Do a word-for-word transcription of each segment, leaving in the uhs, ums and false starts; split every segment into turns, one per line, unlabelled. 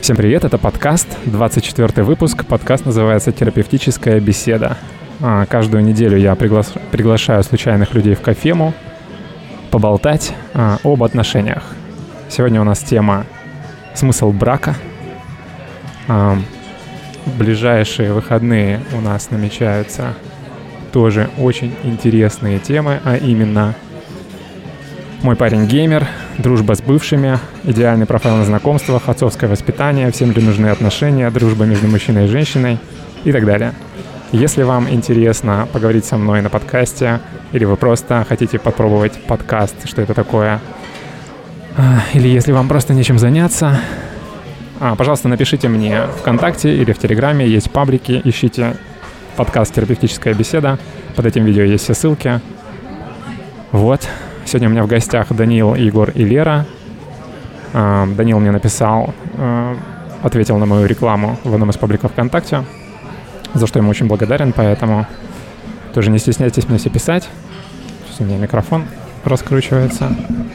Всем привет, это подкаст, двадцать четвёртый выпуск. Подкаст называется «Терапевтическая беседа». Каждую неделю я пригла... приглашаю случайных людей в кофему поболтать а, об отношениях. Сегодня у нас тема «Смысл брака». А, в ближайшие выходные у нас намечаются тоже очень интересные темы, а именно «Мой парень геймер», «Дружба с бывшими», «Идеальный профайл на знакомствах», «Отцовское воспитание», «Всем ли нужны отношения», «Дружба между мужчиной и женщиной» и так далее. Если вам интересно поговорить со мной на подкасте, или вы просто хотите попробовать подкаст, что это такое, или если вам просто нечем заняться, пожалуйста, напишите мне ВКонтакте или в Телеграме, есть паблики, ищите подкаст «Терапевтическая беседа», под этим видео есть все ссылки. Вот. Сегодня у меня в гостях Даниил, Егор и Лера. Даниил мне написал, ответил на мою рекламу в одном из пабликов ВКонтакте, за что ему очень благодарен, поэтому тоже не стесняйтесь мне все писать. Сейчас у меня микрофон раскручивается.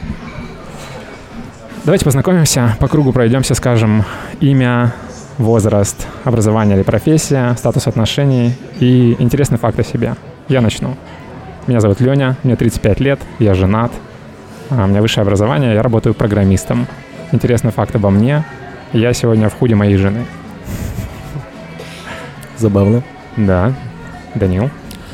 Давайте познакомимся, по кругу пройдемся, скажем имя, возраст, образование или профессия, статус отношений и интересный факт о себе. Я начну. Меня зовут Леня, мне тридцать пять лет, я женат, у меня высшее образование, я работаю программистом. Интересный факт обо мне, я сегодня в худи моей жены.
Забавно.
Да. Даниил.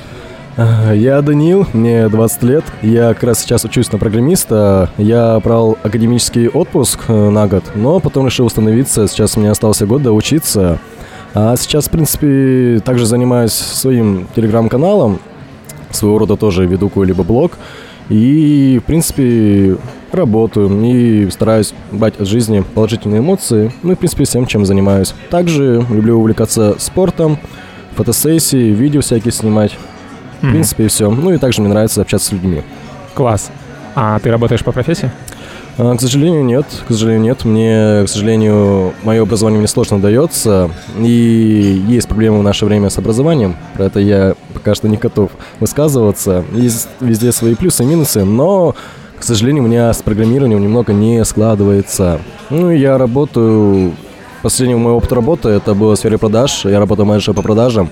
Я Даниил, мне двадцать лет, я как раз сейчас учусь на программиста, я брал академический отпуск на год, но потом решил восстановиться, сейчас у меня остался год доучиться, а сейчас, в принципе, также занимаюсь своим телеграм-каналом, своего рода тоже веду какой-либо блог, и, в принципе, работаю и стараюсь брать от жизни положительные эмоции, ну и, в принципе, всем, чем занимаюсь. Также люблю увлекаться спортом, фотосессии, видео всякие снимать. В mm-hmm. принципе, и все. Ну и также мне нравится общаться с людьми.
Класс. А ты работаешь по профессии?
А, к сожалению, нет. К сожалению, нет. Мне, к сожалению, мое образование мне сложно дается. И есть проблемы в наше время с образованием. Про это я пока что не готов высказываться. Есть везде свои плюсы и минусы, но, к сожалению, у меня с программированием немного не складывается. Ну и я работаю... Последний мой опыт работы, это было в сфере продаж. Я работал менеджером по продажам.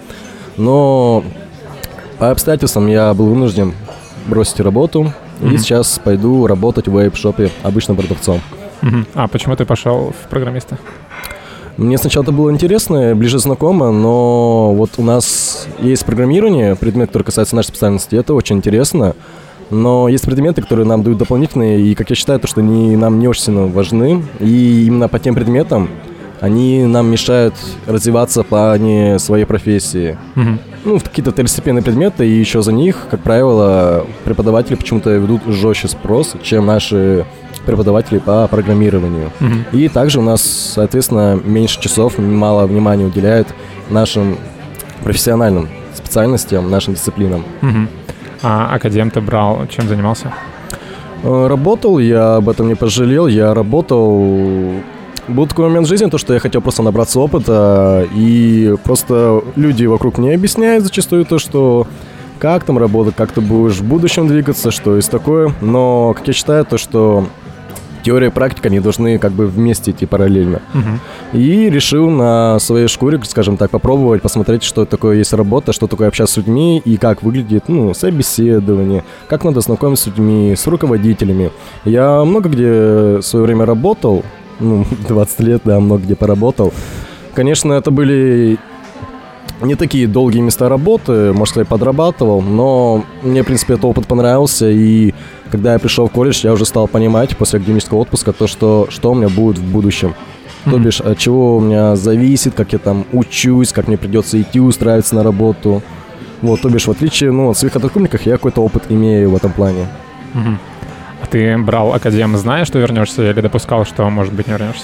Но по обстоятельствам я был вынужден бросить работу. Mm-hmm. И сейчас пойду работать в веб-шопе обычным продавцом.
Mm-hmm. А почему ты пошел в программиста?
Мне сначала это было интересно, ближе знакомо, но вот у нас есть программирование, предмет, который касается нашей специальности, это очень интересно. Но есть предметы, которые нам дают дополнительные, и, как я считаю, то, что они нам не очень сильно важны. И именно по тем предметам они нам мешают развиваться в плане своей профессии. Mm-hmm. Ну, какие-то второстепенные предметы, и еще за них, как правило, преподаватели почему-то ведут жестче спрос, чем наши преподаватели по программированию. Mm-hmm. И также у нас, соответственно, меньше часов, мало внимания уделяют нашим профессиональным специальностям, нашим дисциплинам.
Mm-hmm. А академ ты брал, чем занимался?
Работал, я об этом не пожалел, я работал... Был такой момент в жизни, то, что я хотел просто набраться опыта, и просто люди вокруг мне объясняют зачастую то, что как там работать, как ты будешь в будущем двигаться, что есть такое. Но, как я считаю, то, что теория и практика, они должны как бы вместе идти параллельно. Uh-huh. И решил на своей шкуре, скажем так, попробовать, посмотреть, что такое есть работа, что такое общаться с людьми и как выглядит, ну, собеседование, как надо знакомиться с людьми, с руководителями. Я много где в свое время работал, ну, двадцать лет, да, много где поработал. Конечно, это были не такие долгие места работы, может, я подрабатывал, но мне, в принципе, этот опыт понравился, и когда я пришел в колледж, я уже стал понимать после академического отпуска то, что, что у меня будет в будущем. Mm-hmm. То бишь, от чего у меня зависит, как я там учусь, как мне придется идти устраиваться на работу. Вот, то бишь, в отличие, ну, от своих однокурсников, я какой-то опыт имею в этом плане.
Mm-hmm. А ты брал академ, зная, что вернешься, или допускал, что, может быть, не вернешься?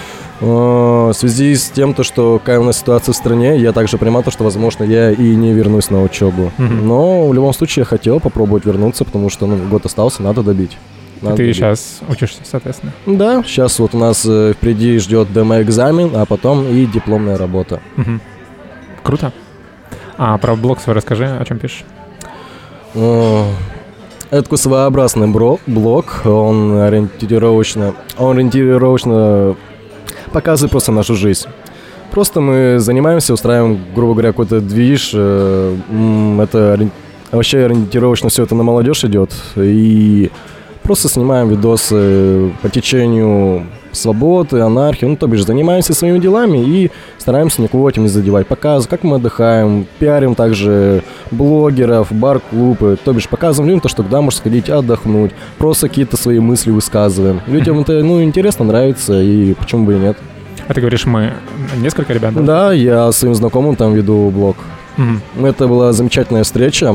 В связи с тем, то, что какая у нас ситуация в стране, я также понимал, что, возможно, я и не вернусь на учебу. Mm-hmm. Но в любом случае я хотел попробовать вернуться, потому что, ну, год остался, надо добить. Надо
ты
добить.
Сейчас учишься, соответственно?
Да, сейчас вот у нас впереди ждет демо-экзамен, а потом и дипломная работа.
Mm-hmm. Круто. А про блог свой расскажи, о чем пишешь?
Это такой своеобразный блог, он ориентировочно, он ориентировочно показывает просто нашу жизнь. Просто мы занимаемся, устраиваем, грубо говоря, какой-то движ. Это вообще ориентировочно все это на молодежь идет. И просто снимаем видосы по течению свободы, анархии. Ну, то бишь, занимаемся своими делами и стараемся никого этим не задевать. Показываем, как мы отдыхаем, пиарим также блогеров, бар-клубы. То бишь, показываем людям то, что куда можно сходить отдохнуть. Просто какие-то свои мысли высказываем. Людям это, ну, интересно, нравится, и почему бы и нет.
А ты говоришь, мы несколько ребят? Да,
да, я своим знакомым там веду блог. Mm-hmm. Это была замечательная встреча.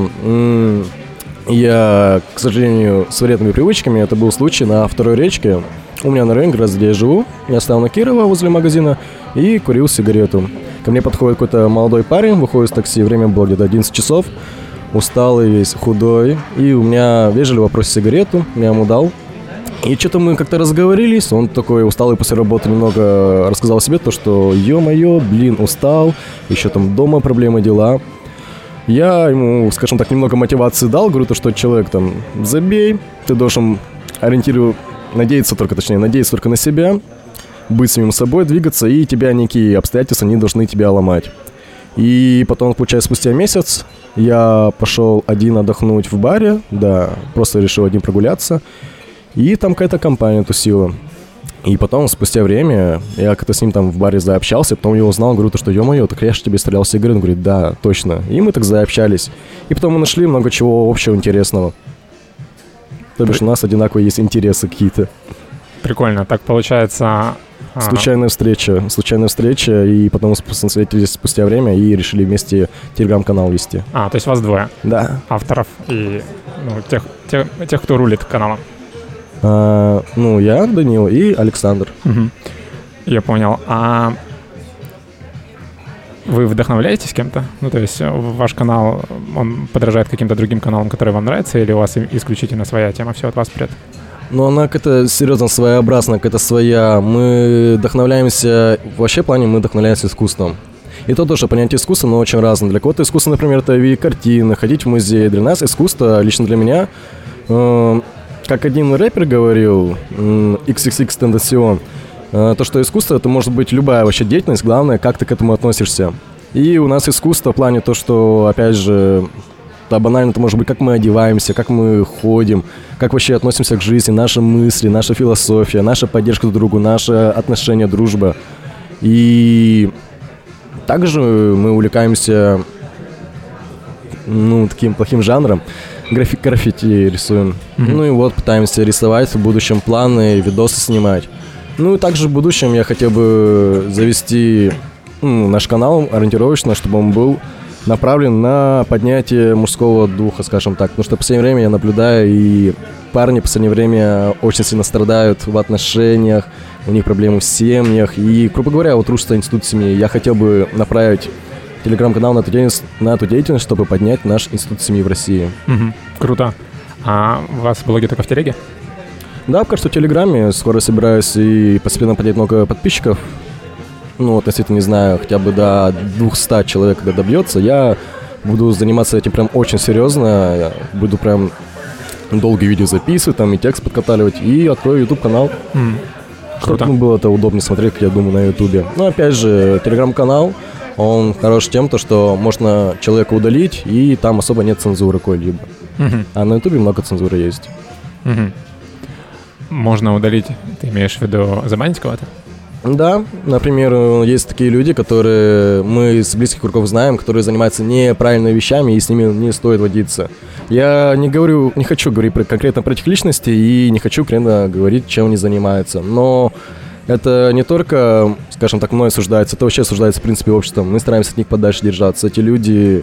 Я, к сожалению, с вредными привычками, это был случай на Второй речке. У меня на районе, как раз где я живу, я стоял на Кирова возле магазина и курил сигарету. Ко мне подходит какой-то молодой парень, выходит из такси, время было где-то одиннадцать часов, усталый весь, худой, и у меня вежливо просит сигарету, я ему дал. И что-то мы как-то разговорились, он такой усталый после работы немного рассказал себе то, что ё-моё, блин, устал, еще там дома проблемы, дела. Я ему, скажем так, немного мотивации дал, говорю то, что человек там, забей, ты должен ориентироваться, надеяться только, точнее, надеяться только на себя, быть самим собой, двигаться, и тебя некие обстоятельства не должны тебя ломать. И потом, получается, спустя месяц я пошел один отдохнуть в баре, да, просто решил один прогуляться, и там какая-то компания тусила. И потом, спустя время, я как-то с ним там в баре заобщался, потом я узнал, говорю, то, что, ё-моё, так я же тебе стрелял сигарет. Он говорит, да, точно. И мы так заобщались. И потом мы нашли много чего общего интересного. То бишь у нас одинаковые есть интересы какие-то.
Прикольно. Так получается...
Случайная встреча. Случайная встреча, и потом мы встретились спустя время и решили вместе телеграм-канал вести.
А, то есть вас двое?
Да.
Авторов и ну, тех, тех, тех, кто рулит каналом?
А, ну, я, Данил и Александр.
Угу. Я понял. А вы вдохновляетесь кем-то? Ну, то есть ваш канал, он подражает каким-то другим каналам, которые вам нравятся, или у вас исключительно своя тема, все от вас прет?
Ну, она какая-то серьезно своеобразная, какая-то своя. Мы вдохновляемся, вообще в плане мы вдохновляемся искусством. И то тоже понятие искусства, но очень разное. Для кого-то искусство, например, это видеть картины, ходить в музей. Для нас искусство, лично для меня, э, как один рэпер говорил, э, икс икс икс-Тентасион, э, то, что искусство, это может быть любая вообще деятельность, главное, как ты к этому относишься. И у нас искусство в плане то, что, опять же, да, банально это может быть, как мы одеваемся, как мы ходим, как вообще относимся к жизни, наши мысли, наша философия, наша поддержка друг другу, наше отношение, дружба. И также мы увлекаемся, ну, таким плохим жанром, графи- граффити рисуем. Mm-hmm. Ну и вот пытаемся рисовать в будущем планы, видосы снимать. Ну и также в будущем я хотел бы завести ну, наш канал ориентировочно, чтобы он был направлен на поднятие мужского духа, скажем так. Потому что в последнее время я наблюдаю, и парни в последнее время очень сильно страдают в отношениях, у них проблемы в семьях. И, грубо говоря, вот рушится институт семьи. Я хотел бы направить телеграм-канал на эту деятельность, на эту деятельность, чтобы поднять наш институт семьи в России.
Угу. Круто. А у вас блоги только в телеге?
Да, пока что в Телеграме. Скоро собираюсь и постепенно поднять много подписчиков. Ну, относительно, не знаю, хотя бы до двухсот человек, когда добьется, я буду заниматься этим прям очень серьезно. Я буду прям долгие видео записывать, там и текст подкаталивать, и открою YouTube-канал. Mm. Чтобы ну, было это удобнее смотреть, как я думаю, на YouTube. Ну, опять же, Telegram-канал, он хорош тем, то, что можно человека удалить, и там особо нет цензуры какой-либо. Mm-hmm. А на YouTube много цензуры есть.
Mm-hmm. Можно удалить, ты имеешь в виду забанить кого-то?
Да, например, есть такие люди, которые мы с близких кругов знаем, которые занимаются неправильными вещами, и с ними не стоит водиться. Я не говорю, не хочу говорить про, конкретно про этих личностей и не хочу конкретно говорить, чем они занимаются. Но это не только, скажем так, мной осуждается, это вообще осуждается в принципе обществом. Мы стараемся от них подальше держаться. Эти люди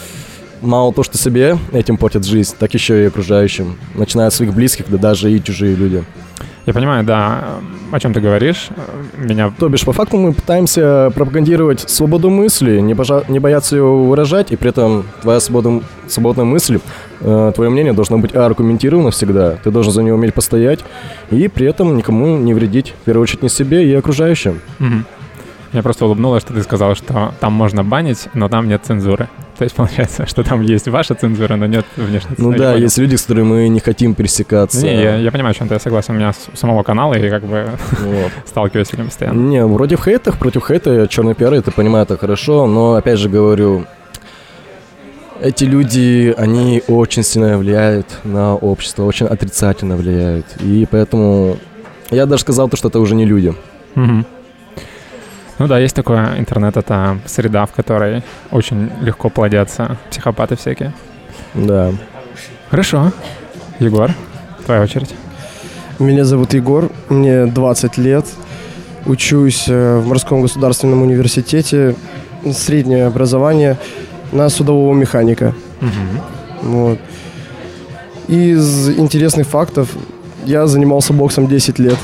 мало то, что себе этим портят жизнь, так еще и окружающим, начиная от своих близких, да даже и чужие люди.
Я понимаю, да, о чем ты говоришь. Меня...
То бишь, по факту мы пытаемся пропагандировать свободу мысли, не, божа... не бояться ее выражать, и при этом твоя свобода... свободная мысль, э, твое мнение должно быть аргументировано всегда. Ты должен за него уметь постоять, и при этом никому не вредить, в первую очередь, не себе и окружающим.
Угу. Меня просто улыбнуло, что ты сказал, что там можно банить, но там нет цензуры. То То есть получается, что там есть ваша цензура, но нет внешней цензуры.
Ну да, есть люди, с которыми мы не хотим пересекаться.
Не, я, я понимаю, о чем ты, я согласен. У меня с самого канала, и как бы вот. Сталкиваюсь с этим постоянно.
Не, против хейтов, против хейта, черный пиар, это понимаю, это хорошо, но опять же говорю, эти люди, они очень сильно влияют на общество, очень отрицательно влияют. И поэтому я даже сказал, что это уже не люди.
Угу. Ну да, есть такое, интернет — это среда, в которой очень легко плодятся психопаты всякие.
Да.
Хорошо. Егор, твоя очередь.
Меня зовут Егор, мне двадцать лет. Учусь в Морском государственном университете, среднее образование на судового механика.
Угу.
Вот. Из интересных фактов, я занимался боксом десять лет.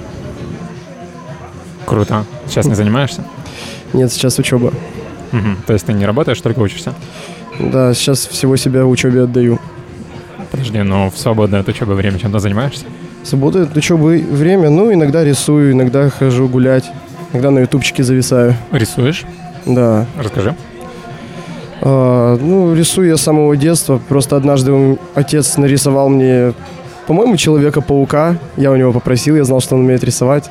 Круто. Сейчас не занимаешься?
Нет, сейчас учеба.
Угу. То есть ты не работаешь, только учишься?
Да, сейчас всего себя учебе отдаю.
Подожди, но в свободное от учебы время чем-то занимаешься?
В свободное от учебы время, ну, иногда рисую, иногда хожу гулять, иногда на ютубчике зависаю.
Рисуешь?
Да.
Расскажи.
А, ну, рисую я с самого детства. Просто однажды отец нарисовал мне, по-моему, Человека-паука. Я у него попросил, я знал, что он умеет рисовать.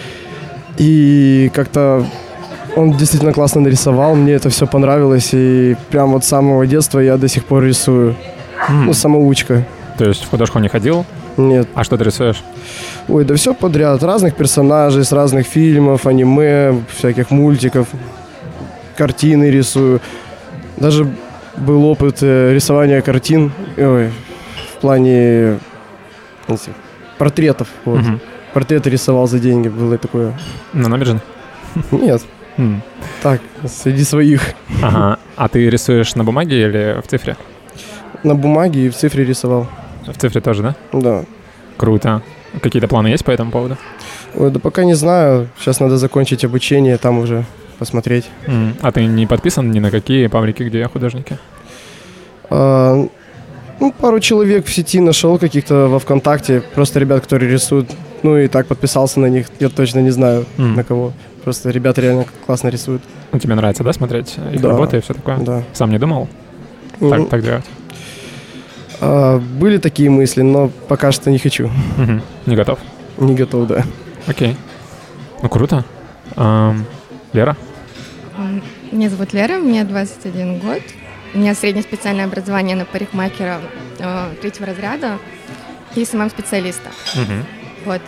И как-то он действительно классно нарисовал, мне это все понравилось, и прям вот с самого детства я до сих пор рисую. Mm. Ну, самоучка.
То есть в художку не ходил?
Нет.
А что ты рисуешь?
Ой, да все подряд. Разных персонажей, с разных фильмов, аниме, всяких мультиков. Картины рисую. Даже был опыт э, рисования картин, ой, в плане знаете, портретов. Вот. Mm-hmm. Портреты рисовал за деньги, было такое.
На набережной?
Нет.
Mm.
Так, среди своих.
Ага. А ты рисуешь на бумаге или в цифре?
На бумаге и в цифре рисовал.
В цифре тоже, да?
Да.
Круто. Какие-то планы есть по этому поводу?
Ой, да пока не знаю. Сейчас надо закончить обучение, там уже посмотреть.
Mm. А ты не подписан ни на какие паблики, где художники?
А, ну, пару человек в сети нашел каких-то во ВКонтакте. Просто ребят, которые рисуют. Ну и так подписался на них. Я точно не знаю, mm. на кого. Просто ребята реально классно рисуют.
Ну, тебе нравится, да, смотреть их
да.
работы и все такое?
Да.
Сам не думал mm. так, так делать?
А, были такие мысли, но пока что не хочу.
Mm-hmm. Не готов?
Не готов, да.
Окей. Ну, круто. Um, Лера?
Меня зовут Лера, мне двадцать один год. У меня среднее специальное образование на парикмахера э, третьего разряда и эс эм эм-специалиста.
Mm-hmm.
Вот.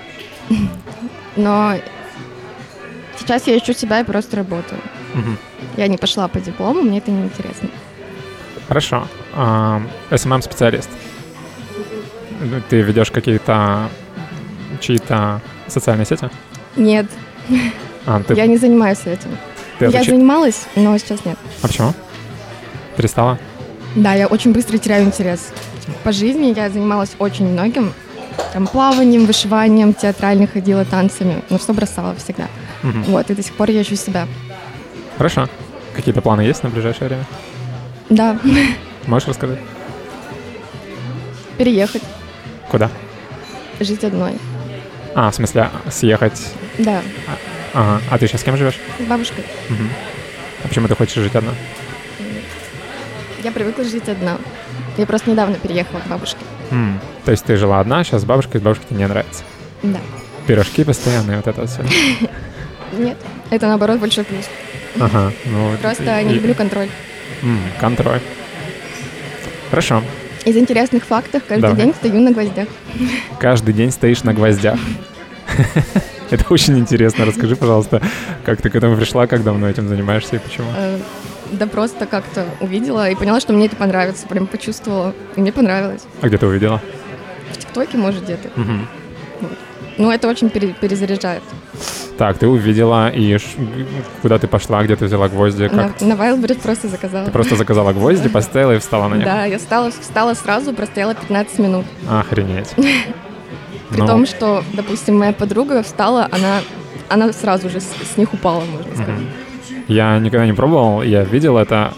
Но сейчас я ищу себя и просто работаю.
Mm-hmm.
Я не пошла по диплому, мне это не интересно.
Хорошо. Um, эс эм эм-специалист. Ты ведешь какие-то чьи-то социальные сети?
Нет.
А, ты...
Я не занимаюсь этим.
Ты
я
отуч...
занималась, но сейчас нет.
А почему? Перестала?
Да, я очень быстро теряю интерес. По жизни я занималась очень многим. Там, плаванием, вышиванием, театрально ходила, танцами. Но все бросала всегда. Угу. Вот, и до сих пор я ищу себя.
Хорошо. Какие-то планы есть на ближайшее время?
Да.
Можешь рассказать?
Переехать.
Куда?
Жить одной.
А, в смысле, съехать?
Да.
А, ага. А ты сейчас с кем живешь?
С бабушкой.
Угу. А почему ты хочешь жить одна?
Я привыкла жить одна. Я просто недавно переехала к бабушке.
Mm. То есть ты жила одна, сейчас с бабушкой, с бабушкой тебе не нравится?
Да.
Пирожки постоянные, вот это все?
Нет, это наоборот большой плюс.
Ага. Ну,
просто
и...
не люблю контроль.
Mm, контроль. Хорошо.
Из интересных фактов каждый
Давай.
день стою на гвоздях.
Каждый день стоишь на гвоздях? Это очень интересно. Расскажи, пожалуйста, как ты к этому пришла, как давно этим занимаешься и почему?
Да просто как-то увидела и поняла, что мне это понравится. Прям почувствовала, и мне понравилось.
А где ты увидела?
В ТикТоке, может, где-то.
Угу.
Вот. Ну, это очень пере- перезаряжает.
Так, ты увидела, и ш... куда ты пошла, где ты взяла гвозди? Как?
На, на Wildberries просто заказала.
Ты просто заказала гвозди, поставила и встала на них?
Да, я встала, встала сразу, простояла пятнадцать минут.
Охренеть.
При ну... том, что, допустим, моя подруга встала, она, она сразу же с, с них упала, можно сказать.
Угу. Я никогда не пробовал, я видел это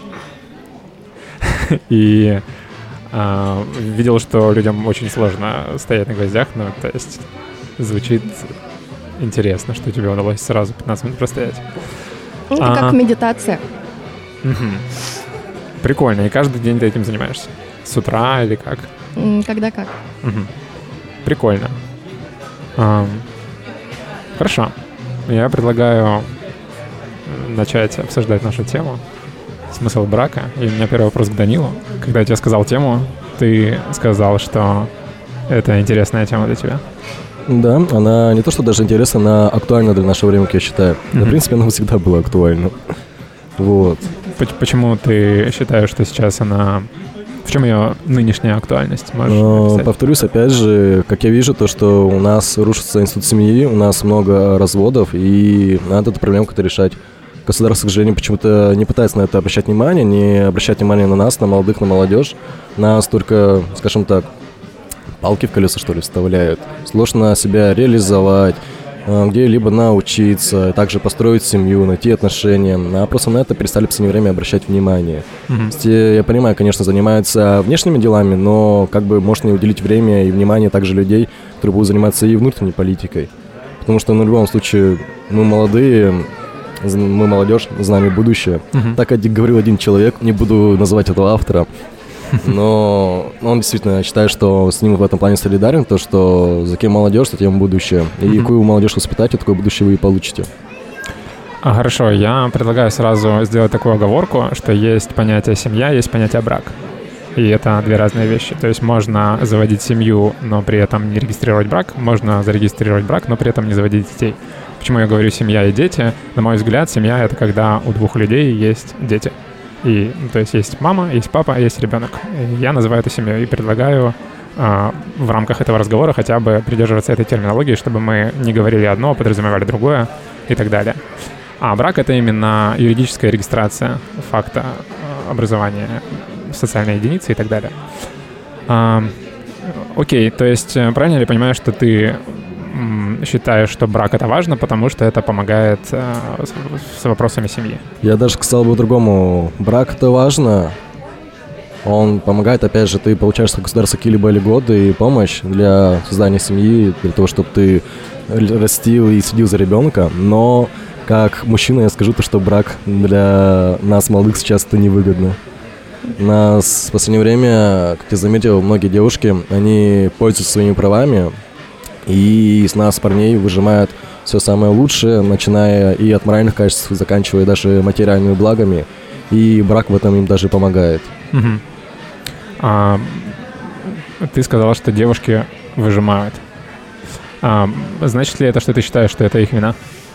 и э, видел, что людям очень сложно стоять на гвоздях, ну, то есть звучит интересно, что тебе удалось сразу пятнадцать минут простоять.
Это а-а. Как медитация.
Угу. Прикольно. И каждый день ты этим занимаешься? С утра или как?
Когда как.
Угу. Прикольно. Um, хорошо. Я предлагаю начать обсуждать нашу тему. Смысл брака. И у меня первый вопрос к Данилу. Когда я тебе сказал тему, ты сказал, что это интересная тема для тебя.
Да, она не то, что даже интересна, она актуальна для нашего времени, я считаю. Mm-hmm. Да, в принципе, она всегда была актуальна. Вот.
Почему ты считаешь, что сейчас она... В чем ее нынешняя актуальность?
Можешь Повторюсь, опять же, как я вижу, то, что у нас рушится институт семьи, у нас много разводов, и надо эту проблему как-то решать. Государство, к сожалению, почему-то не пытается на это обращать внимание, не обращать внимание на нас, на молодых, на молодежь. Нас только, скажем так, палки в колеса, что ли, вставляют. Сложно себя реализовать, где-либо научиться, также построить семью, найти отношения. А просто на это перестали в последнее время обращать внимание. Mm-hmm. Я понимаю, конечно, занимаются внешними делами, но как бы можно не уделить время и внимание также людей, которые будут заниматься и внутренней политикой. Потому что, ну, в любом случае, мы молодые, мы молодежь, с нами будущее. Mm-hmm. Так говорил один человек, не буду называть этого автора, но он действительно считает, что с ним в этом плане солидарен, то, что за кем молодежь, за тем будущее. И mm-hmm. какую молодежь воспитаете, такое будущее вы и получите.
А, хорошо, я предлагаю сразу сделать такую оговорку, что есть понятие семья, есть понятие брак. И это две разные вещи. То есть можно заводить семью, но при этом не регистрировать брак. Можно зарегистрировать брак, но при этом не заводить детей. Почему я говорю семья и дети? На мой взгляд, семья — это когда у двух людей есть дети. И, ну, то есть есть мама, есть папа, есть ребенок. И я называю это семьей и предлагаю э, в рамках этого разговора хотя бы придерживаться этой терминологии, чтобы мы не говорили одно, подразумевали другое и так далее. А брак — это именно юридическая регистрация факта э, образования социальной единицы и так далее. Э, окей, то есть правильно ли я понимаю, что ты считаешь, что брак — это важно, потому что это помогает э, с, с вопросами семьи?
Я даже сказал бы по-другому. Брак — это важно. Он помогает, опять же, ты получаешь от государства какие-либо льготы и помощь для создания семьи, для того, чтобы ты растил и следил за ребенком. Но как мужчина я скажу то, что брак для нас, молодых, сейчас это невыгодно. У нас в последнее время, как я заметил, многие девушки, они пользуются своими правами, и с нас, парней, выжимают все самое лучшее, начиная и от моральных качеств, заканчивая даже материальными благами. И брак в этом им даже помогает.
Угу. А, ты сказала, что девушки выжимают. А, значит ли это, что ты считаешь, что это их вина?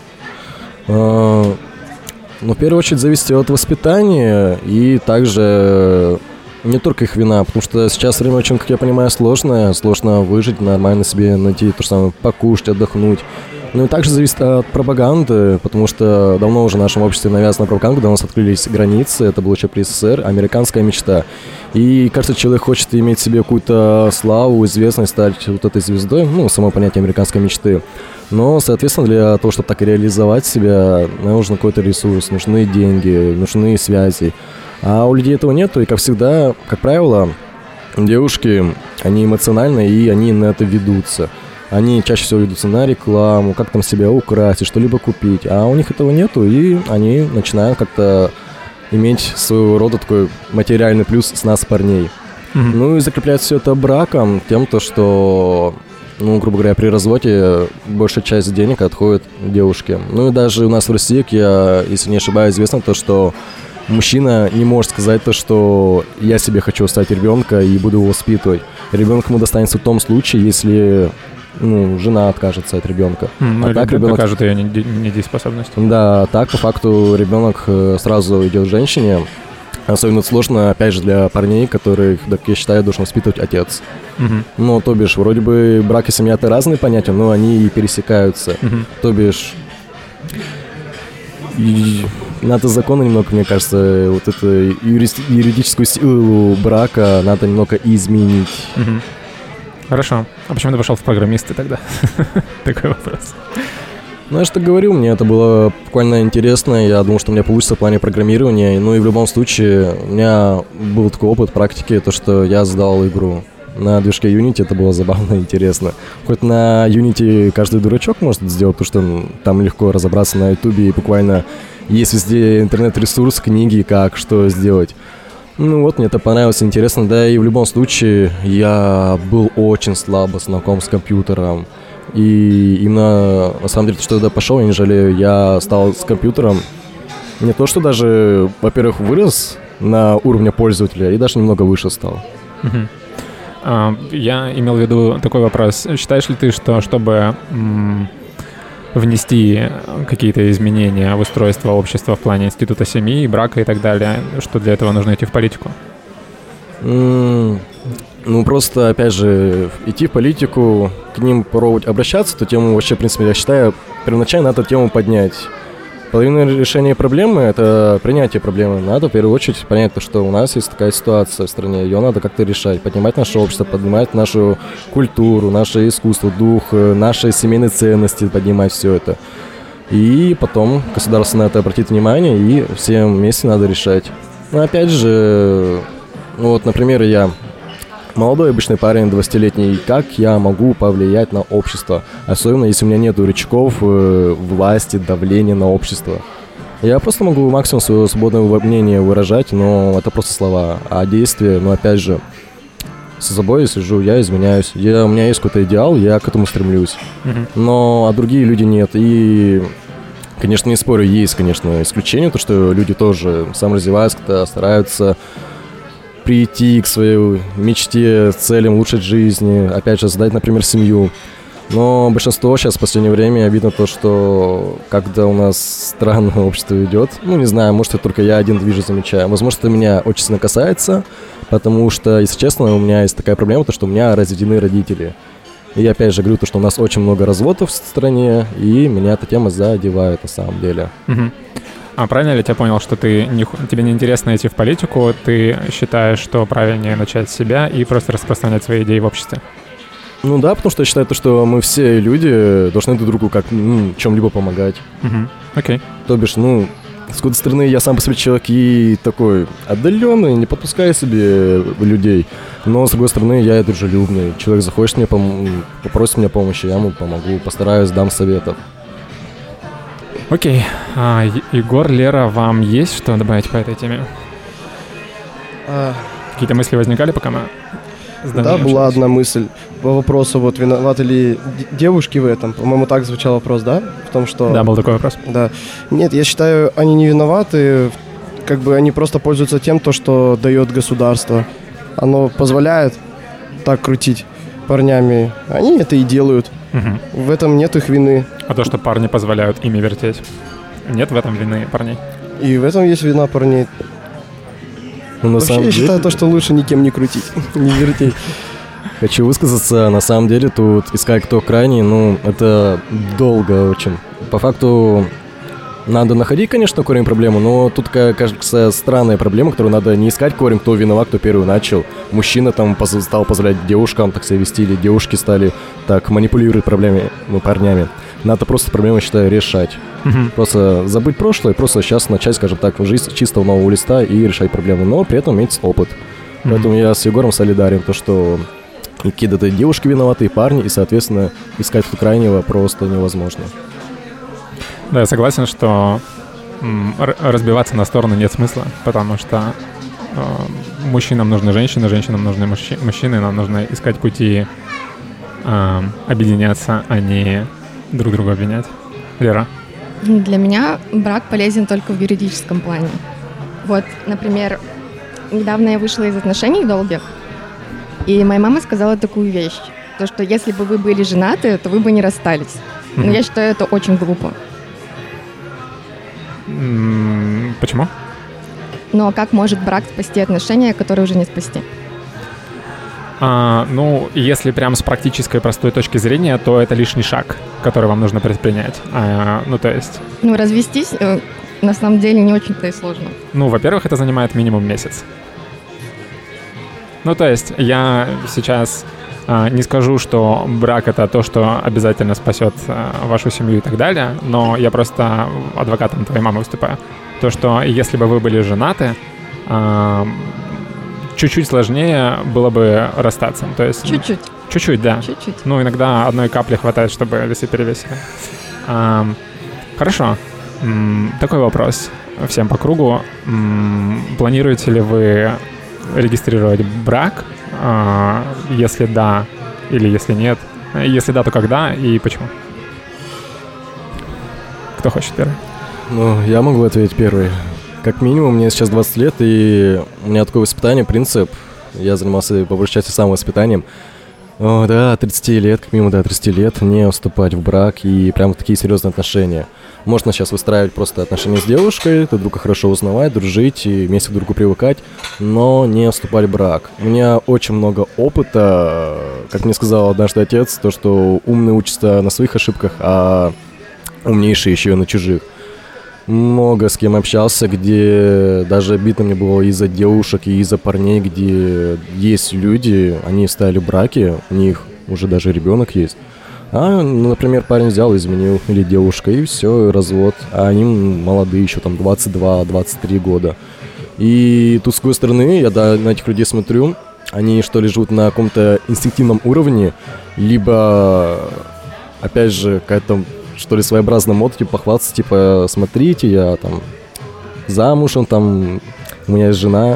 А, ну, в первую очередь, зависит от воспитания и также... Не только их вина, потому что сейчас время очень, как я понимаю, сложное. Сложно выжить, нормально себе найти то же самое, покушать, отдохнуть. Ну и также зависит от пропаганды, потому что давно уже в нашем обществе навязана пропаганда, когда у нас открылись границы, это было еще при СССР, американская мечта. И, кажется, человек хочет иметь себе какую-то славу, известность, стать вот этой звездой, ну, само понятие американской мечты. Но, соответственно, для того, чтобы так реализовать себя, нужен какой-то ресурс, нужны деньги, нужны связи. А у людей этого нету, и, как всегда, как правило, девушки, они эмоциональны, и они на это ведутся. Они чаще всего ведутся на рекламу, как там себя украсить, что-либо купить. А у них этого нету, и они начинают как-то иметь своего рода такой материальный плюс с нас, парней. Mm-hmm. Ну и закрепляют все это браком, тем, то, что, ну, грубо говоря, при разводе большая часть денег отходит девушке. Ну и даже у нас в России, я, если не ошибаюсь, известно то, что мужчина не может сказать то, что я себе хочу оставить ребенка и буду его воспитывать. Ребенок ему достанется в том случае, если, ну, жена откажется от ребенка.
Mm,
а так ребенок
докажет ее недееспособность.
Да, так по факту ребенок сразу идет женщине. Особенно сложно, опять же, для парней, которых, так я считаю, должен воспитывать отец. Mm-hmm. Ну, то бишь, вроде бы брак и семья — это разные понятия, но они и пересекаются. Mm-hmm. То бишь... И надо законы немного, мне кажется, вот эту юрист, юридическую силу брака надо немного изменить.
Угу. Хорошо. А почему ты пошел в программисты тогда? Такой вопрос.
Ну, я же так говорю, мне это было буквально интересно. Я думал, что у меня получится в плане программирования. Ну и в любом случае, у меня был такой опыт практики, то, что я сдал игру на движке Unity. Это было забавно и интересно. Хоть на Unity каждый дурачок может сделать, потому что там легко разобраться на YouTube, и буквально есть везде интернет-ресурс, книги, как, что сделать. Ну вот, мне это понравилось, интересно. Да, и в любом случае я был очень слабо знаком с компьютером. И именно, на самом деле, что я туда пошел, я не жалею. Я стал с компьютером не то, что даже, во-первых, вырос на уровне пользователя, и даже немного выше стал.
Uh-huh. uh, я имел в виду такой вопрос. Считаешь ли ты, что чтобы м- внести какие-то изменения в устройство общества в плане института семьи, брака и так далее, что для этого нужно идти в политику?
Mm, ну, просто, опять же, идти в политику, к ним пробовать обращаться, то тему вообще, в принципе, я считаю, первоначально надо эту тему поднять. Половина решения проблемы – это принятие проблемы. Надо, в первую очередь, понять, что у нас есть такая ситуация в стране, ее надо как-то решать, поднимать наше общество, поднимать нашу культуру, наше искусство, дух, наши семейные ценности, поднимать все это. И потом государство на это обратит внимание, и всем вместе надо решать. Но опять же, вот, например, я молодой обычный парень, двадцатилетний, как я могу повлиять на общество? Особенно, если у меня нет рычагов э, власти, давления на общество. Я просто могу максимум своего свободного мнения выражать, но это просто слова. А действия, ну опять же, с собой я сижу, я изменяюсь. Я, у меня есть какой-то идеал, я к этому стремлюсь. Mm-hmm. Но а другие люди нет. И, конечно, не спорю, есть, конечно, исключения, то, что люди тоже саморазвиваются, как-то стараются прийти к своей мечте, целям, улучшить жизнь, опять же, создать, например, семью. Но большинство сейчас в последнее время видно то, что когда у нас странное общество идет, ну, не знаю, может, это только я один вижу, замечаю. Возможно, это меня очень сильно касается, потому что, если честно, у меня есть такая проблема, то, что у меня разведены родители. И я опять же говорю, то, что у нас очень много разводов в стране, и меня эта тема задевает на самом деле.
Угу. А правильно ли я тебя понял, что ты не, тебе не интересно идти в политику, ты считаешь, что правильнее начать с себя и просто распространять свои идеи в обществе?
Ну да, потому что я считаю, что мы все люди должны друг другу как ну, чем-либо помогать.
Угу. Окей.
То бишь, ну, с какой-то стороны я сам по себе человек и такой отдаленный, не подпускаю себе людей, но с другой стороны я дружелюбный. Человек захочет мне пом- попросит меня помощи, я ему помогу, постараюсь, дам советов.
Окей. А, Егор, Лера, вам есть что добавить по этой теме?
А...
Какие-то мысли возникали, пока мы с
Да, была одна мысль по вопросу, вот виноваты ли девушки в этом. По-моему, так звучал вопрос, да? В том, что...
Да, был такой вопрос.
Да. Нет, я считаю, они не виноваты. Как бы они просто пользуются тем, то, что дает государство. Оно позволяет так крутить парнями. Они это и делают. Угу. В этом нет их вины.
А то, что парни позволяют ими вертеть, нет в этом вины парней?
И в этом есть вина парней.
Ну,
Вообще, я деле... считаю, то, что лучше никем не крутить, не вертеть.
Хочу высказаться, на самом деле, тут искать кто крайний, ну, это долго очень. По факту, надо находить, конечно, корень проблемы, но тут, кажется, странная проблема, которую надо не искать корень, кто виноват, кто первый начал. Мужчина там поз- стал позволять девушкам так себя вести, или девушки стали так манипулировать проблемами, ну, парнями. Надо просто проблему, считаю, решать. Uh-huh. Просто забыть прошлое, просто сейчас начать, скажем так, жизнь чистого нового листа и решать проблемы, но при этом иметь опыт. Uh-huh. Поэтому я с Егором солидарен, то, что какие-то девушки виноваты, и парни, и, соответственно, искать тут крайнего просто невозможно.
Да, я согласен, что м, разбиваться на стороны нет смысла, потому что э, мужчинам нужны женщины, женщинам нужны мужчи- мужчины, нам нужно искать пути э, объединяться, а не друг друга обвинять. Лера?
Для меня брак полезен только в юридическом плане. Вот, например, недавно я вышла из отношений долгих, и моя мама сказала такую вещь, то, что если бы вы были женаты, то вы бы не расстались. Но mm-hmm. я считаю, это очень глупо.
Mm, почему?
Ну, а как может брак спасти отношения, которые уже не спасти?
А, ну, если прям с практической простой точки зрения, то это лишний шаг, который вам нужно предпринять. А, ну, то есть...
Ну, развестись э, на самом деле не очень-то и сложно.
Ну, во-первых, это занимает минимум месяц. Ну, то есть я сейчас а, не скажу, что брак — это то, что обязательно спасет а, вашу семью и так далее, но я просто адвокатом твоей мамы выступаю. То, что если бы вы были женаты, а, чуть-чуть сложнее было бы расстаться. То есть,
чуть-чуть.
Чуть-чуть, да.
Чуть-чуть.
Ну, иногда одной капли хватает, чтобы весы перевесили. А, хорошо. М, Такой вопрос всем по кругу. М, Планируете ли вы регистрировать брак? А, Если да или если нет? Если да, то когда и почему? Кто хочет первый?
Ну, я могу ответить первый. Как минимум, мне сейчас двадцать лет, и у меня такое воспитание, принцип. Я занимался по большей части самовоспитанием. О, да, тридцать лет, как минимум, до тридцати лет не вступать в брак и прям такие серьезные отношения. Можно сейчас выстраивать просто отношения с девушкой, друг друга хорошо узнавать, дружить и вместе к другу привыкать, но не вступать в брак. У меня очень много опыта, как мне сказал однажды отец, то, что умный учится на своих ошибках, а умнейший еще и на чужих. Много с кем общался, где даже обидно мне было из-за девушек и из-за парней, где есть люди, они вставили браки, у них уже даже ребенок есть. А, ну, например, парень взял, изменил, или девушка, и все, и развод. А они молодые, еще там двадцать два двадцать три года. И тут, с другой стороны, я да, на этих людей смотрю, они что ли живут на каком-то инстинктивном уровне, либо, опять же, какая-то, что ли, своеобразная мода, типа, похвастаться, типа, смотрите, я там замужем, там, у меня есть жена.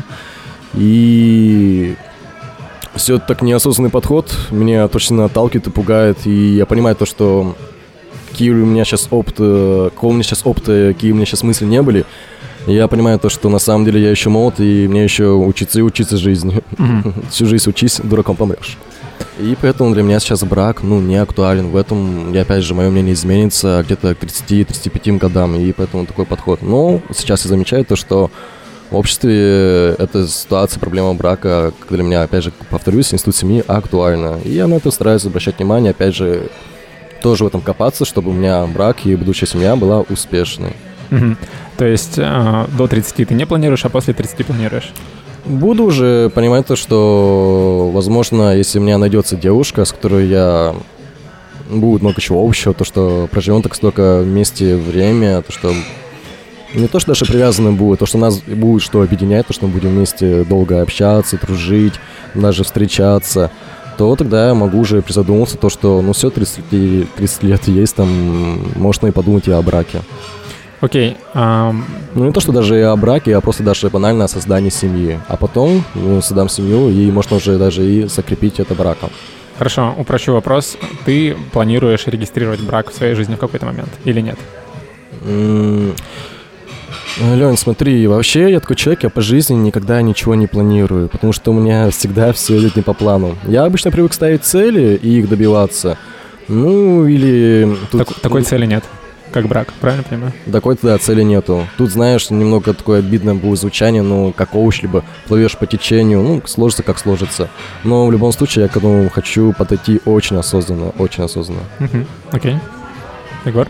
И все это так неосознанный подход, меня точно отталкивает и пугает. И я понимаю то, что какие у меня сейчас опыт, какого у меня сейчас опыта, какие у меня сейчас мысли не были. Я понимаю то, что на самом деле я еще молод, и мне еще учиться и учиться жизни. Mm-hmm. Всю жизнь учись, дураком помрешь. И поэтому для меня сейчас брак, ну, не актуален. В этом, и опять же, мое мнение изменится где-то к тридцати-тридцати пяти годам, и поэтому такой подход. Но сейчас я замечаю то, что в обществе эта ситуация, проблема брака, как для меня, опять же, повторюсь, институт семьи актуальна. И я на это стараюсь обращать внимание, опять же, тоже в этом копаться, чтобы у меня брак и будущая семья была успешной.
Угу. То есть э, до тридцати ты не планируешь, а после тридцати планируешь?
Буду уже понимать то, что, возможно, если у меня найдется девушка, с которой я будет много чего общего, то, что проживем так столько вместе время, то, что не то, что даже привязаны будут, то, что нас будет что объединять, то, что мы будем вместе долго общаться, дружить, даже встречаться, то тогда я могу уже призадуматься, то, что, ну, все, тридцать, тридцать лет есть, там, можно и подумать и о браке.
Окей. Okay, um...
Ну, не то, что даже и о браке, а просто даже банально о создании семьи. А потом, ну, создам семью, и можно уже даже и закрепить это браком.
Хорошо, упрощу вопрос. Ты планируешь регистрировать брак в своей жизни в какой-то момент или нет?
Mm. Лёнь, смотри, вообще я такой человек, я по жизни никогда ничего не планирую, потому что у меня всегда все идет не по плану. Я обычно привык ставить цели и их добиваться. Ну, или...
Тут... Так, такой цели нет, как брак, правильно понимаю?
Такой-то, да, цели нету. Тут, знаешь, немного такое обидное будет звучание, ну, как коуч, либо плывешь по течению, ну, сложится, как сложится. Но в любом случае я к этому хочу подойти очень осознанно, очень осознанно.
Окей. Егор?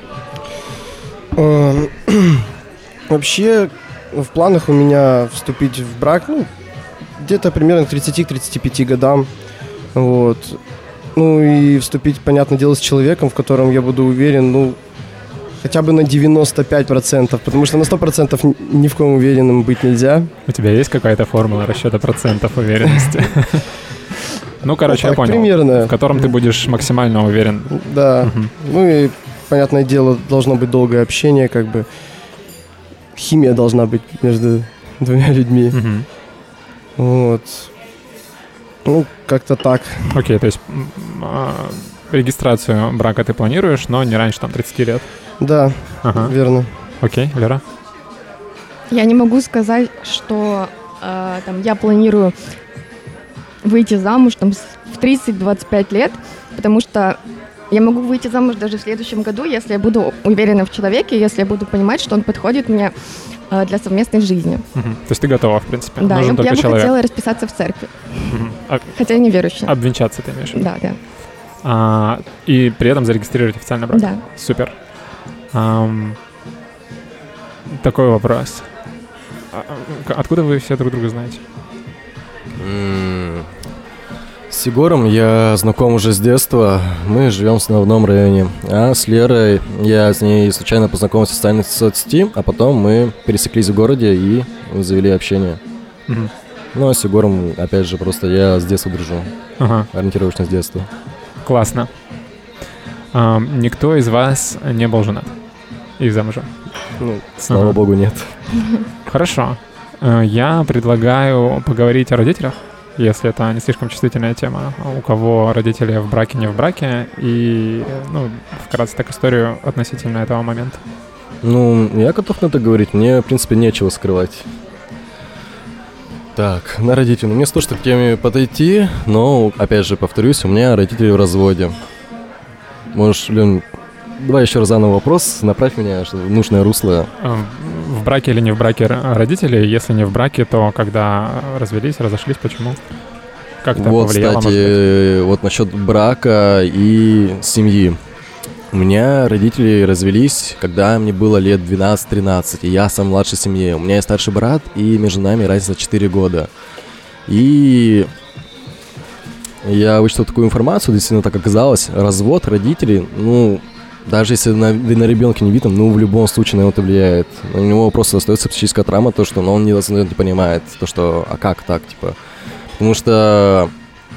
Вообще, в планах у меня вступить в брак, ну, где-то примерно к тридцати-тридцати пяти годам, вот. Ну, и вступить, понятное дело, с человеком, в котором я буду уверен, ну, хотя бы на девяносто пять процентов, потому что на сто процентов ни в ком уверенным быть нельзя.
У тебя есть какая-то формула расчета процентов уверенности? Ну, короче, я понял. Примерно. В котором ты будешь максимально уверен.
Да. Ну, и, понятное дело, должно быть долгое общение, как бы. Химия должна быть между двумя людьми. Uh-huh. Вот. Ну, как-то так.
Окей, okay, то есть э, регистрацию брака ты планируешь, но не раньше там тридцати лет?
Да, ага. Верно.
Окей, okay, Лера?
Я не могу сказать, что э, там, я планирую выйти замуж там, в тридцать-двадцать пять лет, потому что я могу выйти замуж даже в следующем году, если я буду уверена в человеке, если я буду понимать, что он подходит мне э, для совместной жизни.
Uh-huh. То есть ты готова, в принципе?
Да,
нужен
я,
только
я бы
человек.
хотела расписаться в церкви,
uh-huh. а,
хотя я не верующая.
Обвенчаться ты имеешь в виду?
Да, да.
А, и при этом зарегистрировать официальный брак?
Да.
Супер. Um, такой вопрос. А, откуда вы все друг друга знаете?
Mm. С Егором я знаком уже с детства, мы живем в одном районе, а с Лерой я с ней случайно познакомился в социальной соцсети, а потом мы пересеклись в городе и завели общение. Uh-huh. Ну а с Егором, опять же, просто я с детства дружу, uh-huh. ориентировочно с детства.
Классно. А, никто из вас не был женат? И замужем?
Ну, слава
Ага.
богу, нет.
Хорошо. Э, Я предлагаю поговорить о родителях, если это не слишком чувствительная тема. У кого родители в браке, не в браке. И, ну, вкратце так историю относительно этого момента.
Ну, я готов на это говорить. Мне, в принципе, нечего скрывать. Так, на родителей. Ну, мне сложно к теме подойти, но, опять же, повторюсь, у меня родители в разводе. Можешь, блин, давай еще раз заново вопрос, направь меня в нужное русло.
Э, В браке или не в браке р- родители? Если не в браке, то когда развелись, разошлись, почему? Как это
Вот,
повлияло, может быть?
кстати, вот насчет брака и семьи. У меня родители развелись, когда мне было лет двенадцать-тринадцать, и я сам младший в семье. У меня есть старший брат, и между нами разница четыре года. И я вычитал такую информацию, действительно так оказалось. Развод родителей, ну, даже если на, на ребенка не видно, ну, в любом случае на него это влияет. У него просто остается психическая травма, то, что ну, он не, не понимает, то, что, а как так, типа. Потому что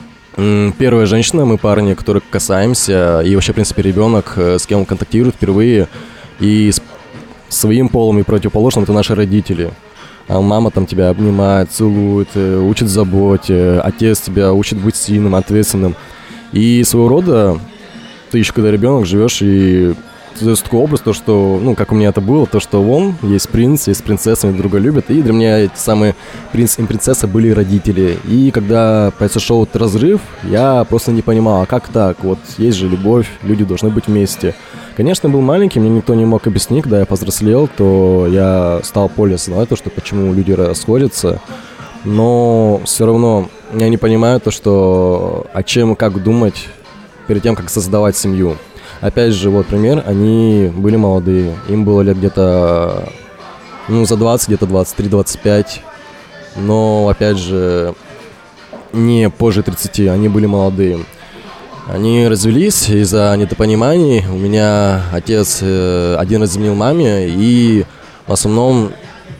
м, первая женщина, мы парни, которые касаемся, и вообще, в принципе, ребенок, э, с кем он контактирует впервые, и с своим полом и противоположным, это наши родители. А мама там тебя обнимает, целует, э, учит заботе, отец тебя учит быть сильным, ответственным. И своего рода ты еще когда ребенок живешь и создается такой образ, то что, ну, как у меня это было, то что он, есть принц, есть принцесса, они друг друга любят, и для меня эти самые принц и принцесса были родители. И когда произошел этот разрыв, я просто не понимал, а как так, вот есть же любовь, люди должны быть вместе. Конечно, я был маленький, мне никто не мог объяснить, когда я повзрослел, то я стал более осознавать то, что почему люди расходятся, но все равно я не понимаю то, что о чем и как думать перед тем, как создавать семью. Опять же, вот пример, они были молодые, им было лет где-то, ну, за двадцать, где-то двадцать три двадцать пять, но, опять же, не позже тридцати, они были молодые. Они развелись из-за недопониманий, у меня отец э, один раз изменил маме, и в основном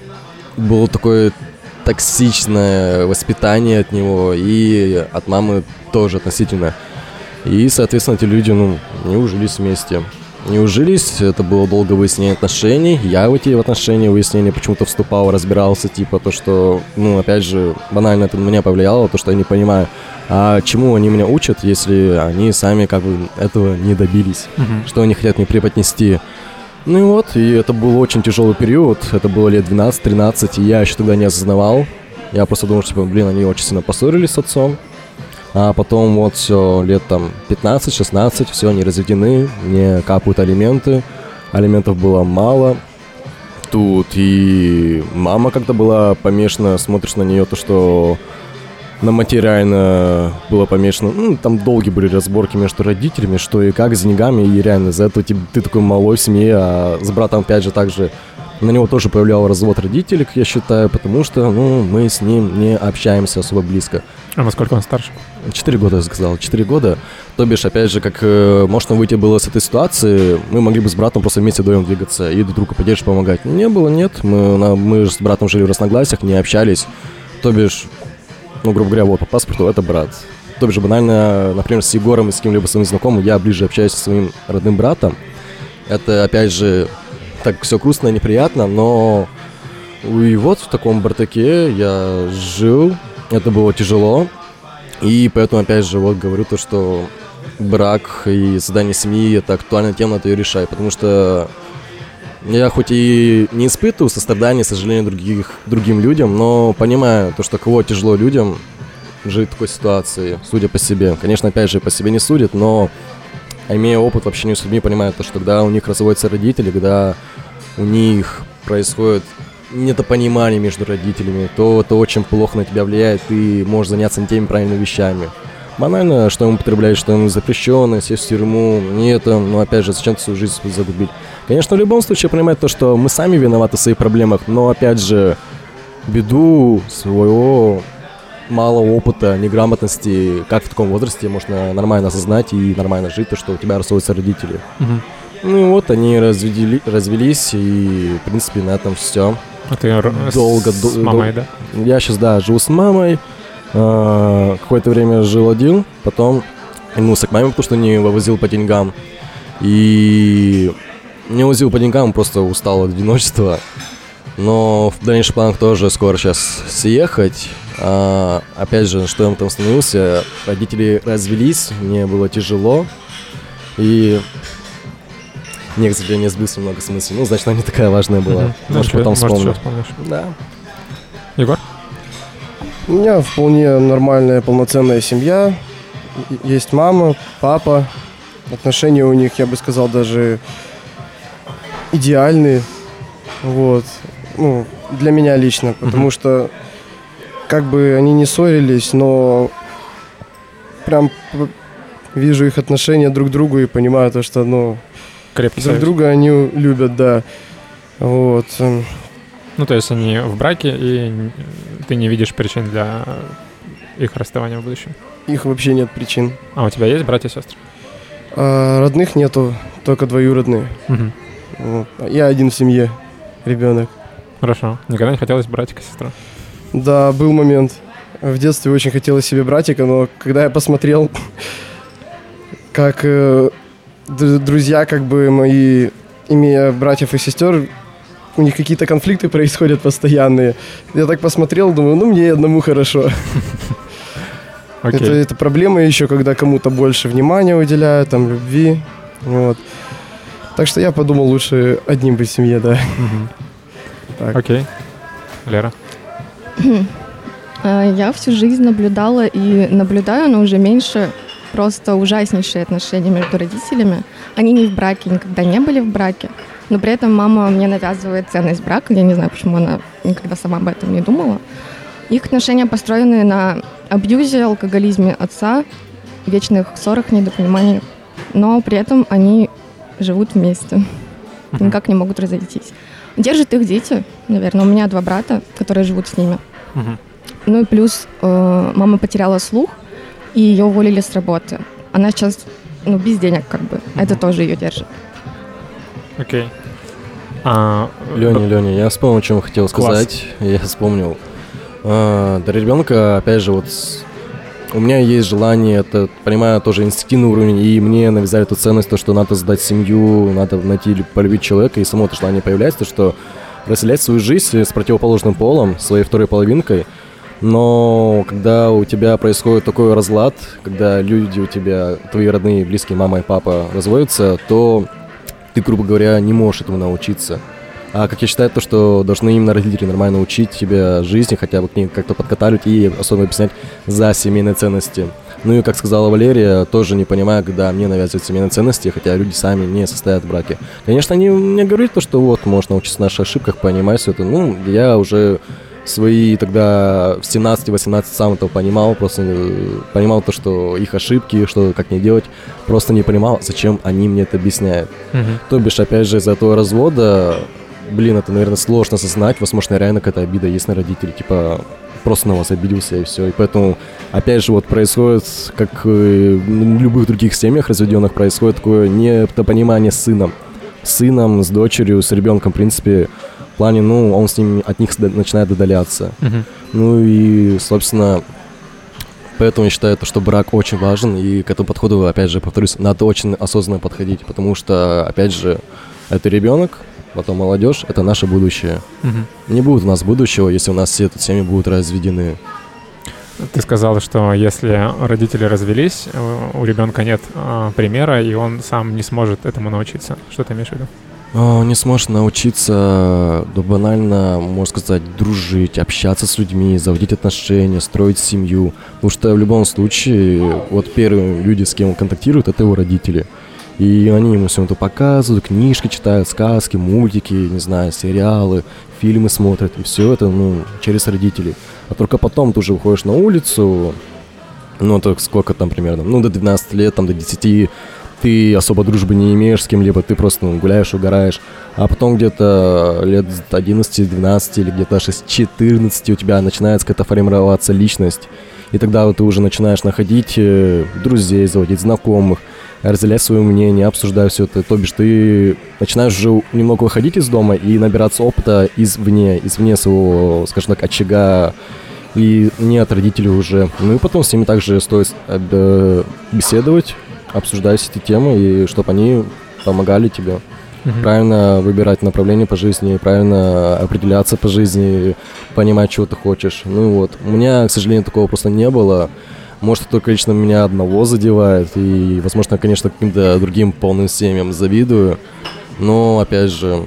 было такое токсичное воспитание от него, и от мамы тоже относительно. И, соответственно, эти люди, ну, не ужились вместе. Не ужились, это было долгое выяснение отношений. Я в эти отношения, выяснения почему-то вступал, разбирался, типа, то, что, ну, опять же, банально это на меня повлияло, то, что я не понимаю, а чему они меня учат, если они сами, как бы, этого не добились,
Мгм.
что они хотят мне преподнести. Ну и вот, и это был очень тяжелый период, это было лет двенадцать-тринадцать, и я еще тогда не осознавал. Я просто думал, что, типа, блин, они очень сильно поссорились с отцом. А потом вот все, лет там пятнадцать-шестнадцать, все, они разведены, мне капают алименты, алиментов было мало. Тут и мама как-то была помешана, смотришь на нее, то что на материально было помешано. Ну, там долгие были разборки между родителями, что и как, с деньгами, и реально из-за этого ты, ты такой малой в семье, а с братом опять же также на него тоже повлиял развод родителей, как я считаю, потому что, ну, мы с ним не общаемся особо близко.
А насколько он старше?
Четыре года, я сказал, четыре года. То бишь, опять же, как э, можно выйти было с этой ситуации, мы могли бы с братом просто вместе вдвоем двигаться и друг другу поддерживать, помогать. Не было, нет. Мы, на, мы с братом жили в разногласиях, не общались. То бишь, ну, грубо говоря, вот по паспорту это брат. То бишь, банально, например, с Егором и с кем-либо своим знакомым я ближе общаюсь со своим родным братом. Это, опять же, так все грустно и неприятно, но и вот в таком бардаке я жил, это было тяжело. И поэтому, опять же, вот говорю то, что брак и создание семьи – это актуальная тема, надо ее решать. Потому что я хоть и не испытываю сострадания, сожаления других, другим людям, но понимаю то, что кого тяжело людям жить в такой ситуации, судя по себе. Конечно, опять же, по себе не судят, но имея опыт в общении с людьми, понимаю то, что когда у них разводятся родители, когда у них происходит недопонимание между родителями, то это очень плохо на тебя влияет, ты можешь заняться не теми правильными вещами. Банально, что ему употребляешь, что ему запрещено, сесть в тюрьму, не это, но опять же, зачем свою жизнь загубить. Конечно, в любом случае, я понимаю то, что мы сами виноваты в своих проблемах, но опять же, беду своего малого опыта, неграмотности, как в таком возрасте можно нормально осознать и нормально жить, то, что у тебя расходятся родители.
Мгм.
Ну и вот они разведели, развелись, и, в принципе, на этом все.
А ты р-
Долго,
с
дол-
мамой,
дол-
да?
Я сейчас, да, живу с мамой. А, какое-то время жил один, потом вернулся к маме, потому что не вывозил по деньгам. И не возил по деньгам, просто устал от одиночества. Но в дальнейших планах тоже скоро сейчас съехать. А, опять же, что я там остановился, родители развелись, мне было тяжело. И мне, к сожалению, сбился много с мыслей. Ну, значит, она не такая важная была.
Mm-hmm.
Может,
ну,
потом
может,
вспомню.
вспомнишь.
Да.
Егор?
У меня вполне нормальная, полноценная семья. Есть мама, папа. Отношения у них, я бы сказал, даже идеальные. Вот. Ну, для меня лично. Потому mm-hmm. что как бы они не ссорились, но прям вижу их отношения друг к другу и понимаю то, что, ну,
крепкий
друг
союз.
друга они любят, да. Вот.
Ну, то есть они в браке, и ты не видишь причин для их расставания в будущем?
Их вообще нет причин.
А у тебя есть братья и сестры?
А, родных нету, только двоюродные.
Угу.
Вот. Я один в семье, ребенок.
Хорошо. Никогда не хотелось братика и сестру?
Да, был момент. В детстве очень хотелось себе братика, но когда я посмотрел, как э, д- друзья, как бы мои, имея братьев и сестер, у них какие-то конфликты происходят постоянные. Я так посмотрел, думаю, ну мне одному хорошо.
Okay.
Это, это проблема еще, когда кому-то больше внимания уделяют, там, любви. Вот. Так что я подумал, лучше одним быть в семье, да.
Окей. Mm-hmm. Okay. Лера?
Я всю жизнь наблюдала и наблюдаю, но уже меньше, просто ужаснейшие отношения между родителями. Они не в браке, никогда не были в браке, но при этом мама мне навязывает ценность брака. Я не знаю, почему она никогда сама об этом не думала. Их отношения построены на абьюзе, алкоголизме отца, вечных ссорах, недопониманиях, но при этом они живут вместе, uh-huh. никак не могут разойтись. Держат их дети, наверное. У меня два брата, которые живут с ними. Uh-huh. Ну и плюс э, мама потеряла слух, и ее уволили с работы. Она сейчас, ну, без денег как бы. Uh-huh. Это тоже ее держит.
Окей. Okay. А...
Леня, Леня, я вспомнил, что я хотел сказать. Класс. Я вспомнил. А, для ребенка, опять же, вот у меня есть желание, это, понимаю, тоже инстинктивный уровень, и мне навязали эту ценность, то, что надо создать семью, надо найти, полюбить человека, и само это желание появляется, то, что разделять свою жизнь с противоположным полом, своей второй половинкой, но когда у тебя происходит такой разлад, когда люди у тебя, твои родные, близкие, мама и папа разводятся, то ты, грубо говоря, не можешь этому научиться. А как я считаю, то, что должны именно родители нормально учить тебя жизни, хотя бы к ней как-то подкатывать и особенно объяснять за семейные ценности. Ну и, как сказала Валерия, тоже не понимаю, когда мне навязывают семейные ценности, хотя люди сами не состоят в браке. Конечно, они мне говорят то, что вот, можно учиться на наших ошибках, понимать все это. Ну, я уже свои тогда в семнадцать-восемнадцать сам это понимал, просто понимал то, что их ошибки, что как не делать, просто не понимал, зачем они мне это объясняют. Uh-huh. То бишь, опять же, из-за этого развода, блин, это, наверное, сложно осознать, возможно, реально какая-то обида есть на родителей, типа, просто на вас обиделся и все. И поэтому, опять же, вот происходит, как в любых других семьях разведенных, происходит такое недопонимание с сыном. С сыном, с дочерью, с ребенком, в принципе, в плане, ну, он с ним, от них начинает отдаляться. Uh-huh. Ну и, собственно, поэтому я считаю, что брак очень важен, и к этому подходу, опять же, повторюсь, надо очень осознанно подходить, потому что, опять же, это ребенок, потом молодежь, это наше будущее. Угу. Не будет у нас будущего, если у нас все эти семьи будут разведены.
Ты сказал, что если родители развелись, у ребенка нет а, примера, и он сам не сможет этому научиться. Что ты имеешь в виду?
Он не сможет научиться, да, банально, можно сказать, дружить, общаться с людьми, заводить отношения, строить семью. Потому что в любом случае, вот первые люди, с кем он контактирует, это его родители. И они ему все это показывают, книжки читают, сказки, мультики, не знаю, сериалы, фильмы смотрят. И все это, ну, через родителей. А только потом ты уже выходишь на улицу, ну, так сколько там примерно, ну, до двенадцати лет, там, до десяти, ты особо дружбы не имеешь с кем-либо, ты просто, ну, гуляешь, угораешь. А потом где-то лет одиннадцати-двенадцати или где-то аж с четырнадцати у тебя начинает какая-то формироваться личность. И тогда вот ты уже начинаешь находить друзей, заводить знакомых, разделять свое мнение, обсуждать все это. То бишь ты начинаешь уже немного выходить из дома и набираться опыта извне, извне своего, скажем так, очага, и не от родителей уже. Ну и потом с ними также стоит беседовать, обсуждать эти темы, и чтобы они помогали тебе. Mm-hmm. Правильно выбирать направление по жизни, правильно определяться по жизни, понимать, чего ты хочешь. Ну вот, у меня, к сожалению, такого просто не было. Может, это только лично меня одного задевает, и, возможно, я, конечно, каким-то другим полным семьям завидую. Но, опять же,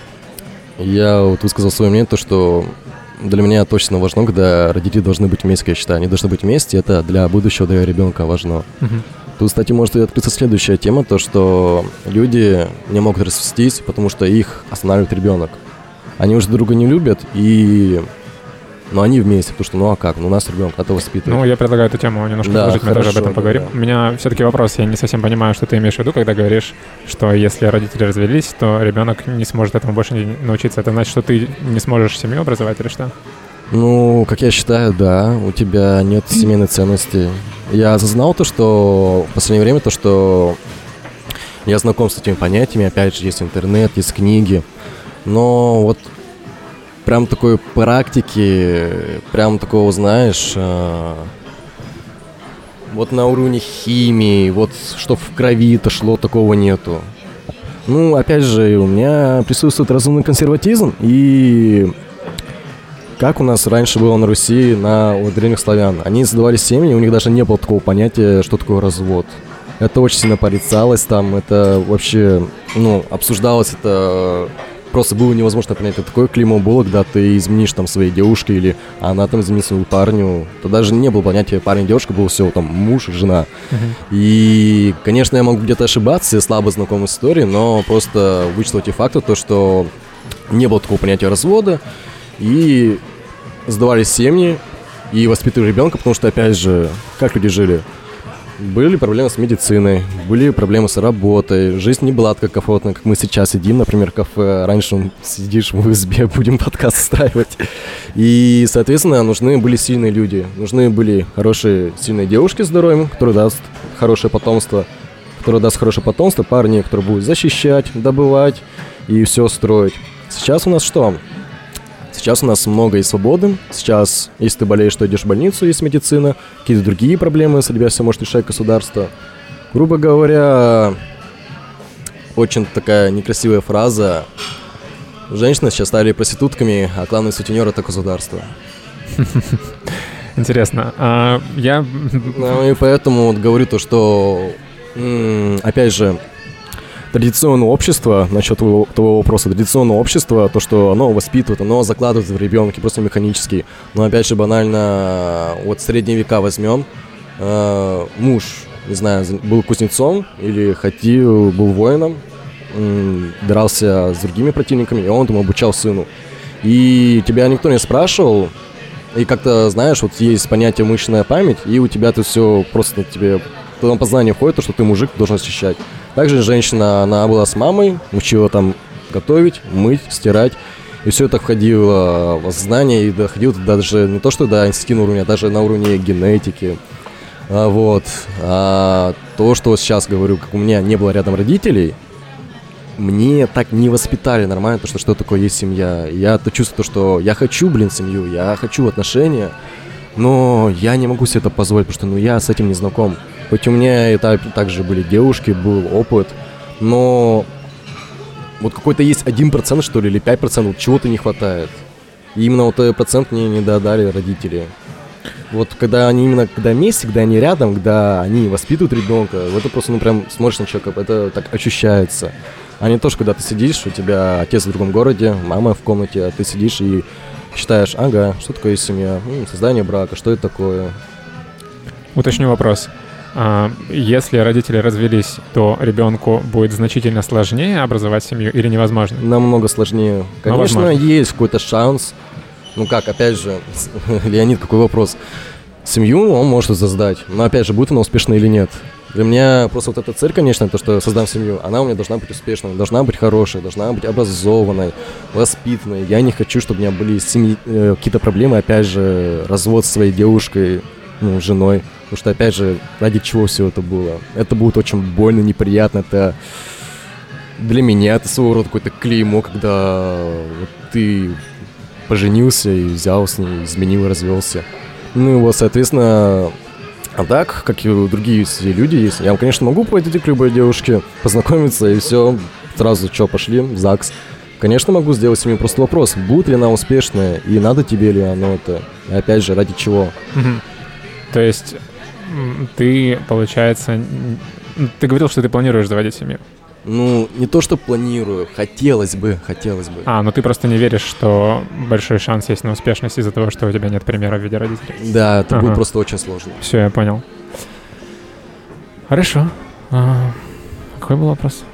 я вот высказал свое мнение, то, что для меня точно важно, когда родители должны быть вместе, я считаю. Они должны быть вместе, это для будущего, для ребенка важно. Uh-huh. Тут, кстати, может открыться следующая тема, то, что люди не могут развестись, потому что их останавливает ребенок. Они уже друг друга не любят, и... но они вместе, потому что, ну а как, ну у нас ребенок, это воспитывает.
Ну, я предлагаю эту тему немножко
да,
сложить, мы тоже об этом
да,
поговорим.
Да.
У меня все-таки вопрос, я не совсем понимаю, что ты имеешь в виду, когда говоришь, что если родители развелись, то ребенок не сможет этому больше не научиться. Это значит, что ты не сможешь семью образовать или что?
Ну, как я считаю, да, у тебя нет семейной ценности. Я осознал то, что в последнее время, то, что я знаком с этими понятиями, опять же, есть интернет, есть книги, но вот прям такой практики, прям такого, знаешь, э, вот на уровне химии, вот что в крови-то шло, такого нету. Ну, опять же, у меня присутствует разумный консерватизм, и как у нас раньше было на Руси, на у древних славян, они создавали семьи, у них даже не было такого понятия, что такое развод. Это очень сильно порицалось там, это вообще, ну, обсуждалось, это... Просто было невозможно понять, это такое клеймо было, когда ты изменишь там своей девушке или она там изменит своему парню. То даже не было понятия парень и девушка, было все там муж и жена. Uh-huh. И, конечно, я могу где-то ошибаться, я слабо знаком с историей, но просто вычислил эти факты, то, что не было такого понятия развода, и сдавались семьи, и воспитывали ребенка, потому что, опять же, как люди жили? Были проблемы с медициной, были проблемы с работой, жизнь не была так комфортна, как мы сейчас сидим, например, в кафе, раньше сидишь в УСБ, будем подкаст устраивать. И, соответственно, нужны были сильные люди, нужны были хорошие, сильные девушки с здоровьем, которые даст хорошее потомство, которые даст хорошее потомство, парни, которые будут защищать, добывать и все строить. Сейчас у нас что? Сейчас у нас много и свободы. Сейчас, если ты болеешь, то идешь в больницу, есть медицина. Какие-то другие проблемы с тебя все может решать государство. Грубо говоря, очень такая некрасивая фраза. Женщины сейчас стали проститутками, а главный сутенер — это государство.
Интересно. А я...
Ну и поэтому вот говорю то, что, опять же, традиционное общество, насчет твоего, твоего вопроса, традиционное общество, то, что оно воспитывает, оно закладывает в ребенка просто механически. Но опять же, банально, вот средние века возьмем, э, муж, не знаю, был кузнецом или хотел, был воином, э, дрался с другими противниками, и он там обучал сыну. И тебя никто не спрашивал, и как-то, знаешь, вот есть понятие мышечная память, и у тебя это все просто тебе... Потом познание входит, то, что ты мужик, должен защищать. Также женщина, она была с мамой, учила там готовить, мыть, стирать. И все это входило в знание и доходило даже не то, что до инстинктивного уровня, а даже на уровне генетики. А вот. А то, что сейчас говорю, как у меня не было рядом родителей, мне так не воспитали нормально, то, что, что такое есть семья. Я-то чувствую, то, что я хочу, блин, семью, я хочу отношения, но я не могу себе это позволить, потому что ну, я с этим не знаком. Хоть у меня и так, также были девушки, был опыт, но вот какой-то есть один процент, что ли, или пять процентов, чего-то не хватает. И именно вот этот процент мне не додали родители. Вот когда они именно, когда вместе, когда они рядом, когда они воспитывают ребенка, это просто, ну, прям смотришь на человека, это так ощущается. А не то, что когда ты сидишь, у тебя отец в другом городе, мама в комнате, а ты сидишь и считаешь, ага, что такое семья, ну, создание брака, что это такое.
Уточню вопрос. Если родители развелись, то ребенку будет значительно сложнее образовать семью или невозможно?
Намного сложнее. Конечно, есть какой-то шанс. Ну как, опять же, Леонид, какой вопрос? Семью он может создать, но опять же, будет она успешна или нет. Для меня просто вот эта цель, конечно, то, что создам семью, она у меня должна быть успешной, должна быть хорошей, должна быть образованной, воспитанной. Я не хочу, чтобы у меня были семьи, э, какие-то проблемы, опять же, развод со своей девушкой, ну, женой. Потому что, опять же, ради чего все это было? Это будет очень больно, неприятно. Это для меня это своего рода какое-то клеймо, когда вот ты поженился и взял с ней, изменил, развелся. Ну и вот, соответственно, а так, как и другие люди есть. Я, конечно, могу пойти к любой девушке, познакомиться и все, сразу, что, пошли в ЗАГС. Конечно, могу сделать семью, просто вопрос, будет ли она успешная, и надо тебе ли оно это, и опять же, ради чего.
Угу. То есть ты, получается, ты говорил, что ты планируешь заводить семью?
Ну, не то, что планирую, хотелось бы, хотелось бы.
А, ну ты просто не веришь, что большой шанс есть на успешность из-за того, что у тебя нет примера в виде родителей?
Да, это
ага.
будет просто очень сложно.
Все, я понял. Хорошо. А, какой был вопрос?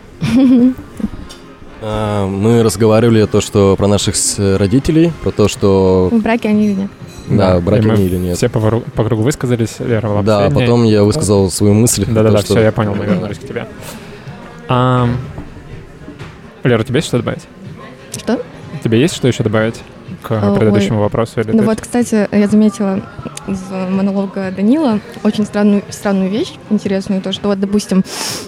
А, мы разговаривали то, что про наших родителей, про то, что...
В браке они или нет?
Да, в браке они или нет.
Все по, по кругу высказались, Лера была
Да,
последней.
потом я высказал свою мысль.
Да-да-да,
что...
все, я понял, мы вернулись к тебе. А, Лера, у тебя есть что добавить?
Что?
Тебе есть что еще добавить к
О,
предыдущему
ой.
вопросу? Или
Ну
ты...
вот, кстати, я заметила из монолога Данила очень странную, странную вещь, интересную, то, что вот, допустим,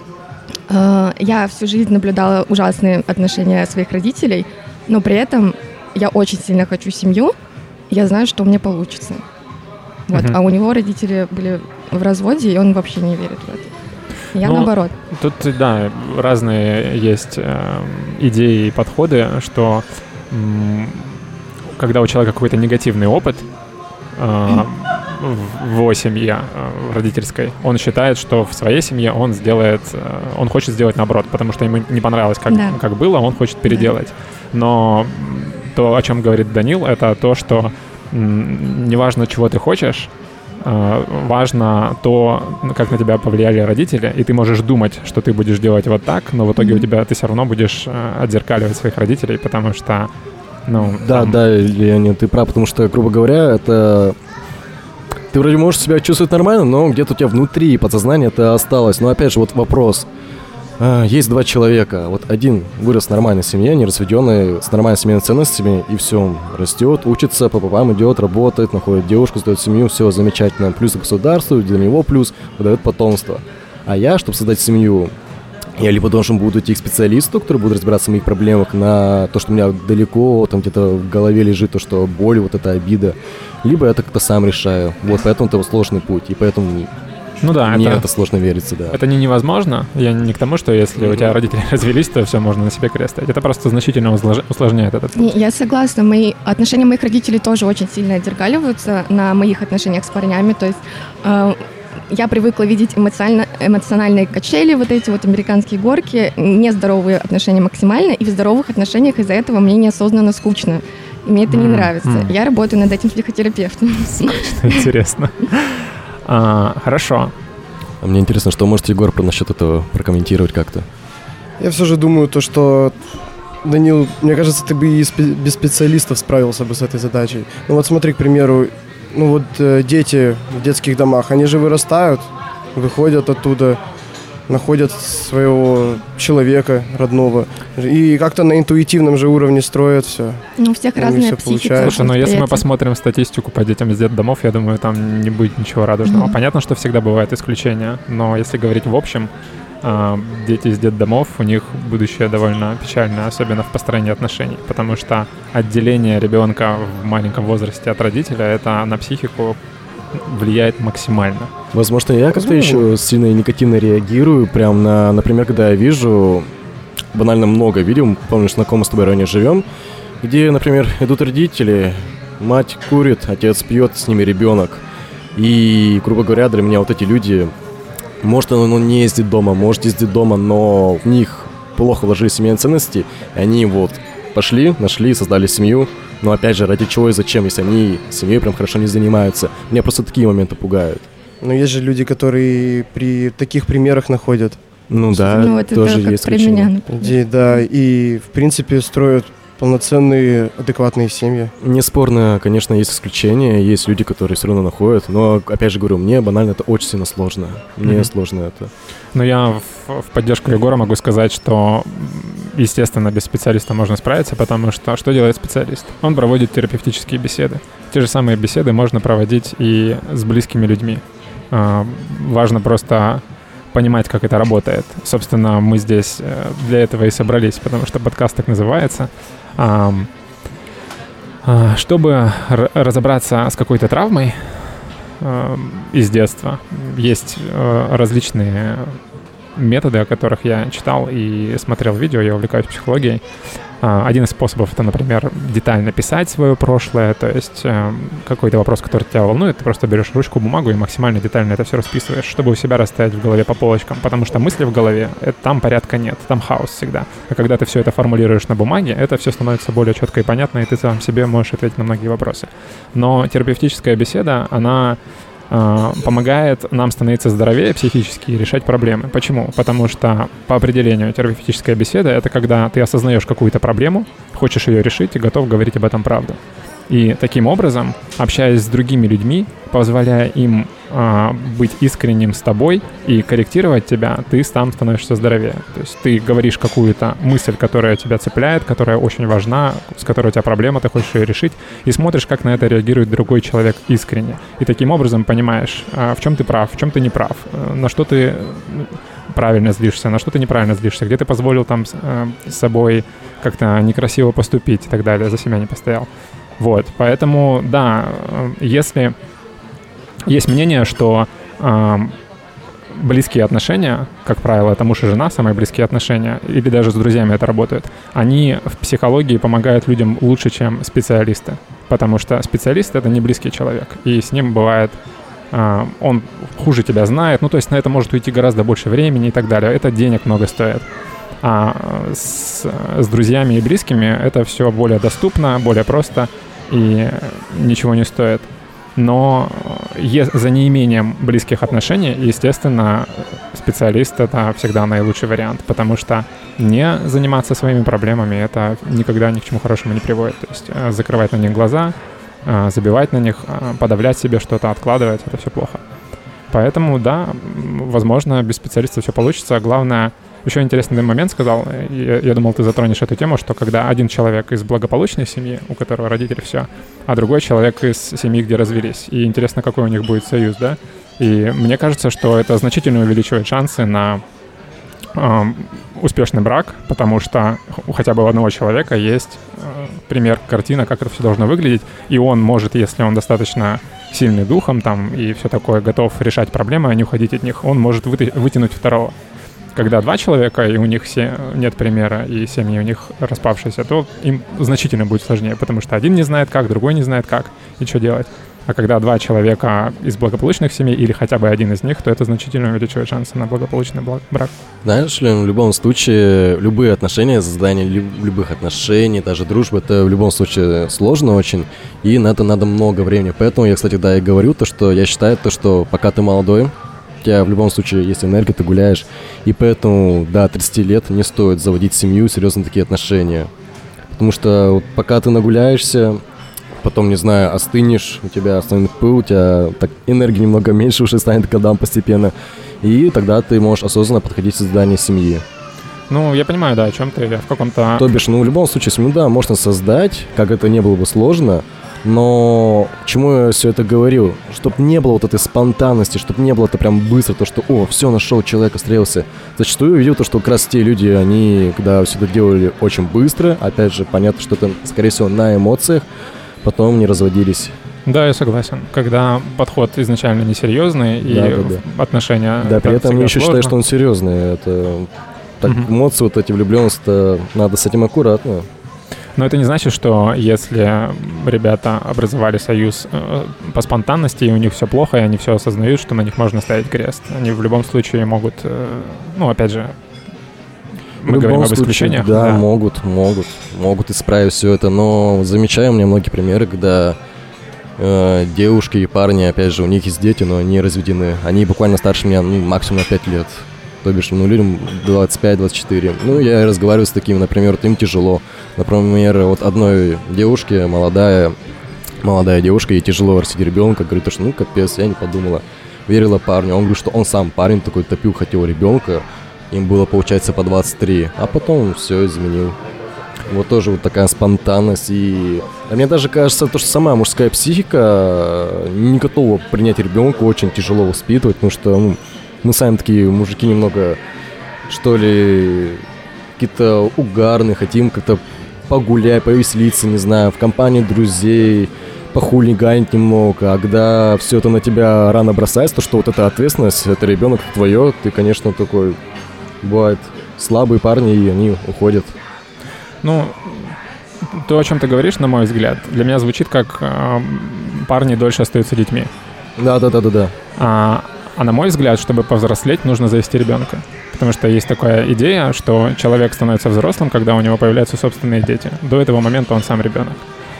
э, я всю жизнь наблюдала ужасные отношения своих родителей, но при этом я очень сильно хочу семью, я знаю, что у меня получится. Вот,
Мгм.
а у него родители были в разводе, и он вообще не верит в это. Я
Ну,
наоборот.
Тут, да, разные есть э, идеи и подходы, что м, когда у человека какой-то негативный опыт э, в, в его семье э, родительской, он считает, что в своей семье он сделает, э, он хочет сделать наоборот, потому что ему не понравилось, как,
Да.
как было, он хочет переделать. Но то, о чем говорит Данил, это то, что м, неважно, чего ты хочешь, Uh, важно то, как на тебя повлияли родители, и ты можешь думать, что ты будешь делать вот так, но в итоге mm-hmm. у тебя ты все равно будешь uh, отзеркаливать своих родителей, потому что, ну...
Да,
там...
да, Леонид, ты прав, потому что, грубо говоря, это... Ты вроде можешь себя чувствовать нормально, но где-то у тебя внутри подсознание это осталось. Но опять же, вот вопрос. А, есть два человека. Вот один вырос в нормальной семье, не разведенный, с нормальными семейными ценностями, и все, он растет, учится, по попам идет, работает, находит девушку, создает семью, все замечательно. Плюс государству, для него плюс, выдает потомство. А я, чтобы создать семью, я либо должен буду идти к специалисту, который будет разбираться в моих проблемах, на то, что у меня далеко, там где-то в голове лежит то, что боль, вот эта обида, либо я это как-то сам решаю. Вот, поэтому это сложный путь, и поэтому...
Ну да,
мне
это,
это сложно верится, да.
Это не невозможно. Я не к тому, что если у тебя родители развелись, то все можно на себе крест ставить. Это просто значительно усложняет этот путь.
Я согласна. Мои отношения моих родителей тоже очень сильно отзеркаливаются на моих отношениях с парнями. То есть э, я привыкла видеть эмоционально, эмоциональные качели, вот эти вот американские горки, нездоровые отношения максимально, и в здоровых отношениях из-за этого мне неосознанно скучно. И мне это mm-hmm. не нравится. Mm-hmm. Я работаю над этим психотерапевтом.
Интересно. А, хорошо.
А мне интересно, что может Егор про насчет этого прокомментировать как-то?
Я все же думаю, то, что, Данил, мне кажется, ты бы и без специалистов справился бы с этой задачей. Ну вот смотри, к примеру, ну вот э, дети в детских домах, они же вырастают, выходят оттуда, находят своего человека родного и как-то на интуитивном же уровне строят все.
Ну, у всех разная психика.
Слушай, ну если мы посмотрим статистику по детям из детдомов, я думаю, там не будет ничего радужного. Mm-hmm. Понятно, что всегда бывают исключения, но если говорить в общем, э, дети из детдомов, у них будущее довольно печальное, особенно в построении отношений, потому что отделение ребенка в маленьком возрасте от родителя, это на психику влияет максимально.
Возможно, я как-то еще сильно негативно реагирую, прям на, например, когда я вижу, банально много видео, помню, что мы с тобой ранее живем, где, например, идут родители, мать курит, отец пьет, с ними ребенок. И, грубо говоря, для меня вот эти люди, может, он, он не ездит дома, может, ездит дома, но в них плохо вложились семейные ценности, и они вот пошли, нашли, создали семью. Но опять же, ради чего и зачем, если они семьей прям хорошо не занимаются? Меня просто такие моменты пугают.
Но есть же люди, которые при таких примерах находят.
Ну да,
ну, это
тоже
как
есть
про меня,
например. Да, и в принципе строят полноценные, адекватные семьи.
Неспорно, конечно, есть исключения, есть люди, которые все равно находят, но, опять же говорю, мне банально это очень сильно сложно. Мне mm-hmm. сложно это.
Ну, я в, в поддержку Егора могу сказать, что, естественно, без специалиста можно справиться, потому что что делает специалист? Он проводит терапевтические беседы. Те же самые беседы можно проводить и с близкими людьми. А, важно просто понимать, как это работает. Собственно, мы здесь для этого и собрались, потому что подкаст так называется. А, а, чтобы р- разобраться с какой-то травмой а, из детства, есть а, различные методы, о которых я читал и смотрел видео, я увлекаюсь психологией. Один из способов — это, например, детально писать свое прошлое, то есть какой-то вопрос, который тебя волнует, ты просто берешь ручку, бумагу и максимально детально это все расписываешь, чтобы у себя расставить в голове по полочкам, потому что мысли в голове — это, там порядка нет, там хаос всегда. А когда ты все это формулируешь на бумаге, это все становится более четко и понятно, и ты сам себе можешь ответить на многие вопросы. Но терапевтическая беседа, она помогает нам становиться здоровее психически и решать проблемы. Почему? Потому что по определению терапевтическая беседа — это когда ты осознаешь какую-то проблему, хочешь ее решить и готов говорить об этом правду. И таким образом, общаясь с другими людьми, позволяя им а, быть искренним с тобой и корректировать тебя, ты сам становишься здоровее. То есть ты говоришь какую-то мысль, которая тебя цепляет, которая очень важна, с которой у тебя проблема, ты хочешь ее решить, и смотришь, как на это реагирует другой человек искренне. И таким образом понимаешь, а, в чем ты прав, в чем ты не прав, на что ты правильно злишься, на что ты неправильно злишься, где ты позволил там с, с собой как-то некрасиво поступить и так далее, за себя не постоял. Вот, поэтому, да, если есть мнение, что э, близкие отношения, как правило, это муж и жена, самые близкие отношения, или даже с друзьями это работает, они в психологии помогают людям лучше, чем специалисты, потому что специалист — это не близкий человек, и с ним бывает, э, он хуже тебя знает, ну, то есть на это может уйти гораздо больше времени и так далее, это денег много стоит. А с, с друзьями и близкими это все более доступно, более просто и ничего не стоит. Но е- за неимением близких отношений, естественно, специалист — это всегда наилучший вариант, потому что не заниматься своими проблемами — это никогда ни к чему хорошему не приводит. То есть закрывать на них глаза, забивать на них, подавлять себе что-то, откладывать — это все плохо. Поэтому, да, возможно, без специалиста все получится. Главное, еще интересный момент сказал, я, я думал, ты затронешь эту тему, что когда один человек из благополучной семьи, у которого родители все, а другой человек из семьи, где развелись, и интересно, какой у них будет союз, да? И мне кажется, что это значительно увеличивает шансы на э, успешный брак, потому что у хотя бы у одного человека есть э, пример, картина, как это все должно выглядеть, и он может, если он достаточно сильный духом там и все такое, готов решать проблемы, а не уходить от них, он может выты- вытянуть второго. Когда два человека, и у них се- нет примера, и семьи у них распавшиеся, то им значительно будет сложнее, потому что один не знает как, другой не знает как и что делать. А когда два человека из благополучных семей, или хотя бы один из них, то это значительно увеличивает шансы на благополучный брак.
Знаешь ли, в любом случае, любые отношения, создание любых отношений, даже дружбы, это в любом случае сложно очень, и на это надо много времени. Поэтому я, кстати, да, и говорю то, что я считаю то, что пока ты молодой, у тебя в любом случае есть энергия, ты гуляешь, и поэтому до тридцати лет не стоит заводить семью, серьезные такие отношения. Потому что вот пока ты нагуляешься, потом, не знаю, остынешь, у тебя останет пыл, у тебя так энергии немного меньше уже станет к годам постепенно, и тогда ты можешь осознанно подходить к созданию семьи.
Ну, я понимаю, да, о чем ты, в каком-то...
То бишь, ну, в любом случае, семью, да, можно создать, как это не было бы сложно, но к чему я все это говорил? Чтобы не было вот этой спонтанности, чтобы не было это прям быстро, то, что, о, все, нашел человека, встретился. Зачастую увидел то, что как раз те люди, они, когда все это делали очень быстро, опять же, понятно, что это, скорее всего, на эмоциях, потом не разводились.
Да, я согласен. Когда подход изначально несерьезный, и
да, да, да.
отношения...
Да, при этом я еще
сложно.
считаю, что он серьезный. Это... Так, mm-hmm. эмоции, вот эти влюбленности, надо с этим аккуратно.
Но это не значит, что если ребята образовали союз э, по спонтанности, и у них все плохо, и они все осознают, что на них можно ставить крест. Они в любом случае могут, э, ну, опять же, мы
в
говорим об
случае,
исключениях.
Да,
да,
могут, могут, могут исправить все это, но замечаю у меня многие примеры, когда э, девушки и парни, опять же, у них есть дети, но они разведены. Они буквально старше меня, ну, максимум на пять лет. То бишь, ну, людям двадцать пять - двадцать четыре. Ну, я разговариваю с такими, например, вот им тяжело. Например, вот одной девушке, молодая, молодая девушка, ей тяжело растить ребенка, говорит, что ну, капец, я не подумала. Верила парню, он говорит, что он сам парень такой топил, хотел ребенка. Им было, получается, по двадцать три, а потом все изменил. Вот тоже вот такая спонтанность. И а мне даже кажется, то, что сама мужская психика не готова принять ребенка, очень тяжело воспитывать, потому что ну, мы сами такие мужики немного, что ли, какие-то угарные, хотим как-то погулять, повеселиться, не знаю, в компании друзей, похулиганить немного, а когда все это на тебя рано бросается, то что вот эта ответственность, это ребенок твое, ты, конечно, такой бывают слабые парни, и они уходят.
Ну, то, о чем ты говоришь, на мой взгляд, для меня звучит как э, парни дольше остаются детьми.
Да-да-да-да-да.
А, а на мой взгляд, чтобы повзрослеть, нужно завести ребенка. Потому что есть такая идея, что человек становится взрослым, когда у него появляются собственные дети. До этого момента он сам ребенок.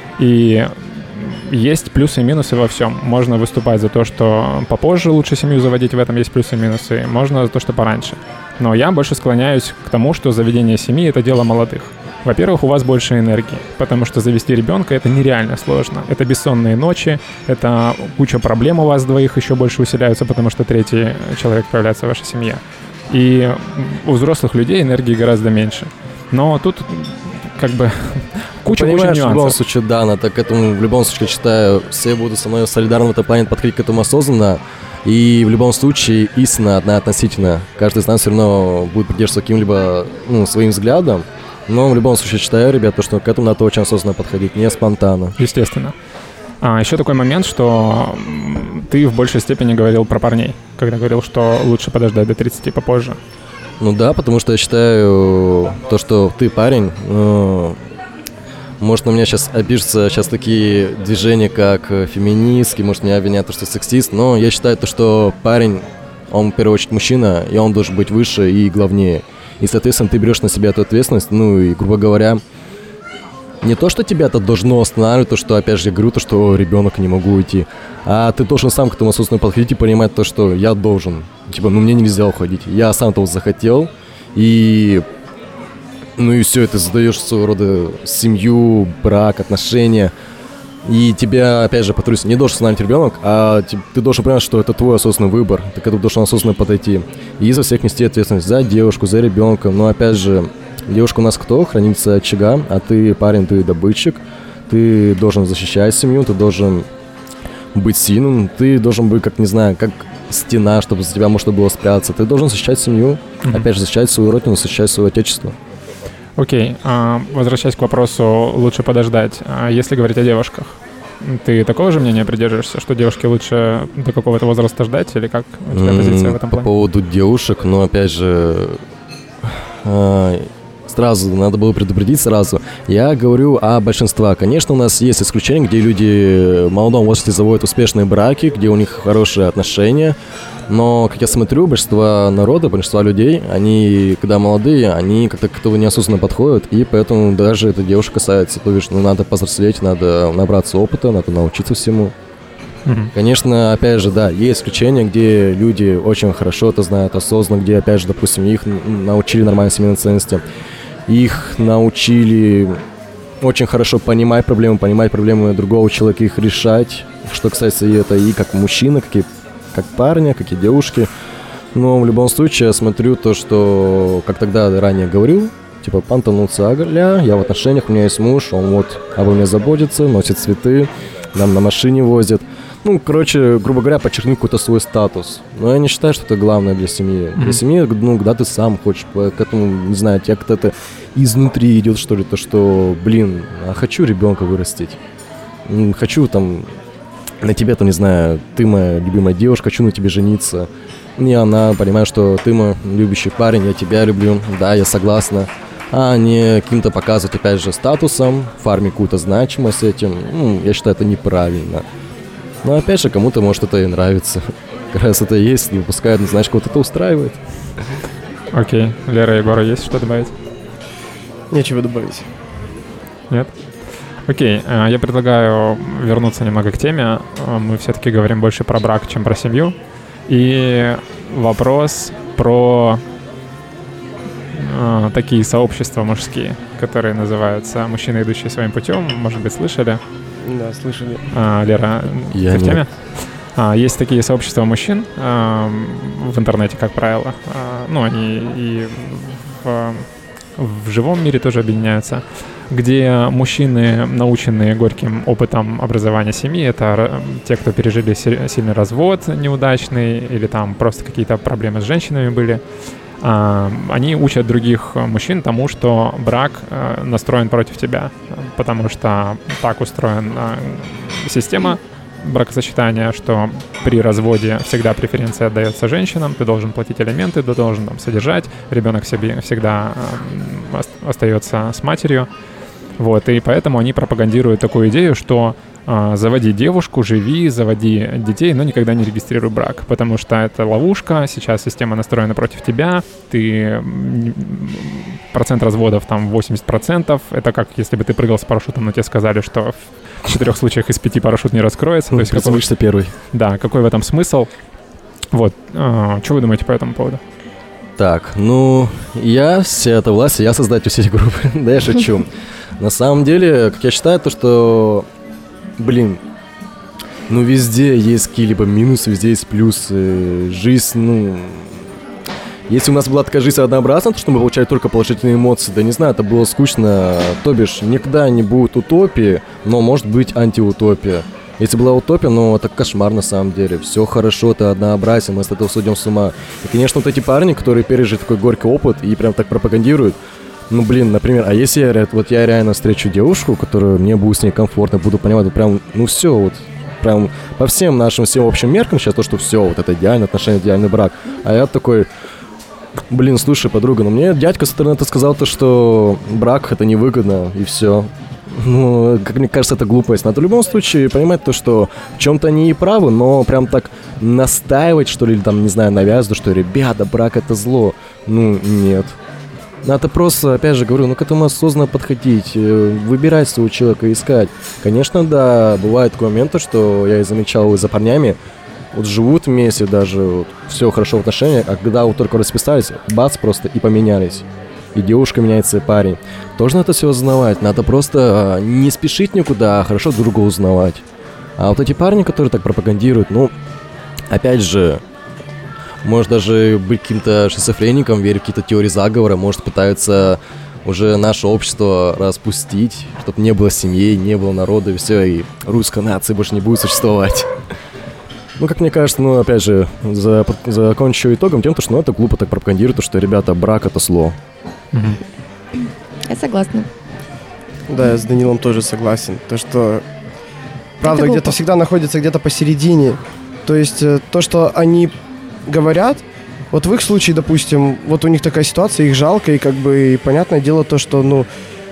И есть плюсы и минусы во всем. Можно выступать за то, что попозже лучше семью заводить, в этом есть плюсы и минусы. Можно за то, что пораньше. Но я больше склоняюсь к тому, что заведение семьи — это дело молодых. Во-первых, у вас больше энергии, потому что завести ребенка — это нереально сложно. Это бессонные ночи, это куча проблем у вас двоих еще больше усиляются, потому что третий человек появляется в вашей семье. И у взрослых людей энергии гораздо меньше. Но тут как бы куча,
Понимаешь,
куча нюансов.
в любом случае, да, надо к этому, в любом случае, считаю, все будут со мной солидарны в этом плане, подходить к этому осознанно. И в любом случае истина одна относительно. Каждый из нас все равно будет придерживаться каким-либо ну, своим взглядом. Но в любом случае считаю, ребята, что к этому надо очень осознанно подходить, не спонтанно.
Естественно. А еще такой момент, что ты в большей степени говорил про парней, когда говорил, что лучше подождать до тридцати попозже.
Ну да, потому что я считаю, то, что ты парень, ну, может, на меня сейчас обижутся сейчас такие движения, как феминистки, может, меня обвинят, то, что сексист, но я считаю, то, что парень, он в первую очередь мужчина, и он должен быть выше и главнее. И, соответственно, ты берешь на себя эту ответственность, ну и, грубо говоря, не то, что тебя это должно останавливать, то, что, опять же, я говорю, то, что ребенок, не могу уйти, а ты должен сам к этому осознанно подходить и понимать то, что я должен. Типа, ну мне нельзя уходить. Я сам того захотел, и... Ну и все, ты создаешь своего рода семью, брак, отношения. И тебя, опять же, повторюсь, не должен останавливать ребенок, а ты должен понимать, что это твой осознанный выбор. Ты к этому должен осознанно подойти. И за всех нести ответственность за девушку, за ребенка. Но опять же, девушка у нас кто? Хранится очага, а ты парень, ты добытчик. Ты должен защищать семью, ты должен быть сильным. Ты должен быть, как, не знаю, как стена, чтобы за тебя можно было спрятаться. Ты должен защищать семью. Mm-hmm. Опять же, защищать свою родину, защищать свое отечество.
Окей, а, возвращаясь к вопросу, лучше подождать. А если говорить о девушках, ты такого же мнения придерживаешься, что девушке лучше до какого-то возраста ждать, или как у тебя позиция в этом плане?
По поводу девушек, ну, опять же, сразу надо было предупредить сразу. Я говорю о большинстве. Конечно, у нас есть исключения, где люди в молодом возрасте заводят успешные браки, где у них хорошие отношения. Но, как я смотрю, большинство народа, большинство людей, они, когда молодые, они как-то к этому неосознанно подходят, и поэтому даже эта девушка касается. То есть, ну, надо повзрослеть, надо набраться опыта, надо научиться всему. Mm-hmm. Конечно, опять же, да, есть исключения, где люди очень хорошо это знают, осознанно, где, опять же, допустим, их научили нормальной семейной ценности, их научили очень хорошо понимать проблемы, понимать проблемы другого человека, их решать, что касается и это и как мужчина, как и как парня, как и девушки. Но в любом случае я смотрю то, что, как тогда ранее говорил, типа, пантануться агаля, я в отношениях, у меня есть муж, он вот обо мне заботится, носит цветы, нам на машине возит. Ну, короче, грубо говоря, подчеркнуть какой-то свой статус. Но я не считаю, что это главное для семьи. Mm-hmm. Для семьи, ну, когда ты сам хочешь к этому, не знаю, тебе как-то это изнутри идет, что ли, то, что, блин, а хочу ребенка вырастить. Хочу там на тебе, там, не знаю, ты моя любимая девушка, хочу на тебе жениться. И она понимает, что ты мой любящий парень, я тебя люблю, да, я согласна. А не каким-то показывать, опять же, статусом, фармить какую-то значимость этим. Ну, я считаю, это неправильно. Но опять же, кому-то, может, это и нравится. Как раз это и есть, выпускают, не знаешь, кого-то это устраивает.
Окей. Okay. Лера и Егора, есть что добавить?
Нечего добавить.
Нет? Окей, okay. Я предлагаю вернуться немного к теме. Мы все-таки говорим больше про брак, чем про семью. И вопрос про э, такие сообщества мужские, которые называются «Мужчины, идущие своим путем». Может быть, слышали?
Да, слышали.
А, Лера,
Я
ты в теме?
нет.
А, есть такие сообщества мужчин а, в интернете, как правило. А, ну, они и в, в живом мире тоже объединяются, где мужчины, наученные горьким опытом образования семьи, это те, кто пережили сильный развод неудачный или там просто какие-то проблемы с женщинами были, они учат других мужчин тому, что брак настроен против тебя, потому что так устроена система, бракосочетания, что при разводе всегда преференция отдается женщинам, ты должен платить алименты, ты должен там содержать, ребенок себе всегда э, остается с матерью. Вот, и поэтому они пропагандируют такую идею, что э, заводи девушку, живи, заводи детей, но никогда не регистрируй брак, потому что это ловушка, сейчас система настроена против тебя, ты процент разводов там восемьдесят процентов, это как если бы ты прыгал с парашютом, но тебе сказали, что в четырех случаях из пяти парашют не раскроется.
Ну,
то есть
какой... первый.
Да, какой в этом смысл? Вот, э, что вы думаете по этому поводу?
Так, ну, я, вся эта власть, я создатель всей группы, да я шучу. На самом деле, как я считаю, то, что, блин, ну, везде есть какие-либо минусы, везде есть плюсы. Жизнь, ну, если у нас была такая жизнь однообразна, то что мы получали только положительные эмоции, да не знаю, это было скучно. То бишь, никогда не будет утопии, но может быть антиутопия. Если была утопия, ну, это кошмар на самом деле. Все хорошо, это однообразие, мы с этого сойдем с ума. И, конечно, вот эти парни, которые пережили такой горький опыт и прям так пропагандируют, ну, блин, например, а если я, вот я реально встречу девушку, которую мне будет с ней комфортно, буду понимать, вот прям, ну, все, вот, прям по всем нашим, всем общим меркам сейчас то, что все, вот это идеальное отношение, идеальный брак. А я такой, блин, слушай, подруга, ну, мне дядька с интернета сказал то, что брак это невыгодно, и все. Ну, как мне кажется, это глупость. Надо в любом случае понимать то, что в чем-то они и правы, но прям так настаивать, что ли, или там, не знаю, навязывать, что, ребята, брак это зло. Ну, нет. Надо просто, опять же говорю, ну к этому осознанно подходить, выбирать своего человека, искать. Конечно, да, бывают такие моменты, что я и замечал и за парнями, вот живут вместе даже, вот, все хорошо в отношениях, а когда вот только расписались, бац, просто и поменялись. И девушка меняется, и парень. Тоже надо все узнавать, надо просто не спешить никуда, а хорошо друг друга узнавать. А вот эти парни, которые так пропагандируют, ну, опять же, может даже быть каким-то шизофреником, верить в какие-то теории заговора, может пытаются уже наше общество распустить, чтобы не было семьи, не было народа, и все, и русская нация больше не будет существовать. Ну, как мне кажется, ну, опять же, за, закончу итогом тем, что ну, это глупо так пропагандирует, что, ребята, брак — это зло.
Mm-hmm. Я согласна.
Да, я с Данилом тоже согласен. То, что правда где-то всегда находится где-то посередине. То есть то, что они говорят, вот в их случае, допустим, вот у них такая ситуация, их жалко, и как бы и понятное дело то, что, ну,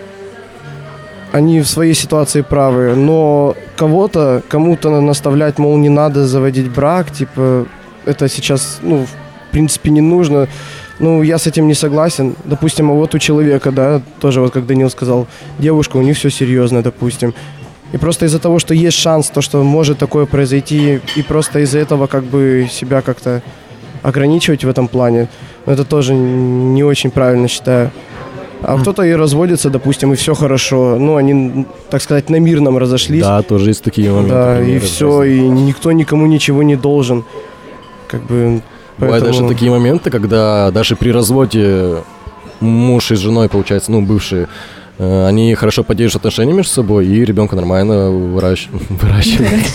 они в своей ситуации правы, но кого-то, кому-то наставлять, мол, не надо заводить брак, типа, это сейчас, ну, в принципе, не нужно. Ну, я с этим не согласен. Допустим, а вот у человека, да, тоже вот как Данил сказал, девушка, у них все серьезно, допустим. И просто из-за того, что есть шанс, то, что может такое произойти, и просто из-за этого как бы себя как-то ограничивать в этом плане, это тоже не очень правильно считаю. А mm. кто-то и разводится, допустим, и все хорошо. Ну, они, так сказать, на мирном разошлись.
Да, тоже есть такие моменты.
Да, и все, и никто никому ничего не должен. Как бы...
Бывают
Поэтому...
даже такие моменты, когда даже при разводе муж и с женой, получается, ну, бывшие, э, они хорошо поддерживают отношения между собой, и ребенка нормально выращ... выращивают.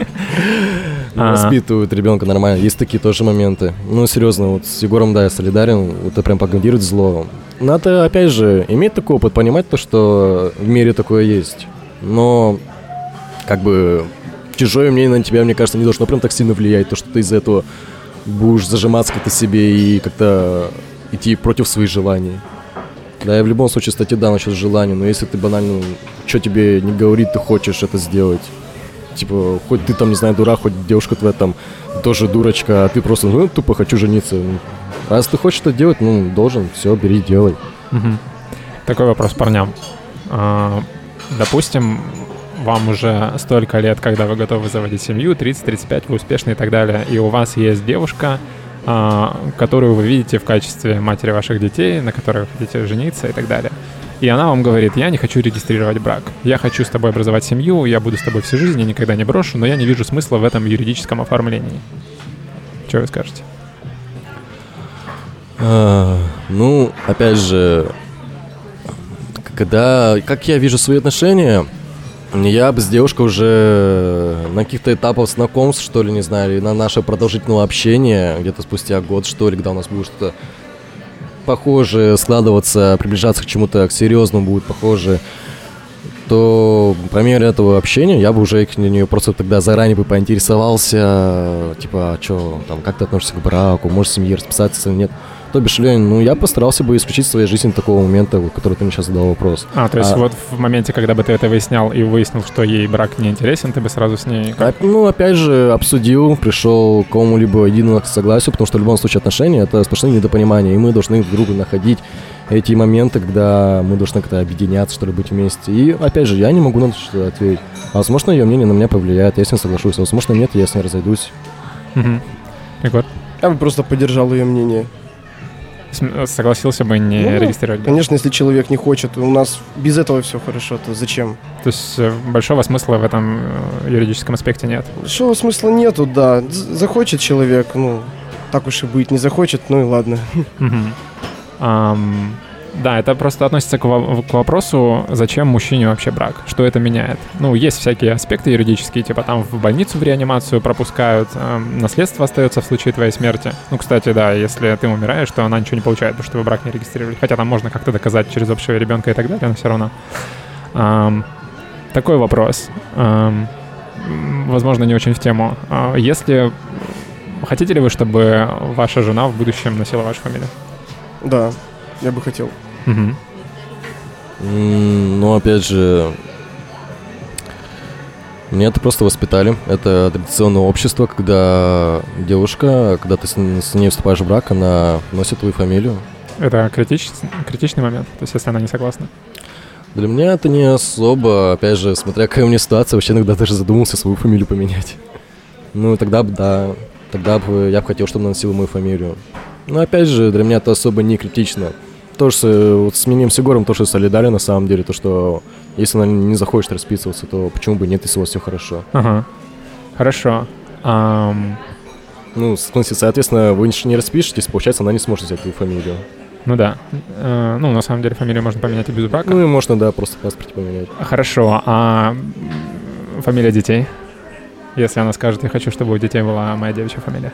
Воспитывают ребенка нормально. Есть такие тоже моменты. Ну, серьезно, вот с Егором, да, я солидарен, вот это прям пропагандирует зло. Надо, опять же, иметь такой опыт, понимать то, что в мире такое есть. Но, как бы, чужое мнение на тебя, мне кажется, не должно прям так сильно влиять, то, что ты из-за этого будешь зажиматься как-то себе и как-то идти против своих желаний. Да, я в любом случае, кстати, да, насчет желаний, но если ты банально, что тебе не говорит, ты хочешь это сделать. Типа, хоть ты там, не знаю, дурак, хоть девушка твоя там тоже дурочка, а ты просто, ну, тупо хочу жениться. Раз ты хочешь это делать, ну, должен, все, бери, делай.
Угу. Такой вопрос парням. А, допустим, вам уже столько лет, когда вы готовы заводить семью, тридцать тридцать пять, вы успешны и так далее, и у вас есть девушка, а, которую вы видите в качестве матери ваших детей, на которой вы хотите жениться и так далее. И она вам говорит: я не хочу регистрировать брак, я хочу с тобой образовать семью, я буду с тобой всю жизнь, я никогда не брошу, но я не вижу смысла в этом юридическом оформлении. Что вы скажете?
А, ну, опять же, когда, как я вижу свои отношения, я бы с девушкой уже на каких-то этапах знакомств, что ли, не знаю, или на наше продолжительного общения, где-то спустя год, что ли, когда у нас будет что-то похожее складываться, приближаться к чему-то к серьезному будет похоже. то по мере этого общения я бы уже к нее просто тогда заранее бы поинтересовался, типа, а что, там, как ты относишься к браку, можешь в семье расписаться или нет. То бишь, Лень, ну, я постарался бы исключить в своей жизни такого момента, вот, который ты мне сейчас задал вопрос.
А, то есть
а,
вот в моменте, когда бы ты это выяснял и выяснил, что ей брак не интересен, ты бы сразу с ней...
А, ну, опять же, обсудил, пришел к кому-либо единому согласию, потому что в любом случае отношения — это сплошные недопонимания, и мы должны друг друга находить эти моменты, когда мы должны как-то объединяться, что ли, быть вместе. И, опять же, я не могу на это ответить. А возможно, ее мнение на меня повлияет, я с ней соглашусь, а возможно, нет, я с ней разойдусь.
Угу. Егор?
Я бы просто поддержал ее мнение.
Согласился бы не
ну,
регистрировать? Да?
Конечно, если человек не хочет, у нас без этого все хорошо, то зачем?
То есть большого смысла в этом юридическом аспекте нет?
Большого смысла нету, да. Захочет человек, ну, так уж и быть, не захочет, ну и ладно.
Да, это просто относится к, во- к вопросу, зачем мужчине вообще брак, что это меняет. Ну, есть всякие аспекты юридические, типа там в больницу в реанимацию пропускают, э, наследство остается в случае твоей смерти. Ну, кстати, да, если ты умираешь, то она ничего не получает, потому что вы брак не регистрировали. Хотя там можно как-то доказать через общего ребенка и так далее, но все равно. Эм, такой вопрос. Эм, возможно, не очень в тему. Э, если... Хотите ли вы, чтобы ваша жена в будущем носила вашу фамилию?
Да, я бы хотел.
Угу.
Mm, ну, опять же, меня это просто воспитали. Это традиционное общество, когда девушка, когда ты с, с ней вступаешь в брак, она носит твою фамилию.
Это критич, критичный момент, то есть если она не согласна?
Для меня это не особо, опять же, смотря какая у меня ситуация, вообще иногда даже задумался свою фамилию поменять. Ну, тогда бы, да, тогда бы я бы хотел, чтобы она носила мою фамилию. Но опять же, для меня это особо не критично. То, что вот с Минием Сигором тоже солидарен на самом деле, то, что если она не захочет расписываться, то почему бы нет, если у вас все хорошо.
Ага, хорошо. Um...
Ну, в смысле, соответственно, вы не распишетесь, получается, она не сможет взять твою фамилию.
Ну да. Uh, ну, на самом деле, фамилию можно поменять и без брака.
Ну и можно, да, просто в паспорте поменять.
Хорошо, а фамилия детей? Если она скажет, я хочу, чтобы у детей была моя девичья фамилия.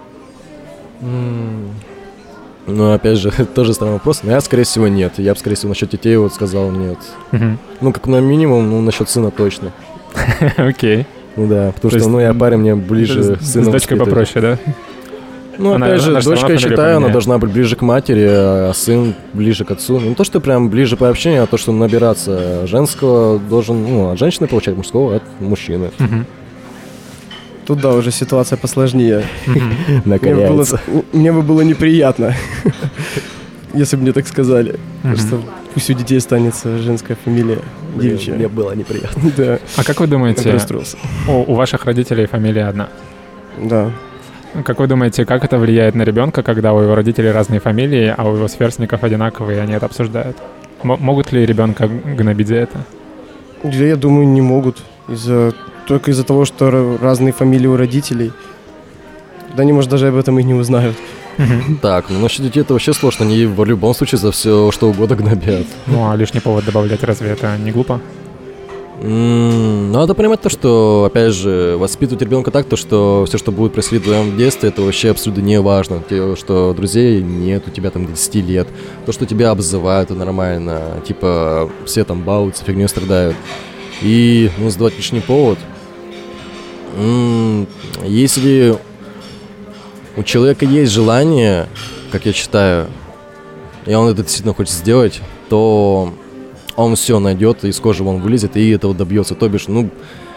Mm. Ну, опять же, тоже странный вопрос, но я, скорее всего, нет. Я бы, скорее всего, насчет детей вот сказал нет.
Uh-huh.
Ну, как на минимум, ну, насчет сына точно.
Окей.
Ну да, потому
То
что, ну, я парень, мне ближе
с сыном. С дочкой попроще, да?
Ну,
она,
опять же,
она,
дочка, я считаю, она должна быть ближе к матери, а сын ближе к отцу. Не то, что прям ближе по общению, а то, что набираться женского должен, ну, от женщины получать, мужского от мужчины.
Uh-huh.
Тут, да, уже ситуация посложнее.
Uh-huh.
Накаляется.
Мне, мне бы было неприятно, если бы мне так сказали, uh-huh. что пусть у детей останется женская фамилия девичья.
Мне было неприятно.
Да.
А как вы думаете, у, у ваших родителей фамилия одна?
Да.
Как вы думаете, как это влияет на ребенка, когда у его родителей разные фамилии, а у его сверстников одинаковые, и они это обсуждают? М- могут ли ребенка гнобить за это?
Да, я думаю, не могут. Из-за... Только из-за того, что разные фамилии у родителей. Да они, может, даже об этом и не узнают.
Так, ну насчет детей это вообще сложно. Они в любом случае за все что угодно гнобят.
Ну, а лишний повод добавлять, разве это не глупо?
Mm, надо понимать то, что, опять же, воспитывать ребенка так, то, что все, что будет происходить в твоем детстве, это вообще абсолютно не важно. То, что друзей нет у тебя там десять лет, то, что тебя обзывают, это нормально. Типа, все там балуются, фигней страдают. И, ну, сдавать лишний повод. Mm, если у человека есть желание, как я считаю, и он это действительно хочет сделать, то он все найдет, из кожи он вылезет и этого добьется. То бишь, ну,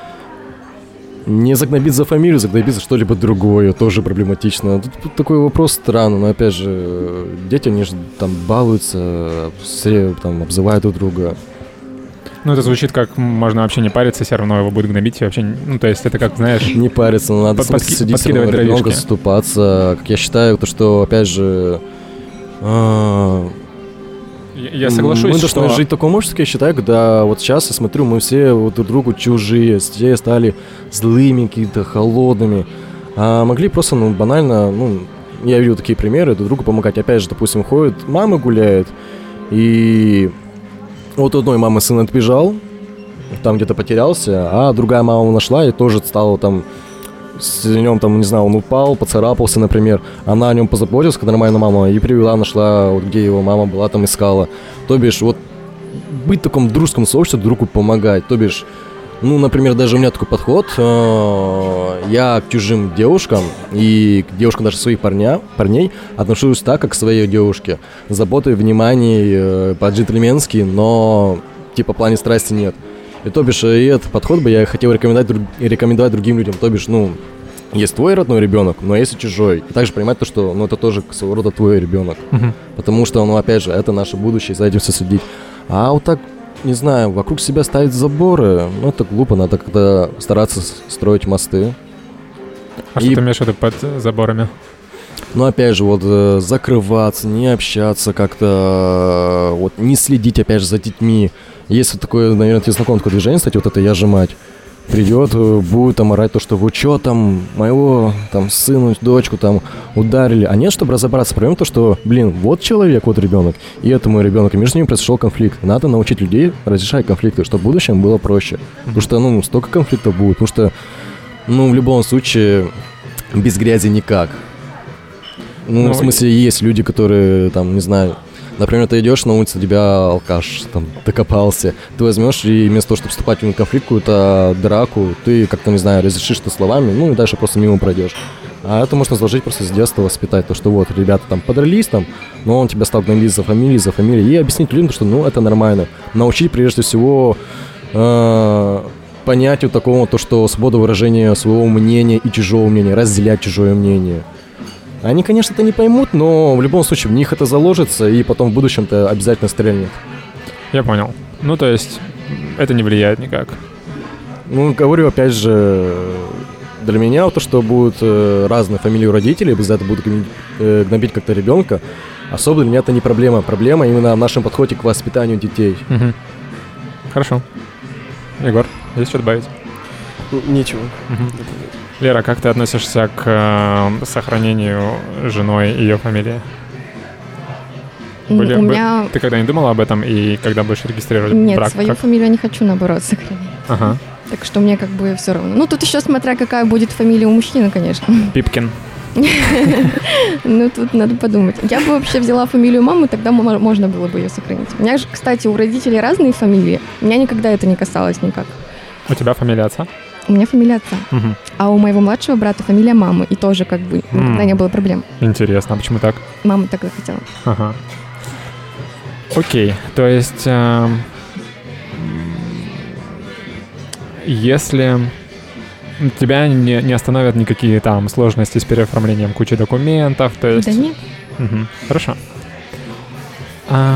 не загнобить за фамилию, загнобить за что-либо другое, тоже проблематично. Тут, тут такой вопрос странный, но опять же, дети, они же там балуются, все там обзывают друг друга.
Ну, это звучит как можно вообще не париться, все равно его будет гнобить и вообще, ну, то есть это как, знаешь...
Не париться, но надо
подки-
садить ребенка, заступаться. Как я считаю, то, что, опять же... А-
Я соглашусь,
мы
что...
должны жить в таком обществе, я считаю, когда вот сейчас я смотрю, мы все вот друг другу чужие, все стали злыми, какие-то холодными, а могли просто, ну, банально, ну, я видел такие примеры, друг другу помогать. Опять же, допустим, ходят, мама гуляет, и вот у одной мамы сын отбежал, там где-то потерялся, а другая мама его нашла и тоже стала там, с ним там, не знаю, он упал, поцарапался, например. Она о нем позаботилась, как нормальная мама, и привела, нашла, вот где его мама была, там искала. То бишь, вот быть в таком дружеском сообществе, друг другу помогать. То бишь, ну, например, даже у меня такой подход. Э, я к чужим девушкам и к девушкам даже своих парня, парней отношусь так, как к своей девушке. С заботой, вниманием, э, по-джентльменски, но типа в плане страсти нет. И то бишь, и этот подход бы я хотел рекомендовать, рекомендовать другим людям. То бишь, ну, есть твой родной ребенок, но есть и чужой. И также понимать то, что, ну, это тоже своего рода твой ребенок. Uh-huh. Потому что, ну, опять же, это наше будущее, за этим все следить. А вот так, не знаю, вокруг себя ставить заборы, ну, это глупо, надо как-то стараться строить мосты.
А и... что ты имеешь в виду под заборами?
Ну, опять же, вот закрываться, не общаться как-то, вот не следить, опять же, за детьми. Есть вот такое, наверное, тебе знакомое такое движение, кстати, вот это «Я же мать». Придет, будет там орать то, что вы что там, моего там сына, дочку там ударили. А нет, чтобы разобраться, проблема то, что, блин, вот человек, вот ребенок, и это мой ребенок, и между ними произошел конфликт. Надо научить людей разрешать конфликты, чтобы в будущем было проще. Потому что, ну, столько конфликтов будет, потому что, ну, в любом случае, без грязи никак. Ну, ну в смысле, и... есть люди, которые, там, не знаю... Например, ты идешь на улице, тебя алкаш там докопался. Ты возьмешь и вместо того, чтобы вступать в конфликт, какую-то драку, ты как-то, не знаю, разрешишь это словами, ну и дальше просто мимо пройдешь. А это можно сложить просто с детства, воспитать, то, что вот, ребята там подрались там, но он тебя столкнули за фамилией, за фамилией, и объяснить людям, что, ну, это нормально. Научить, прежде всего, э- понятию такого, то, что свобода выражения своего мнения и чужого мнения, разделять чужое мнение. Они, конечно, это не поймут, но в любом случае в них это заложится, и потом в будущем-то обязательно стрельнет.
Я понял. Ну, то есть это не влияет никак.
Ну, говорю, опять же, для меня то, что будут разные фамилии у родителей, за это будут гнобить как-то ребенка, особо для меня это не проблема. Проблема именно в нашем подходе к воспитанию детей.
Угу. Хорошо. Егор, есть что добавить?
Ничего.
Угу. Лера, как ты относишься к э, сохранению женой ее фамилии? Были,
У меня...
Ты когда не думала об этом и когда будешь регистрировать
Нет,
брак?
Нет, свою
как?
фамилию я не хочу, наоборот, сохранить.
Ага.
Так что мне как бы все равно. Ну, тут еще смотря какая будет фамилия у мужчины, конечно.
Пипкин.
Ну, тут надо подумать. Я бы вообще взяла фамилию мамы, тогда можно было бы ее сохранить. У меня же, кстати, у родителей разные фамилии. Меня никогда это не касалось никак.
У тебя фамилия отца?
У меня фамилия отца.
Угу.
А у моего младшего брата фамилия мамы. И тоже как бы никогда не было проблем.
Интересно, а почему так?
Мама так захотела.
Ага. Окей, то есть... Э, если... Тебя не, не остановят никакие там сложности с переоформлением кучи документов, то есть...
Да нет.
Угу. Хорошо. А,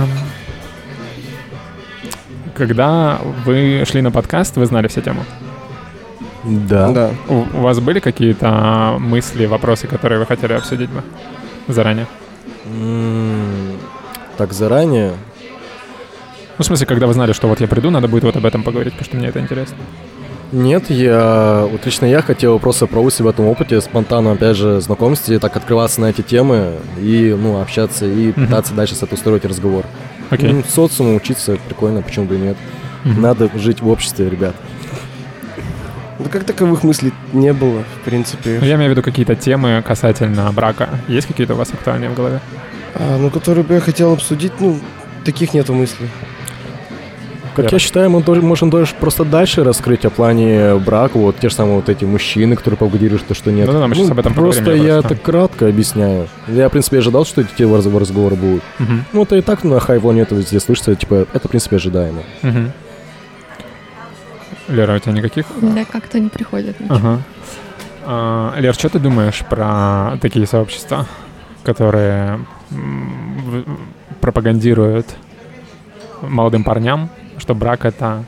когда вы шли на подкаст, вы знали всю тему?
Да.
Да.
У, у вас были какие-то мысли, вопросы, которые вы хотели обсудить бы заранее?
М-м- так заранее?
Ну, в смысле, когда вы знали, что вот я приду, надо будет вот об этом поговорить, потому что мне это интересно.
Нет, я, вот лично я хотел просто пробовать в этом опыте, спонтанно, опять же, знакомстве, так открываться на эти темы и, ну, общаться и uh-huh. пытаться дальше с этого строить разговор.
Okay.
Ну, социуму учиться прикольно, почему бы и нет. Uh-huh. Надо жить в обществе, ребят.
Да как таковых мыслей не было, в принципе.
Ну, я имею в виду какие-то темы касательно брака. Есть какие-то у вас актуальные в голове?
А, ну, которые бы я хотел обсудить, ну, таких нету мыслей.
Как я, я считаю, мы тоже, можем даже просто дальше раскрыть о плане брака, вот те же самые вот эти мужчины, которые пропагандируют то, что нет.
Ну, да, мы сейчас ну, об этом
просто
поговорим.
я это кратко объясняю. Я, в принципе, ожидал, что эти разговоры будут.
Uh-huh.
Ну, это и так на хай-волне это везде слышится, типа, это, в принципе, ожидаемо.
Uh-huh. Лера, у тебя никаких?
Да, как-то не приходит.
Ага. А, Лер, что ты думаешь про такие сообщества, которые м- пропагандируют молодым парням, что брак — это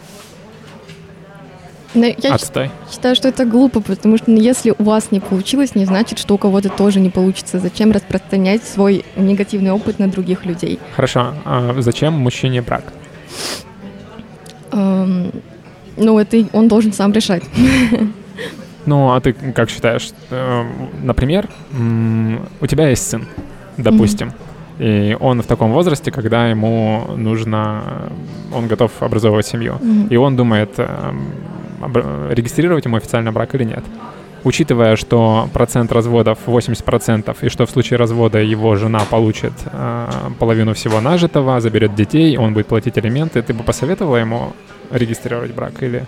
Но я
отстой?
Считаю, что это глупо, потому что если у вас не получилось, не значит, что у кого-то тоже не получится. Зачем распространять свой негативный опыт на других людей?
Хорошо. А зачем мужчине брак?
Эм, ну, это он должен сам решать.
Ну, а ты как считаешь? Например, у тебя есть сын, допустим, mm-hmm. и он в таком возрасте, когда ему нужно, он готов образовывать семью, mm-hmm. и он думает, регистрировать ему официально брак или нет. учитывая, что процент разводов восемьдесят процентов, и что в случае развода его жена получит э, половину всего нажитого, заберет детей, он будет платить алименты, ты бы посоветовала ему регистрировать брак или...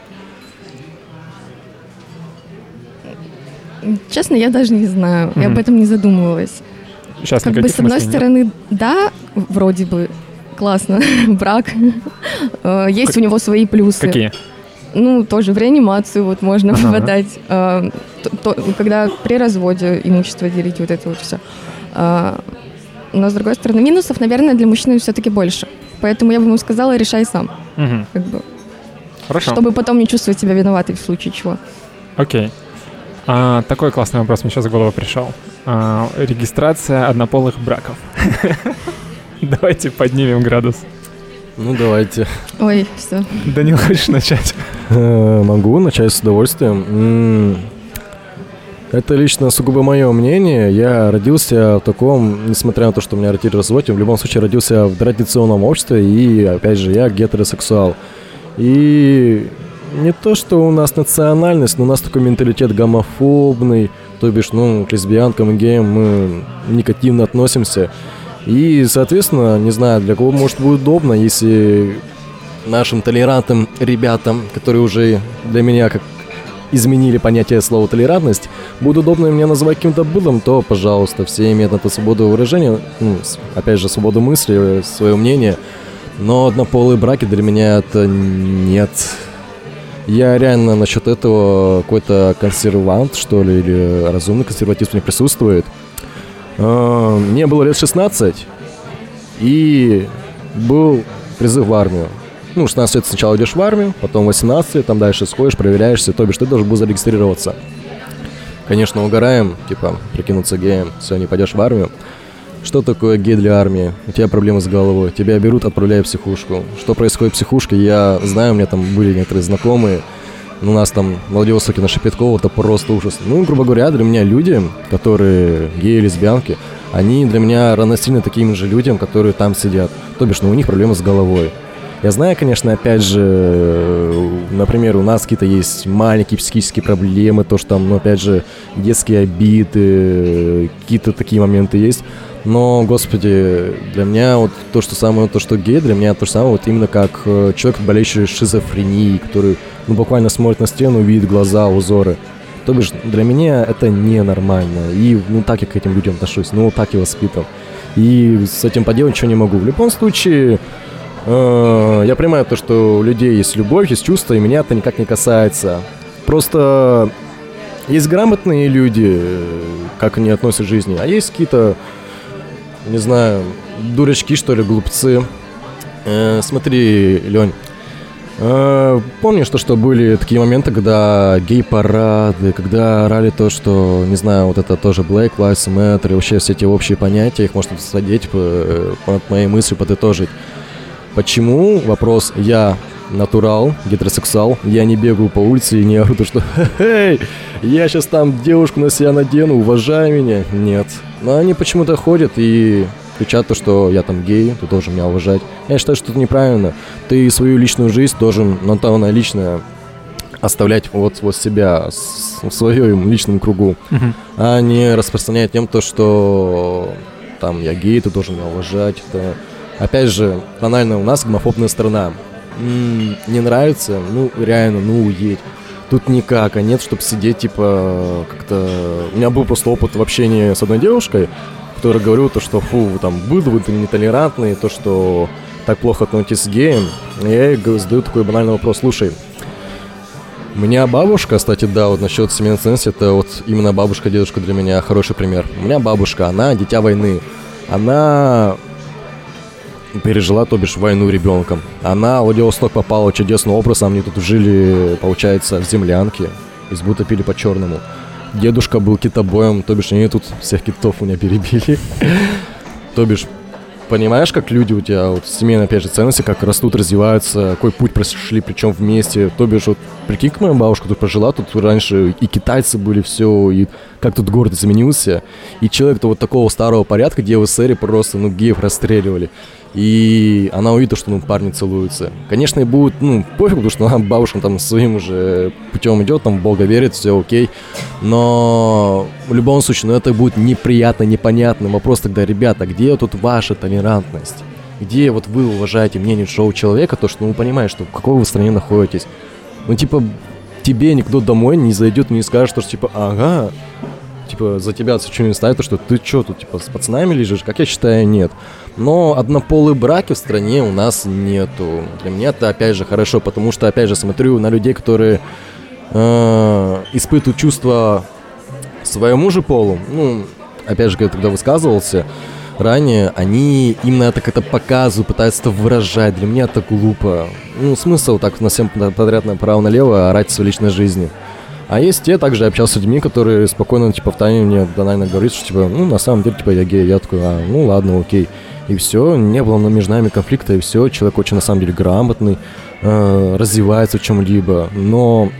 Честно, я даже не знаю, mm-hmm. я об этом не задумывалась.
Сейчас
как бы с одной стороны, нет? Да, вроде бы классно, брак, есть как... у него свои плюсы.
Какие?
Ну, тоже в реанимацию вот можно ага. попадать, э, то, то, когда при разводе имущество делить, вот это вот все. Э, но, с другой стороны, минусов, наверное, для мужчины все-таки больше. Поэтому я бы ему сказала, решай сам.
Угу.
Как бы,
хорошо.
Чтобы потом не чувствовать себя виноватой в случае чего.
Окей. А, такой классный вопрос мне сейчас в голову пришел. А, регистрация однополых браков. Давайте поднимем градус.
Ну, давайте.
Ой, все.
Данил, хочешь начать?
Могу начать с удовольствием. Это лично сугубо мое мнение. Я родился в таком, несмотря на то, что у меня родители разводят, в любом случае родился в традиционном обществе, и, опять же, я гетеросексуал. И не то, что у нас национальность, но у нас такой менталитет гомофобный, то бишь, ну, к лесбиянкам и геям мы негативно относимся. И, соответственно, не знаю, для кого, может, будет удобно, если нашим толерантным ребятам, которые уже для меня как изменили понятие слова толерантность, будет удобно меня называть каким-то быдлом, то, пожалуйста, все имеют на это свободу выражения, ну, опять же, свободу мысли, свое мнение. Но однополые браки для меня это нет. Я реально насчет этого какой-то консервант, что ли, или разумный консерватизм не присутствует. Мне было лет шестнадцать, и был призыв в армию. Ну, шестнадцать лет сначала идешь в армию, потом восемнадцать, там дальше сходишь, проверяешься, то бишь ты должен был зарегистрироваться. Конечно, угораем, типа, прикинуться геем, все, не пойдешь в армию. Что такое гей для армии? У тебя проблемы с головой, тебя берут, отправляют в психушку. Что происходит в психушке, я знаю, у меня там были некоторые знакомые. У нас там Владивостоке на Шепетково, это просто ужас. Ну, грубо говоря, для меня люди, которые геи, лесбиянки, они для меня равносильны таким же людям, которые там сидят. То бишь, ну, у них проблемы с головой. Я знаю, конечно, опять же, например, у нас какие-то есть маленькие психические проблемы, то, что там, ну, опять же, детские обиды, какие-то такие моменты есть. Но, господи, для меня вот то, что самое, то, что гей, для меня то же самое, вот именно как человек, болеющий шизофренией, который, ну, буквально смотрит на стену, видит глаза, узоры. То бишь, для меня это ненормально. И, ну, так я к этим людям отношусь, ну, так я воспитан. И с этим поделать ничего не могу. В любом случае, э, я понимаю то, что у людей есть любовь, есть чувства, и меня это никак не касается. Просто есть грамотные люди, как они относятся к жизни, а есть какие-то, не знаю, дурачки, что ли, глупцы. Э, смотри, Лёнь, э, помнишь, то, что были такие моменты, когда гей-парады, когда орали то, что, не знаю, вот это тоже Black Lives Matter, и вообще все эти общие понятия, их можно садить, под моей мыслью подытожить. Почему? Вопрос, я натурал, гетеросексуал, я не бегаю по улице и не ору то, что «Хе-хей, я сейчас там девушку на себя надену, уважай меня». Нет. Но они почему-то ходят и кричат то, что я там гей, ты должен меня уважать. Я считаю, что это неправильно. Ты свою личную жизнь должен, ну, там она личная, оставлять вот, вот себя, в своем личном кругу, uh-huh. а не распространять тем то, что там я гей, ты должен меня уважать. Это... Опять же, банально, у нас гомофобная страна. М-м, не нравится? Ну, реально, ну, уедь. Тут никак, а нет, чтобы сидеть, типа, как-то... У меня был просто опыт в общении с одной девушкой, которая говорила то, что, фу, вы там быдло, вы там нетолерантные, то, что так плохо относитесь к геям. И я ей задаю такой банальный вопрос. Слушай, у меня бабушка, кстати, да, вот насчет семейной ценности, это вот именно бабушка-дедушка для меня хороший пример. У меня бабушка, она дитя войны. Она... пережила, то бишь, войну ребенком. Она в Владивосток попала чудесным образом. Они тут жили, получается, в землянке. Избу топили по-черному. Дедушка был китобоем, то бишь, они тут всех китов у меня перебили. То бишь, понимаешь, как люди у тебя, вот, семейные, опять же, ценности, как растут, развиваются, какой путь прошли, причем вместе. То бишь, вот, прикинь, как моя бабушка тут прожила, тут раньше и китайцы были, все, и как тут город изменился. И человек-то вот такого старого порядка, где в СССР просто, ну, геев расстреливали. и она увидит, что, ну, парни целуются. Конечно, и будет, ну, пофиг, потому что она бабушкам там своим уже путем идет, там в Бога верит, все окей. Но в любом случае, ну, это будет неприятно, непонятно. Вопрос тогда, ребята, где тут ваша толерантность? Где вот вы уважаете мнение другого человека, то, что, ну, понимаешь, что в какой вы стране находитесь. Ну, типа, тебе никто домой не зайдет, не скажет, что, типа, ага, типа, за тебя что не ставит, то, что ты что тут, типа, с пацанами лежишь? Как я считаю, нет. Но однополые браки в стране у нас нету. Для меня это, опять же, хорошо, потому что, опять же, смотрю на людей, которые э, испытывают чувства своему же полу. Ну, опять же, когда тогда высказывался ранее, они именно это как-то показывают, пытаются это выражать. Для меня это глупо. Ну, смысл так на всем подряд направо-налево орать в своей личной жизни. А есть те, также общался с людьми, которые спокойно, типа, в тайне мне банально говорят, что, типа, ну, на самом деле, типа, я гей. Я такой, а, ну, ладно, окей. И все, не было между нами конфликта, и все. Человек очень, на самом деле, грамотный, э, развивается в чем-либо. Но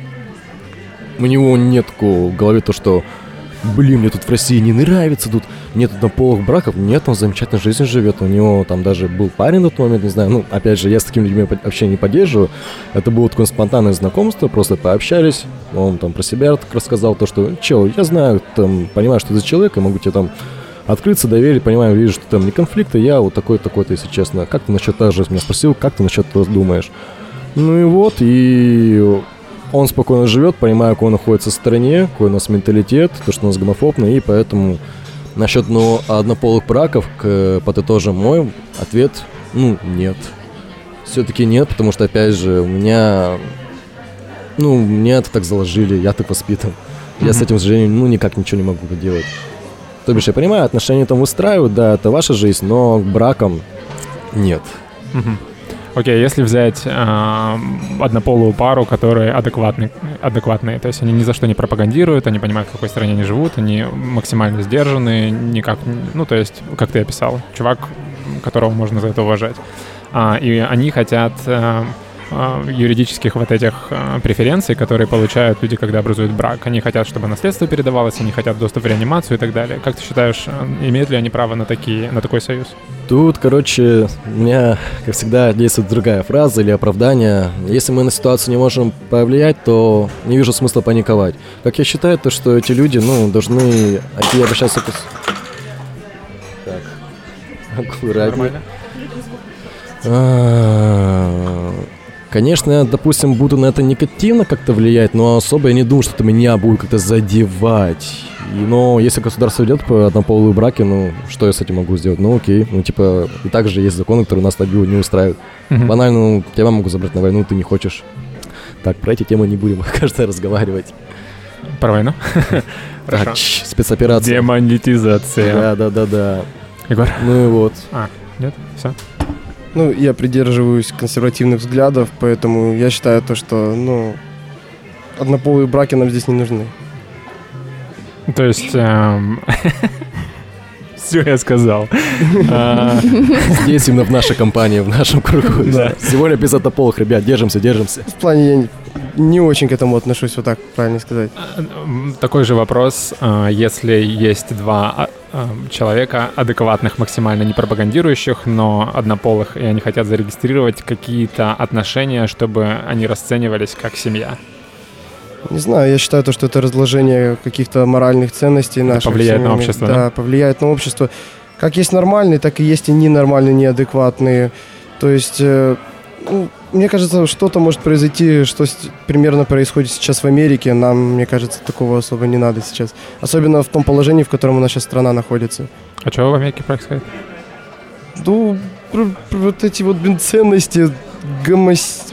у него нет такого в голове то, что, блин, мне тут в России не нравится, тут нет однополых браков. Нет, он замечательной жизнью живет. У него там даже был парень на тот момент, не знаю. Ну, опять же, я с такими людьми вообще не поддерживаю. Это было такое спонтанное знакомство, просто пообщались. Он там про себя так рассказал, то, что, чел, я знаю, там, понимаю, что ты за человек, я могу тебе там открыться, доверить, понимаю, вижу, что там не конфликты, я вот такой-такой-то, если честно. Как ты насчет того же меня спросил, как ты насчет того думаешь? Ну и вот, и он спокойно живет, понимая, какой он находится в стране, какой у нас менталитет, то, что у нас гомофобный, и поэтому насчет, ну, однополых браков, к, подытожим мой ответ, ну, нет. Все-таки нет, потому что, опять же, у меня, ну, мне это так заложили, я так воспитан. Mm-hmm. Я с этим, к сожалению, ну, никак ничего не могу делать. То бишь, я понимаю, отношения там выстраивают, да, это ваша жизнь, но к бракам нет.
Mm-hmm. Окей, okay, если взять э, однополую пару, которые адекватны, адекватные, то есть они ни за что не пропагандируют, они понимают, в какой стране они живут, они максимально сдержаны, никак, ну, то есть, как ты описал, чувак, которого можно за это уважать. А, и они хотят э, э, юридических вот этих э, преференций, которые получают люди, когда образуют брак. Они хотят, чтобы наследство передавалось, они хотят доступ в реанимацию и так далее. Как ты считаешь, имеют ли они право на, такие, на такой союз?
Тут, короче, у меня, как всегда, действует другая фраза или оправдание. Если мы на ситуацию не можем повлиять, то не вижу смысла паниковать. Как я считаю, то, что эти люди, ну, должны... Я обращался... Так. Аккуратнее. Конечно, я, допустим, буду на это негативно как-то влиять, но особо я не думаю, что это меня будет как-то задевать. И, но если государство идет по однополые браки, ну, что я с этим могу сделать? Ну, окей. Ну, типа, и также есть законы, которые нас не устраивают. Mm-hmm. Банально, ну, тебя могут забрать на войну, ты не хочешь. Так, про эти темы не будем, кажется, разговаривать.
Про войну?
Хорошо. Спецоперация.
Демонетизация.
Да, да, да, да.
Егор?
Ну и вот.
А, нет? Все?
Ну, я придерживаюсь консервативных взглядов, поэтому я считаю то, что, ну, однополые браки нам здесь не нужны.
То есть... Все я сказал.
Здесь именно в нашей компании, в нашем кругу. Сегодня без однополых, ребят, держимся, держимся.
В плане я не очень к этому отношусь, вот так правильно сказать.
Такой же вопрос, если есть два человека, адекватных, максимально не пропагандирующих, но однополых, и они хотят зарегистрировать какие-то отношения, чтобы они расценивались как семья.
Не знаю, я считаю, то, что это разложение каких-то моральных ценностей наших. Это
повлияет на общество, да?
Да, повлияет на общество. Как есть нормальные, так и есть и ненормальные, неадекватные. То есть, э, ну, мне кажется, что-то может произойти, что с- примерно происходит сейчас в Америке. Нам, мне кажется, такого особо не надо сейчас. Особенно в том положении, в котором у нас сейчас страна находится.
А что в Америке происходит?
Ну, пр- пр- вот эти вот, блин, ценности, гомос...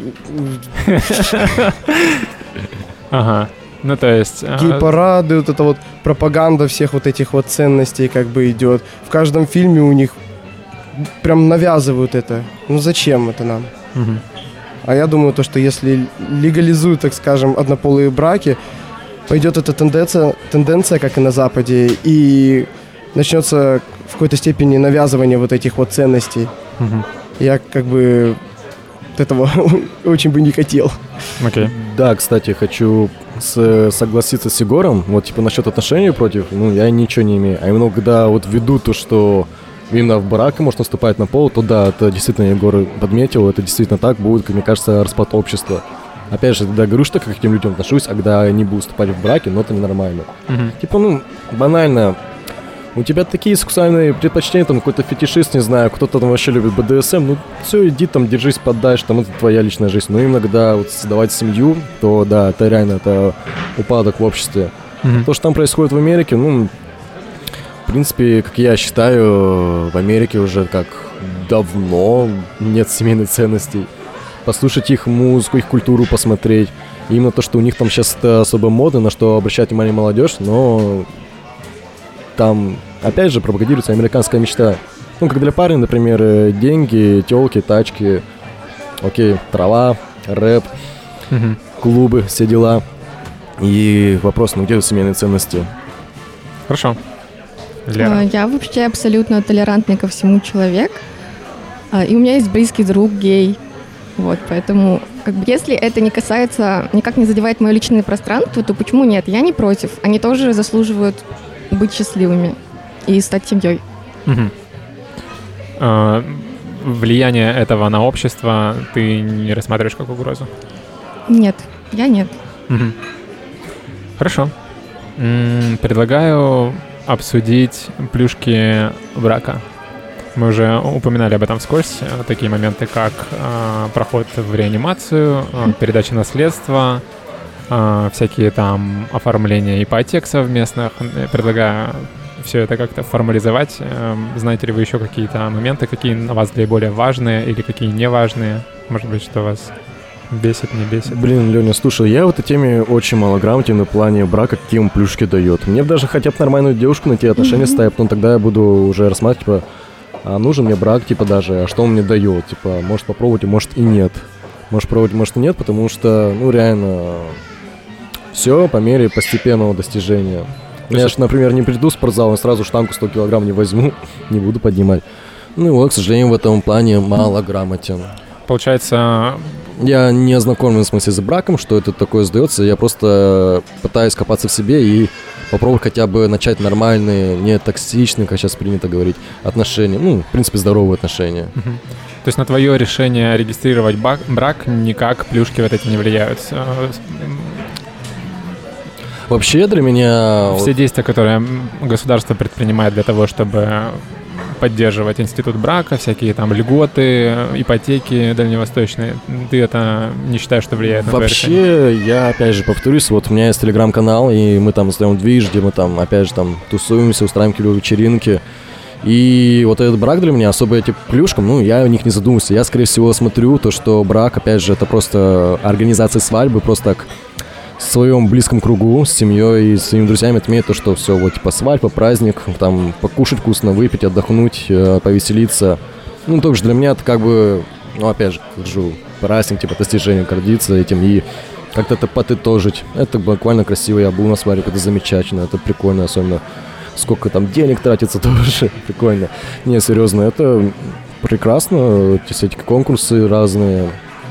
Ага, ну то есть...
Гей-парады, вот эта вот пропаганда всех вот этих вот ценностей как бы идет. В каждом фильме у них прям навязывают это. Ну зачем это нам?
Угу.
А я думаю, то, что если легализуют, так скажем, однополые браки, пойдет эта тенденция, тенденция, как и на Западе, и начнется в какой-то степени навязывание вот этих вот ценностей.
Угу.
Я как бы этого очень бы не хотел.
Okay.
Да, кстати, хочу с- согласиться с Егором, вот типа насчет отношений против, ну, я ничего не имею. А именно когда вот ведут то, что именно в брак можно вступать на пол, то да, это действительно Егор подметил, это действительно так будет, как мне кажется, распад общества. Опять же, когда говорю, что как к этим людям отношусь, а когда они будут вступать в браке, но это ненормально. Mm-hmm. Типа, ну, банально, у тебя такие сексуальные предпочтения, там какой-то фетишист, не знаю, кто-то там вообще любит бэ дэ эс эм, ну, все, иди там, держись подальше, там, это твоя личная жизнь. Но именно когда вот создавать семью, то да, это реально, это упадок в обществе. Mm-hmm. То, что там происходит в Америке, ну, в принципе, как я считаю, в Америке уже как давно нет семейных ценностей. Послушать их музыку, их культуру посмотреть. И именно то, что у них там сейчас это особо модно, на что обращает внимание молодежь, но там, опять же, пропагандируется американская мечта. Ну, как для парня, например, деньги, тёлки, тачки, окей, трава, рэп, mm-hmm. клубы, все дела. И вопрос, ну где семейные ценности?
Хорошо. Лера.
Я вообще абсолютно толерантный ко всему человек. И у меня есть близкий друг гей. Вот, поэтому, как бы, если это не касается, никак не задевает мое личное пространство, то почему нет? Я не против. Они тоже заслуживают быть счастливыми и стать семьей.
Угу. А, влияние этого на общество ты не рассматриваешь как угрозу?
Нет, я нет.
Угу. Хорошо. М-м, предлагаю обсудить плюшки брака. Мы уже упоминали об этом вскользь. Такие моменты, как э, проход в реанимацию, э, передача наследства, э, всякие там оформления ипотек совместных. Предлагаю все это как-то формализовать. Э, знаете ли вы еще какие-то моменты, какие на вас наиболее важные или какие неважные? Может быть, что вас бесит, не бесит?
Блин, Леня, слушай, я в этой теме очень мало грамотен в плане брака, какие ему плюшки дает. Мне даже хотя бы нормальную девушку найти, отношения mm-hmm. ставить, но тогда я буду уже рассматривать, типа, а нужен мне брак, типа, даже, а что он мне дает, типа, может попробовать, может и нет. Может пробовать, может и нет, потому что, ну, реально, все по мере постепенного достижения. Я же, например, не приду в спортзал, и сразу штангу сто килограмм не возьму, не буду поднимать. Ну и вот, к сожалению, в этом плане мало грамотен.
Получается...
Я не ознакомлен, в смысле, с браком, что это такое сдается. Я просто пытаюсь копаться в себе и попробовать хотя бы начать нормальные, не токсичные, как сейчас принято говорить, отношения. Ну, в принципе, здоровые отношения.
Uh-huh. То есть на твое решение регистрировать брак, брак никак плюшки вот эти не влияют?
Вообще для меня...
Все действия, которые государство предпринимает для того, чтобы поддерживать институт брака, всякие там льготы, ипотеки дальневосточные, ты это не считаешь, что влияет на твое решение?
Вообще, я опять же повторюсь, вот у меня есть телеграм-канал, и мы там создаем движ, где мы там опять же там тусуемся, устраиваем какие-то вечеринки. И вот этот брак для меня особо эти плюшкам, ну, я о них не задумывался. Я, скорее всего, смотрю то, что брак, опять же, это просто организация свадьбы, просто так в своем близком кругу, с семьей и своими друзьями отметить то, что все, вот, типа, свадьба, праздник, там, покушать вкусно, выпить, отдохнуть, повеселиться. Ну, тоже для меня это как бы, ну, опять же, скажу, праздник, типа, достижение, гордиться этим и как-то это подытожить. Это буквально красиво, я был на свадьбе, это замечательно, это прикольно, особенно сколько там денег тратится, тоже прикольно. Не, серьезно, это прекрасно, все эти конкурсы разные,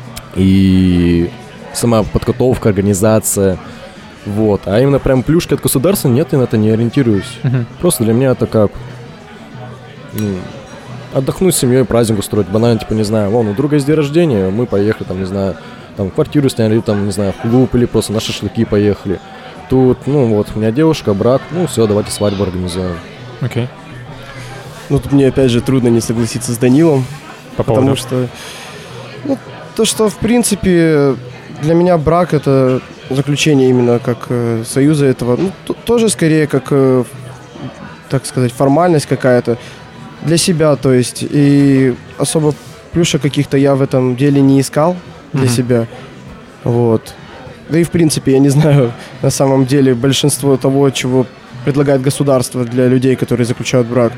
и сама подготовка, организация, вот. А именно прям плюшки от государства, нет, я на это не ориентируюсь. Uh-huh. Просто для меня это как, ну, отдохнуть с семьей, праздник устроить, банально, типа, не знаю, вон, у друга есть день рождения, мы поехали, там, не знаю, там, квартиру сняли, там, не знаю, в клуб или просто на шашлыки поехали. Тут, ну, вот, у меня девушка, брак, ну, все, давайте свадьбу организуем.
Окей. Okay.
Ну, тут мне, опять же, трудно не согласиться с Данилом,
По
потому
поводу?
что, ну, то, что, в принципе, для меня брак — это заключение именно как э, союза этого, ну, т- тоже скорее как, э, так сказать, формальность какая-то для себя, то есть, и особо плюшек каких-то я в этом деле не искал для mm-hmm. себя, вот. Да и, в принципе, я не знаю, на самом деле, большинство того, чего предлагает государство для людей, которые заключают брак,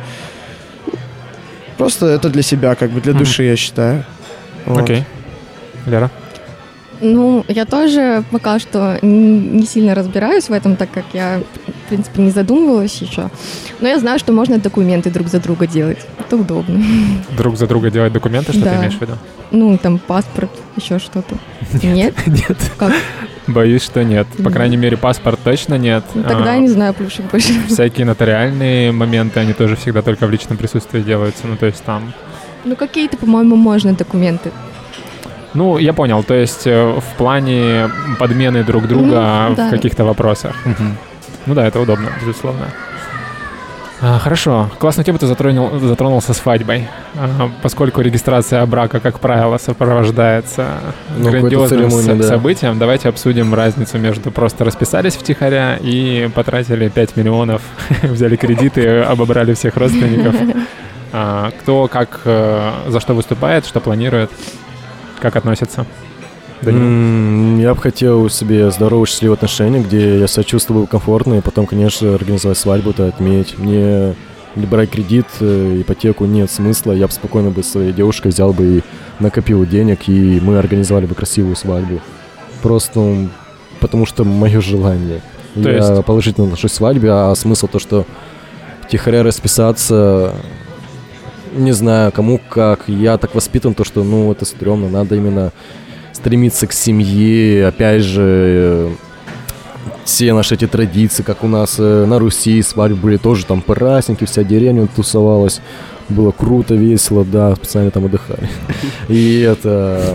просто это для себя, как бы для mm-hmm. души, я считаю.
Окей. Okay. Лера?
Ну, я тоже пока что не сильно разбираюсь в этом, так как я, в принципе, не задумывалась еще. Но я знаю, что можно документы друг за друга делать. Это удобно.
Друг за друга делать документы? Что
да.
ты имеешь в виду?
Ну, там паспорт, еще что-то. Нет?
Нет.
Как?
Боюсь, что нет. По
Да.
крайней мере, паспорт точно нет.
Ну, тогда
А,
я не знаю плюшек больше.
Всякие нотариальные моменты, они тоже всегда только в личном присутствии делаются. Ну, то есть там...
Ну, какие-то, по-моему, можно документы.
Ну, я понял. То есть э, в плане подмены друг друга
Ну,
в
да.
каких-то вопросах. Мгм. Ну да, это удобно, безусловно. А, хорошо. Классную тему ты затронул, затронул со свадьбой. А, поскольку регистрация брака, как правило, сопровождается
Ну, какой-то
грандиозным
церемонией,
со-
да.
событием, давайте обсудим разницу между просто расписались втихаря и потратили пять миллионов, взяли кредиты, обобрали всех родственников. А, кто как, э, за что выступает, что планирует, как относится. Данил?
М, Я бы хотел себе здоровые, счастливые отношения, где я себя чувствую комфортно, и потом, конечно, организовать свадьбу-то, отметить. Мне не брать кредит, э, ипотеку нет смысла. Я бы спокойно бы с своей девушкой взял бы и накопил денег, и мы организовали бы красивую свадьбу. Просто ну, потому что мое желание.
То
я
есть-
положительно отношусь к свадьбе, а смысл то, что втихаря расписаться, не знаю, кому как. Я так воспитан, то, что, ну, это стрёмно, надо именно стремиться к семье, опять же, э, все наши эти традиции, как у нас э, на Руси свадьбы были тоже там праздники, вся деревня тусовалась, было круто, весело, да, специально там отдыхали. И это,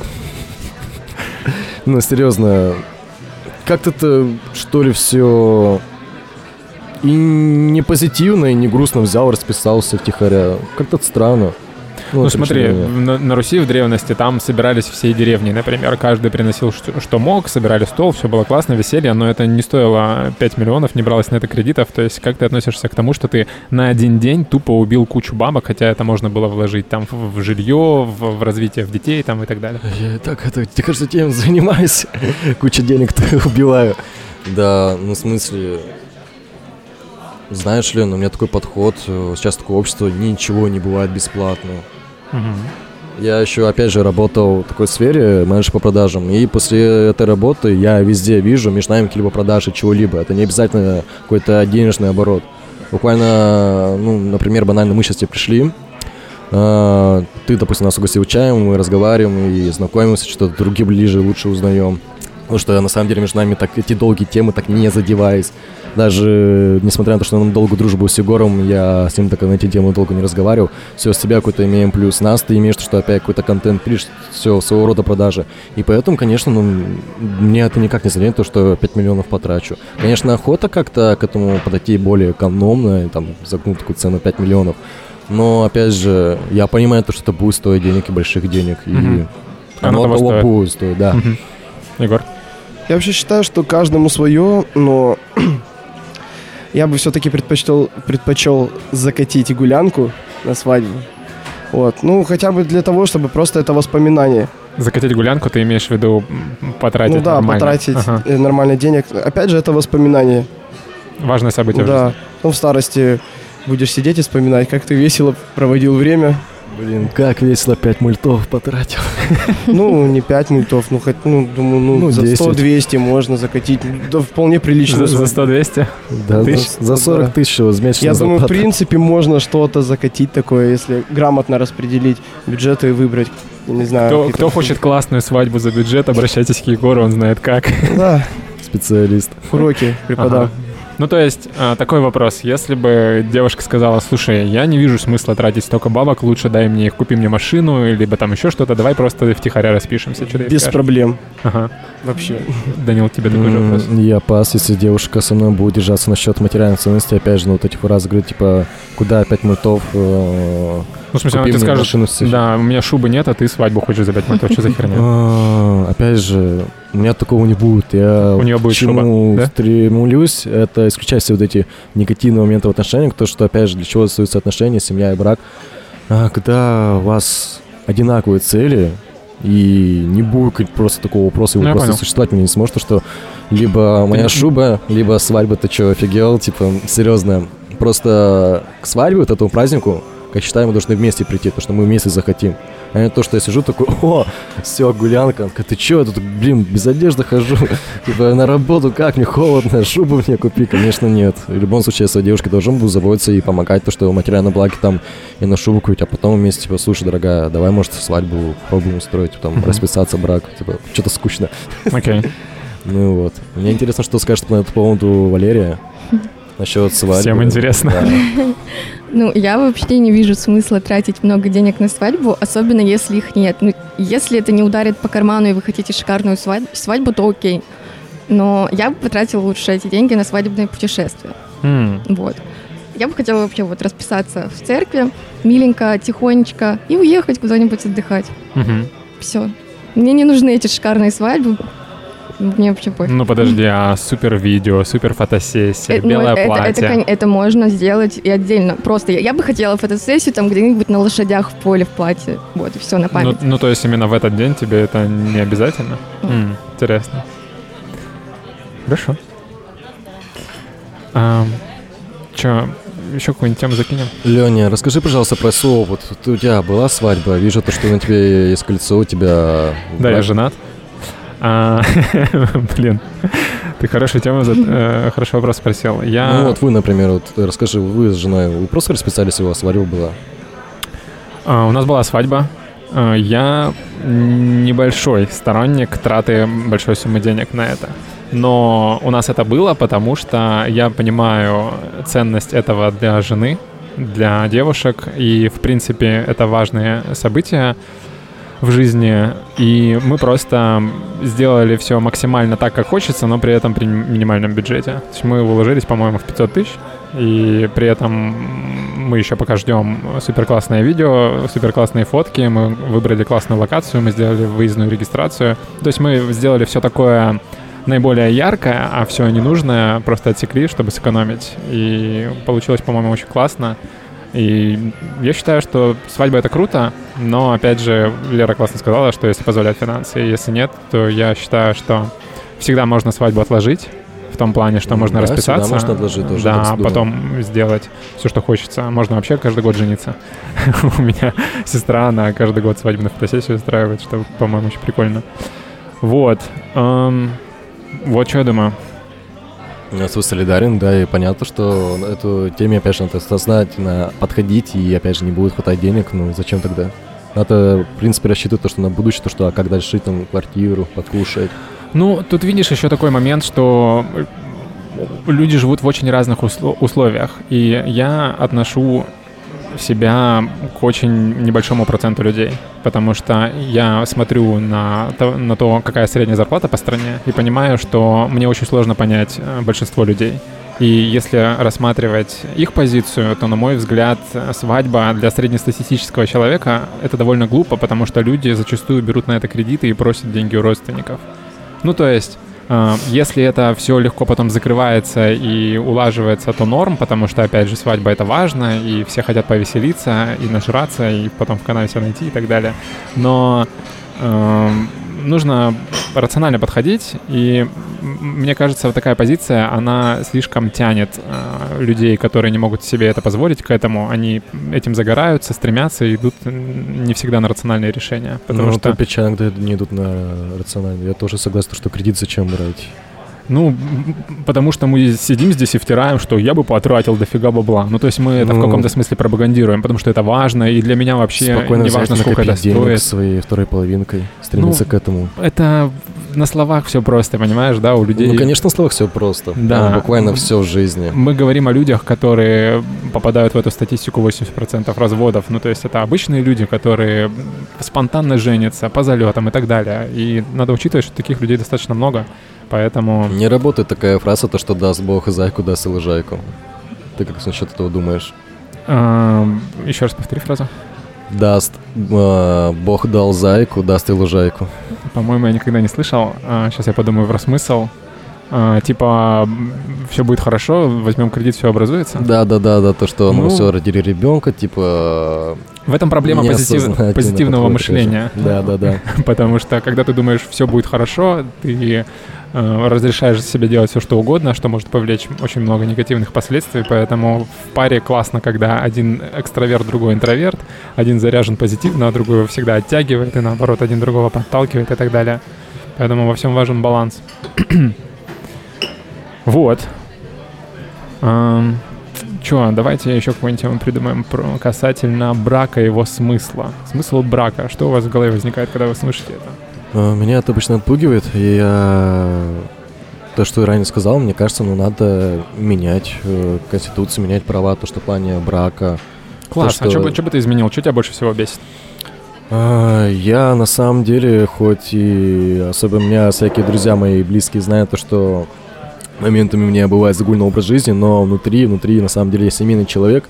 ну, серьезно, как-то это, что ли, все и не позитивно, и не грустно взял, расписался втихаря. Как-то странно.
Ну,
это
смотри,
лично меня.
на, на Руси в древности там собирались всей деревни, например. Каждый приносил, что, что мог, собирали стол, все было классно, веселье, но это не стоило пять миллионов, не бралось на это кредитов. То есть как ты относишься к тому, что ты на один день тупо убил кучу бабок, хотя это можно было вложить там в, в жилье, в, в развитие в детей там и так далее?
Я и так это, тебе кажется, тем занимаюсь. Куча денег-то убиваю. Да, ну, в смысле, знаешь ли, ну, у меня такой подход, э, сейчас такое общество, ничего не бывает бесплатно.
Мгм.
Я еще, опять же, работал в такой сфере, менеджер по продажам, и после этой работы я везде вижу между нами какие-либо продажи чего-либо. Это не обязательно какой-то денежный оборот. Буквально, ну, например, банально, мы сейчас тебе пришли, э, ты, допустим, нас угостил чаем, мы разговариваем и знакомимся, что-то другие ближе, лучше узнаем. Потому что, на самом деле, между нами так, эти долгие темы так не задеваясь. Даже, несмотря на то, что нам долгую дружбу с Егором, я с ним так на эти темы долго не разговаривал. Все, с тебя какой-то имеем плюс. Нас ты имеешь, что опять какой-то контент пишешь, все, своего рода продажи. И поэтому, конечно, ну, мне это никак не заденет, то, что пять миллионов потрачу. Конечно, охота как-то к этому подойти более экономно, и, там, загнуть такую цену пять миллионов. Но, опять же, я понимаю, то, что это будет стоить денег и больших денег. И
Мгм. Оно
оно
того
того
стоит.
будет стоить, да.
Мгм. Егор?
Я вообще считаю, что каждому свое, но я бы все-таки предпочел, предпочел закатить гулянку на свадьбу. Вот. Ну, хотя бы для того, чтобы просто это воспоминание.
Закатить гулянку, ты имеешь в виду м, потратить
ну да,
нормально?
потратить
Ага.
э, нормально денег. Опять же, это воспоминание.
Важное событие в
Да.
жизни.
Ну, в старости будешь сидеть и вспоминать, как ты весело проводил время.
Блин, как весело, пять мультов потратил.
Ну, не пять мультов, ну, хоть, ну, думаю, ну,
Ну,
за
десять.
Ну,
сто-двести можно закатить. Да, вполне прилично.
За, за сто-двести?
Да,
Тысяч?
за, за сорок
Да.
тысяч вот, месячная
Я думаю, в
зарплата.
принципе, можно что-то закатить такое, если грамотно распределить бюджеты и выбрать, я не знаю.
Кто,
какие-то-
кто хочет классную свадьбу за бюджет, обращайтесь к Егору, он знает как.
Да,
Специалист.
уроки преподам.
Ага. Ну, то есть, а, такой вопрос. Если бы девушка сказала, слушай, я не вижу смысла тратить столько бабок, лучше дай мне их, купи мне машину, либо там еще что-то, давай просто втихаря распишемся. Что ты ей
Без
скажешь?
проблем
Ага.
вообще.
Данил, тебе такой же
М,
вопрос.
Я пас, если девушка со мной будет держаться насчет материальной ценности, опять же, ну, вот эти фразы говорят, типа, куда опять мультов, э,
Ну, в смысле,
купи
она тебе
мне
скажет,
машину с-
да, у меня шубы нет, а ты свадьбу хочешь за пять мультов, что за херня?
А, Опять же, у меня такого не будет. Я
У неё
к
будет
чему
шуба, да?
стремлюсь, это исключать все вот эти негативные моменты в отношениях, то, что, опять же, для чего создаются отношения, семья и брак. А, когда у вас одинаковые цели, и не будет как- просто такого вопроса, его
Ну, я
просто
понял.
существовать мне не сможет, то, что либо моя
не-
шуба, либо свадьба, ты что, офигел, типа, серьезно. Просто к свадьбе, вот этому празднику, как считаю, мы должны вместе прийти, потому что мы вместе захотим. А не то, что я сижу такой, о, все, гулянка. Она такая, ты чё, я тут, блин, без одежды хожу. Типа, на работу, как, мне холодно, шубу мне купи. Конечно, нет. В любом случае, я своей девушке должен был заботиться и помогать, то, что материальные благи там и на шубу купить, а потом вместе, типа, слушай, дорогая, давай, может, свадьбу пробуем устроить, там,
Мгм.
расписаться, брак, типа, что-то скучно.
Окей.
Ну вот. Мне интересно, что скажет по этому поводу Валерия. Насчет свадьбы.
Всем интересно.
Да.
Ну, я вообще не вижу смысла тратить много денег на свадьбу, особенно если их нет. Ну, если это не ударит по карману и вы хотите шикарную свадьбу, свадьбу, то окей. Но я бы потратила лучше эти деньги на свадебное путешествие.
М.
Вот. Я бы хотела вообще вот расписаться в церкви, миленько, тихонечко, и уехать куда-нибудь отдыхать.
Мгм.
Все. Мне не нужны эти шикарные свадьбы. Мне вообще пофиг.
Ну подожди, а супер видео, супер фотосессия,
Э, ну,
белое
это,
платье.
Это, кон- это можно сделать и отдельно. Просто я, я бы хотела фотосессию там где-нибудь на лошадях в поле в платье. Вот, и все, на
Ну,
память.
ну, то есть именно в этот день тебе это не обязательно?
Нет.
М, интересно. Хорошо. А, Че, еще какую-нибудь тему закинем?
Леня, расскажи, пожалуйста, про свой опыт. Вот у тебя была свадьба? Вижу то, что на тебе есть кольцо, у тебя...
Да, я женат. А, Блин, ты хорошую тему, за- э, хороший вопрос спросил. Я...
Ну вот вы, например, вот расскажи, вы с женой, вы просто расписались, у вас свадьба была?
А, У нас была свадьба. А, Я небольшой сторонник траты большой суммы денег на это. Но у нас это было, потому что я понимаю ценность этого для жены, для девушек. И, в принципе, это важные события в жизни. И мы просто сделали все максимально так, как хочется, но при этом при минимальном бюджете. То есть мы уложились, по-моему, в пятьсот тысяч. И при этом мы еще пока ждем суперклассное видео, суперклассные фотки. Мы выбрали классную локацию, мы сделали выездную регистрацию. То есть мы сделали все такое наиболее яркое, а все ненужное просто отсекли, чтобы сэкономить. И получилось, по-моему, очень классно. И я считаю, что свадьба — это круто, но, опять же, Лера классно сказала, что если позволяют финансы, и если нет, то я считаю, что всегда можно свадьбу отложить, в том плане, что можно
Да,
расписаться.
всегда можно отложить тоже,
Да,
так думаю.
потом сделать все, что хочется. Можно вообще каждый год жениться. У меня сестра, она каждый год свадебную фотосессию устраивает, что, по-моему, очень прикольно. Вот. Эм, Вот что я думаю.
Я с тобой солидарен, да, и понятно, что эту теме, опять же, надо сознательно подходить, и, опять же, не будет хватать денег, ну, зачем тогда? Надо, в принципе, рассчитывать то, что на будущее, то, что, а как дальше жить, там, квартиру, покушать.
Ну, тут видишь еще такой момент, что люди живут в очень разных усло- условиях, и я отношу себя к очень небольшому проценту людей, потому что я смотрю на то, на то, какая средняя зарплата по стране, и понимаю, что мне очень сложно понять э, большинство людей. И если рассматривать их позицию, то, на мой взгляд, свадьба для среднестатистического человека — это довольно глупо, потому что люди зачастую берут на это кредиты и просят деньги у родственников. Ну, то есть, э, если это все легко потом закрывается и улаживается, то норм, потому что, опять же, свадьба — это важно, и все хотят повеселиться, и нажраться, и потом в канаве себя найти и так далее. Но э, нужно рационально подходить, и м- мне кажется, вот такая позиция, она слишком тянет э, людей, которые не могут себе это позволить, к этому. Они этим загораются, стремятся и идут м, не всегда на рациональные решения. Потому
ну,
что...
то печально, когда не идут на рационально. Я тоже согласен, что кредит зачем брать.
Ну, м, потому что мы сидим здесь и втираем, что я бы потратил дофига бабла. Ну, то есть мы это в
Ну.
каком-то смысле пропагандируем, потому что это важно, и для меня вообще
Спокойно
не
взять,
важно, сколько это
накопить денег
стоит.
своей второй половинкой, стремиться
Ну,
к этому.
Это на словах все просто, понимаешь, да, у людей.
Ну, конечно, в словах все просто.
Да.
Там буквально все в жизни.
Мы говорим о людях, которые попадают в эту статистику восемьдесят процентов разводов. Ну, то есть это обычные люди, которые спонтанно женятся по залетам и так далее. И надо учитывать, что таких людей достаточно много, поэтому...
Не работает такая фраза, то, что даст Бог зайку, даст и лужайку. Ты как насчет этого думаешь?
а, Еще раз повтори фразу.
Даст, э, Бог дал зайку, даст и лужайку.
По-моему, я никогда не слышал. Сейчас я подумаю про смысл. А, Типа, все будет хорошо, возьмем кредит, все образуется.
Да-да-да, то, что ну,
Ну,
все, родили ребенка, типа...
В этом проблема позитив-
неосознательно
позитивного
подходит,
мышления.
конечно. Да-да-да.
Потому что, когда ты думаешь, все будет хорошо, ты э, разрешаешь себе делать все, что угодно, что может повлечь очень много негативных последствий. Поэтому в паре классно, когда один экстраверт, другой интроверт, один заряжен позитивно, а другой его всегда оттягивает, и наоборот, один другого подталкивает и так далее. Поэтому во всем важен баланс. Вот. Эм, Че, давайте еще какую-нибудь тему придумаем про, касательно брака и его смысла. Смысл брака. Что у вас в голове возникает, когда вы слышите это?
Меня это обычно отпугивает, и я... То, что я ранее сказал, мне кажется, ну, надо менять э, конституцию, менять права, то, что в плане брака.
Класс,
то, что...
а что бы ты изменил? Что тебя больше всего бесит?
А, я на самом деле, хоть и особенно у меня всякие друзья мои близкие знают то, что моментами у меня бывает загульный образ жизни, но внутри, внутри на самом деле я семейный человек.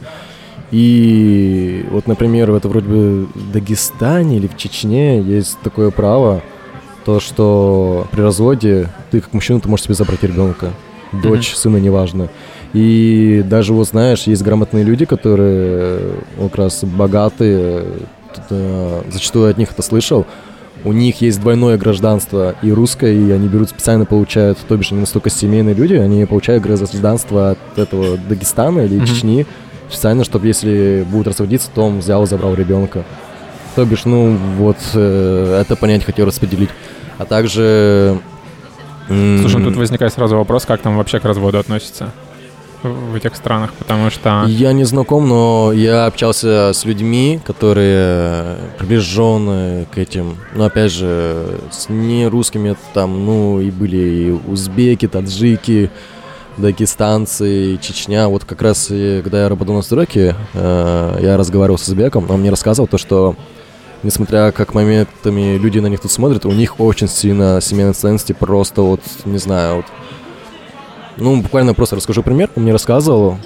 И вот, например, это вроде бы в Дагестане или в Чечне есть такое право, то, что при разводе ты как мужчина, ты можешь себе забрать ребенка, дочь, mm-hmm. сына, неважно. И даже вот знаешь, есть грамотные люди, которые вот как раз богатые, зачастую от них это слышал, у них есть двойное гражданство, и русское, и они берут специально получают, то бишь они настолько семейные люди, они получают гражданство от этого Дагестана или mm-hmm. Чечни, специально, чтобы если будут разводиться, то он взял и забрал ребенка. То бишь, ну, вот э, это понять хотел распределить. А также... М-
Слушай, ну тут возникает сразу вопрос, как там вообще к разводу относятся в этих странах, потому что...
Я не знаком, но я общался с людьми, которые приближены к этим, ну, опять же, с нерусскими там, ну, и были и узбеки, таджики, дагестанцы, Чечня. Вот как раз, когда я работал на стройке, э, я разговаривал с узбеком, он мне рассказывал то, что несмотря как моментами люди на них тут смотрят, у них очень сильно семейные ценности, просто вот, не знаю, вот. Ну, буквально просто расскажу пример. Он мне рассказывал,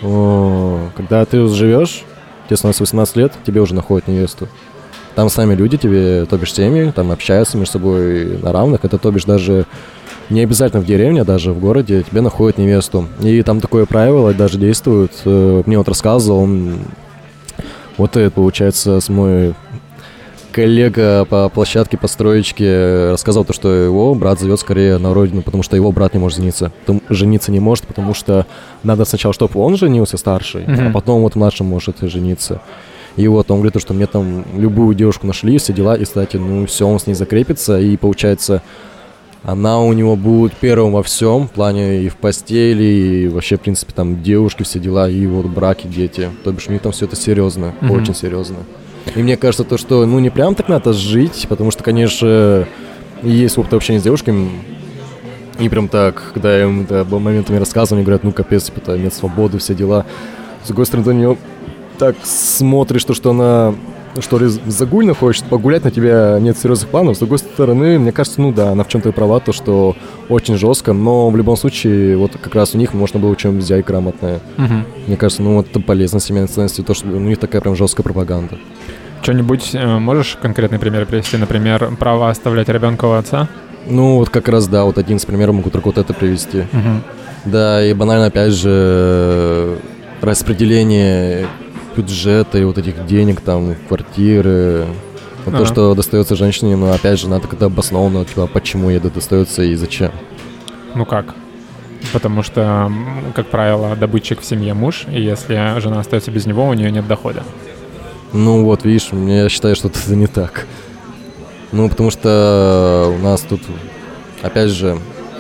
о, когда ты живешь, тебе становится восемнадцать лет, тебе уже находят невесту. Там сами люди тебе, то бишь семьи, там общаются между собой на равных. Это, то бишь, даже не обязательно в деревне, даже в городе тебе находят невесту. И там такое правило даже действует. Мне вот рассказывал, он, вот это, получается, с мой... коллега по площадке, по строечке рассказал то, что его брат зовет скорее на родину, потому что его брат не может жениться. Потом жениться не может, потому что надо сначала, чтобы он женился старший, mm-hmm. а потом вот младший может жениться. И вот он говорит, что мне там любую девушку нашли, все дела, и, кстати, ну все, он с ней закрепится, и получается, она у него будет первым во всем, в плане и в постели, и вообще, в принципе, там девушки, все дела, и вот браки, дети. То бишь у них там все это серьезно, mm-hmm. очень серьезно. И мне кажется, то, что, ну, не прям так надо жить, потому что, конечно, есть опыт общения с девушками, и прям так, когда я им это моментами рассказывал, они говорят, ну, капец, типа, нет свободы, все дела. С другой стороны, ты на нее так смотришь, то, что она, что ли, загульно хочет погулять, на тебя нет серьезных планов. С другой стороны, мне кажется, ну, да, она в чем-то и права, то, что очень жестко, но в любом случае, вот как раз у них можно было чем-то взять грамотное. Угу. Мне кажется, ну, вот это полезно, семейные ценности, то, что у них такая прям жесткая пропаганда.
Что-нибудь э, можешь конкретный пример привести? Например, право оставлять ребенка у отца?
Ну, вот как раз, да, вот один из примеров могу только вот это привести.
Угу.
Да, и банально, опять же, распределение бюджета и вот этих денег, там, квартиры, вот то, что достается женщине, но, опять же, надо когда обоснованно, типа, почему ей это достается и зачем. Ну
как? Потому что, как правило, добытчик в семье муж, и если жена остается без него, у нее нет дохода.
Ну вот, видишь, я считаю, что это не так. Ну, потому что у нас тут, опять же...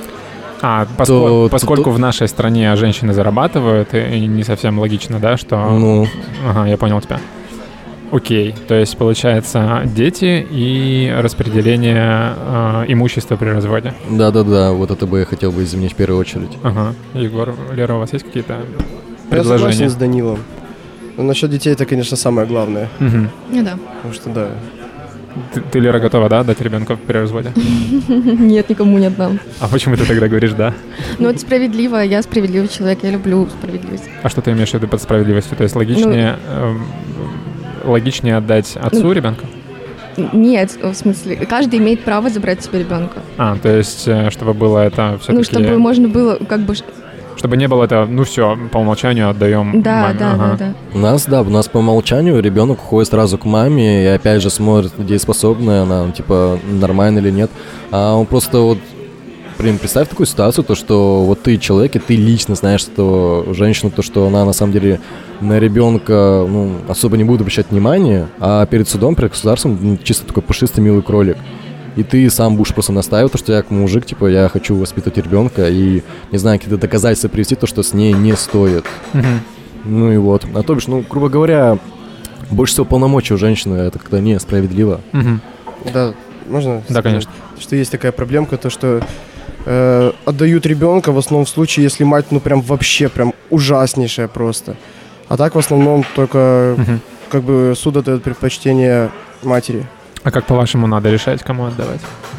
А, поскольку, то, поскольку то, в нашей стране женщины зарабатывают, и не совсем логично, да, что...
Ну...
Ага, я понял тебя. Окей, то есть, получается, дети и распределение э, имущества при разводе.
Да-да-да, вот это бы я хотел бы изменить в первую очередь.
Ага. Егор, Лера, у вас есть какие-то предложения?
Я согласен с Данилом. Но насчет детей это, конечно, самое главное.
Угу.
Ну да.
Потому что, да.
Ты, ты, Лера, готова, да, дать ребенка при разводе?
Нет, никому не отдам.
А почему ты тогда говоришь «да»?
Ну, это справедливо. Я справедливый человек, я люблю справедливость.
А что ты имеешь в виду под справедливостью? То есть логичнее, ну, э, логичнее отдать отцу ну, ребенка?
Нет, в смысле, каждый имеет право забрать себе ребенка.
А, то есть, чтобы было это все-таки...
Ну, чтобы можно было, как бы...
Чтобы не было это, ну все, по умолчанию отдаем
да,
маме.
Да,
ага.
да, да.
У нас, да, у нас по умолчанию ребенок уходит сразу к маме и опять же смотрит, дееспособная она, типа, нормальная или нет. А он просто вот, блин, представь такую ситуацию, то, что вот ты человек, и ты лично знаешь, что женщина, то, что она на самом деле на ребенка, ну, особо не будет обращать внимания, а перед судом, перед государством, ну, чисто такой пушистый милый кролик. И ты сам будешь просто настаивать, что я как мужик, типа, я хочу воспитывать ребенка, и, не знаю, какие-то доказательства привести, то, что с ней не стоит.
Uh-huh.
Ну и вот. А то бишь, ну, грубо говоря, больше всего полномочий у женщины, это когда несправедливо.
Uh-huh.
Да, Можно?
Да,
сказать?
конечно.
Что есть такая проблемка, то что э, отдают ребенка в основном в случае, если мать, ну прям вообще прям ужаснейшая просто. А так в основном только
Мгм.
как бы суд отдает предпочтение матери.
А как, по-вашему, надо решать, кому отдавать?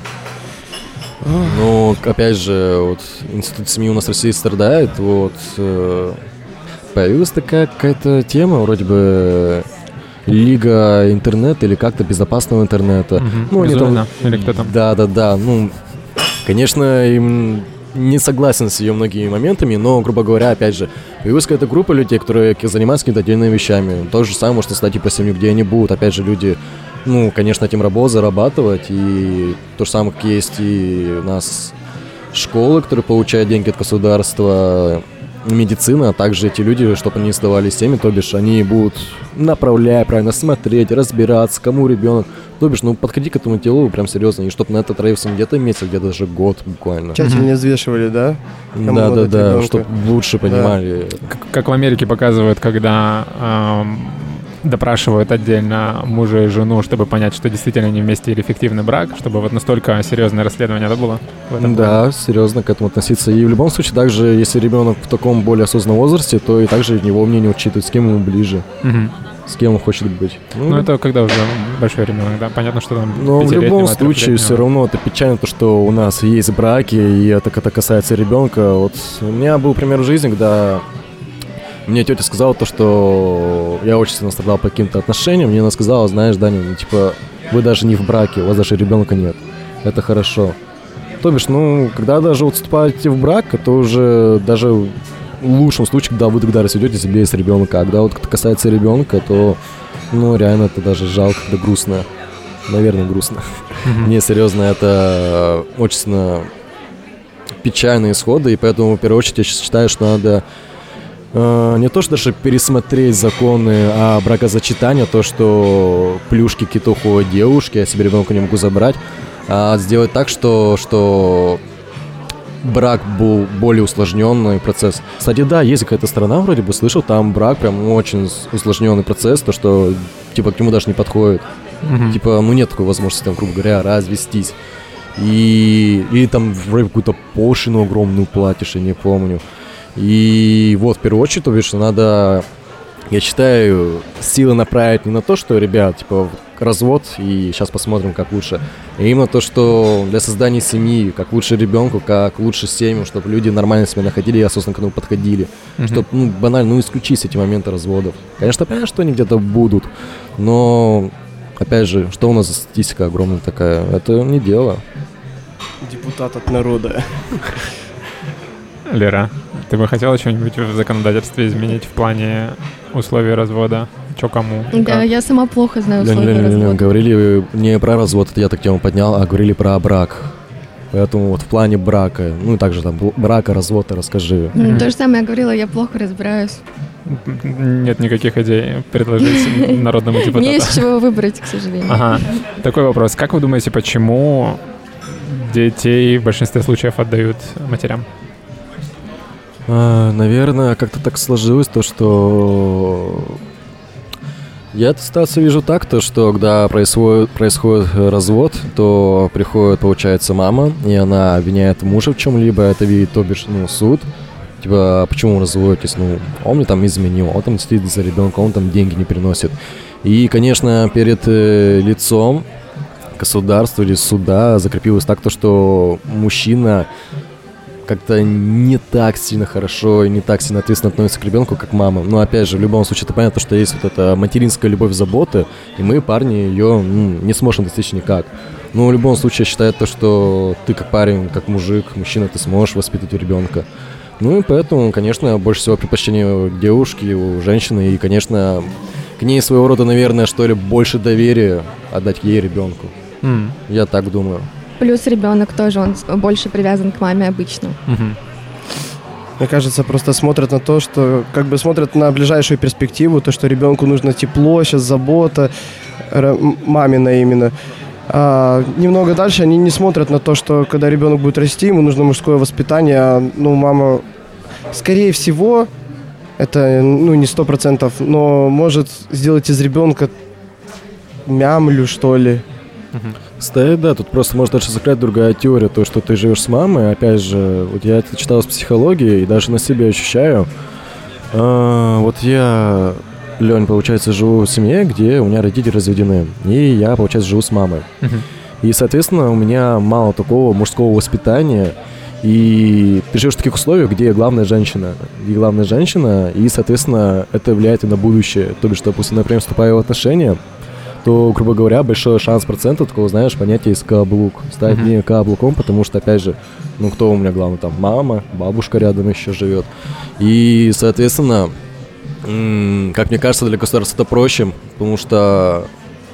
Ну, опять же, вот институт семьи у нас в России страдает, вот э, появилась такая какая-то тема, вроде бы Лига интернета или как-то безопасного интернета.
Мгм.
Ну, они там-
Безумно. Или кто там?
Да, да, да. Ну, конечно, им не согласен с ее многими моментами, но, грубо говоря, опять же, появилась какая-то группа людей, которые к- занимаются какими-то отдельными вещами. То же самое может создать типа семью, где они будут, опять же, люди, ну, конечно, этим работать, зарабатывать. И то же самое, как есть и у нас школы, которые получают деньги от государства, медицина, а также эти люди, чтобы они сдавали семьи, то бишь они будут направлять, правильно смотреть, разбираться, кому ребенок. То бишь, ну, подходи к этому делу прям серьезно, и чтобы на это тратился не где-то месяц, где-то даже год буквально.
Тщательнее взвешивали, да? Кому
Да, да,
отдать
да,
ребенка.
чтобы лучше понимали.
Как, как в Америке показывают, когда эм, допрашивают отдельно мужа и жену, чтобы понять, что действительно они вместе или фиктивный брак, чтобы вот настолько серьезное расследование это было? в этом плане?
Да, серьезно к этому относиться. И в любом случае, также, если ребенок в таком более осознанном возрасте, то и также его мнение учитывают, с кем ему ближе,
Мгм.
с кем он хочет быть.
Ну, это когда уже большой ребенок, да? Понятно, что там
Но в
пятилетнего,
любом случае,
трехлетнего.
все равно это печально, то, что у нас есть браки, и это когда касается ребенка. Вот у меня был пример в жизни, когда мне тетя сказала то, что я очень сильно страдал по каким-то отношениям. Мне она сказала: знаешь, Даня, ну, типа, вы даже не в браке, у вас даже ребенка нет. Это хорошо. То бишь, ну, когда даже вот вступаете в брак, это уже даже в лучшем случае, когда вы тогда разведетесь без ребенка. А когда вот касается ребенка, то, ну, реально это даже жалко, да грустно. Наверное, грустно.
Мгм.
Не, серьезно, это очень сильно печальные исходы, и поэтому, в первую очередь, я считаю, что надо э, не то, что даже пересмотреть законы о бракосочетании, то, что плюшки какие-то уходят девушки, я себе ребенка не могу забрать, а сделать так, что, что брак был более усложненный процесс. Кстати, да, есть какая-то страна, вроде бы слышал, там брак прям очень усложненный процесс, то, что типа к нему даже не подходит.
Мгм.
Типа, ну нет такой возможности, там, грубо говоря, развестись. И, или там вроде какую-то пошлину огромную платишь, я не помню. И вот, в первую очередь, то бишь, надо, я считаю, силы направить не на то, что, ребят, типа, развод, и сейчас посмотрим, как лучше. А именно то, что для создания семьи, как лучше ребенку, как лучше семью, чтобы люди нормально себя находили и осознанно к этому подходили.
Мгм.
Чтобы, ну, банально, ну, исключить эти моменты разводов. Конечно, понятно, что они где-то будут, но, опять же, что у нас за статистика огромная такая? Это не дело.
Депутат от народа.
Лера, ты бы хотела что-нибудь в законодательстве изменить в плане условий развода? Чё кому?
Да,
Как?
я сама плохо знаю
Лен,
условия
Лен, Лен,
развода.
говорили не про развод, это я так тему поднял, а говорили про брак. Поэтому вот в плане брака, ну и также там бл- брака, развода, расскажи.
М,
Мгм.
То же самое я говорила, я плохо разбираюсь.
Нет никаких идей предложить народному
Не
депутату.
из чего выбрать, к сожалению.
Ага. Такой вопрос. Как вы думаете, почему детей в большинстве случаев отдают матерям?
А, наверное, как-то так сложилось то, что я эту ситуацию вижу так, то что когда происходит, происходит развод, то приходит, получается, мама, и она обвиняет мужа в чем-либо, это видит, то бишь, ну, суд. Типа, почему вы разводитесь? Ну, он мне там изменил, он там следит за ребенком, он там деньги не приносит. И, конечно, перед э, лицом государства или суда закрепилось так, то, что мужчина как-то не так сильно хорошо и не так сильно ответственно относится к ребенку, как мама. Но опять же, в любом случае, это понятно, что есть вот эта материнская любовь, забота, и мы, парни, ее ну, не сможем достичь никак. Но в любом случае, я считаю то, что ты как парень, как мужик, мужчина, ты сможешь воспитывать ребенка. Ну и поэтому, конечно, больше всего предпочтение к девушке, у женщины, и, конечно, к ней своего рода, наверное, что ли, больше доверия отдать ей ребенку.
М,
Я так думаю.
Плюс ребенок тоже, он с- больше привязан к маме обычно.
мгм.
Мне кажется, просто смотрят на то, что как бы смотрят на ближайшую перспективу, то, что ребенку нужно тепло, сейчас забота, ра- м- мамина именно. А немного дальше они не смотрят на то, что когда ребенок будет расти, ему нужно мужское воспитание, а, ну, мама, скорее всего, это, ну, не сто процентов, но может сделать из ребенка мямлю, что ли.
Стоит, да, тут просто может даже сыграть другая теория, то, что ты живешь с мамой, опять же, вот я это читал с психологии и даже на себе ощущаю. А, вот я, Лёнь, получается, живу в семье, где у меня родители разведены, и я, получается, живу с мамой. Uh-huh. И, соответственно, у меня мало такого мужского воспитания, и ты живешь в таких условиях, где главная женщина, где главная женщина, и, соответственно, это влияет и на будущее. То бишь, допустим, например, вступая в отношения, то, грубо говоря, большой шанс процента такого, знаешь, понятия есть каблук. Стать mm-hmm. не каблуком, потому что, опять же, ну, кто у меня главный? Там мама, бабушка рядом еще живет. И, соответственно, м- как мне кажется, для государства это проще, потому что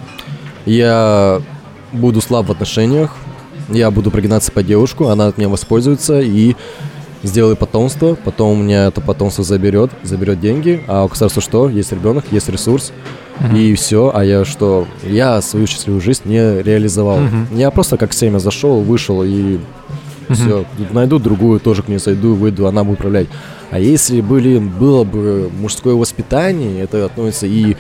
я буду слаб в отношениях, я буду прогинаться под девушку, она от меня воспользуется и сделает потомство, потом у меня это потомство заберет, заберет деньги, а у государства что? Есть ребенок, есть ресурс. Uh-huh. И все, а я что? Я свою счастливую жизнь не реализовал. Uh-huh. Я просто как семя зашел, вышел и uh-huh. все. Найду другую, тоже к ней зайду, выйду, она будет управлять. А если были, было бы мужское воспитание, это относится и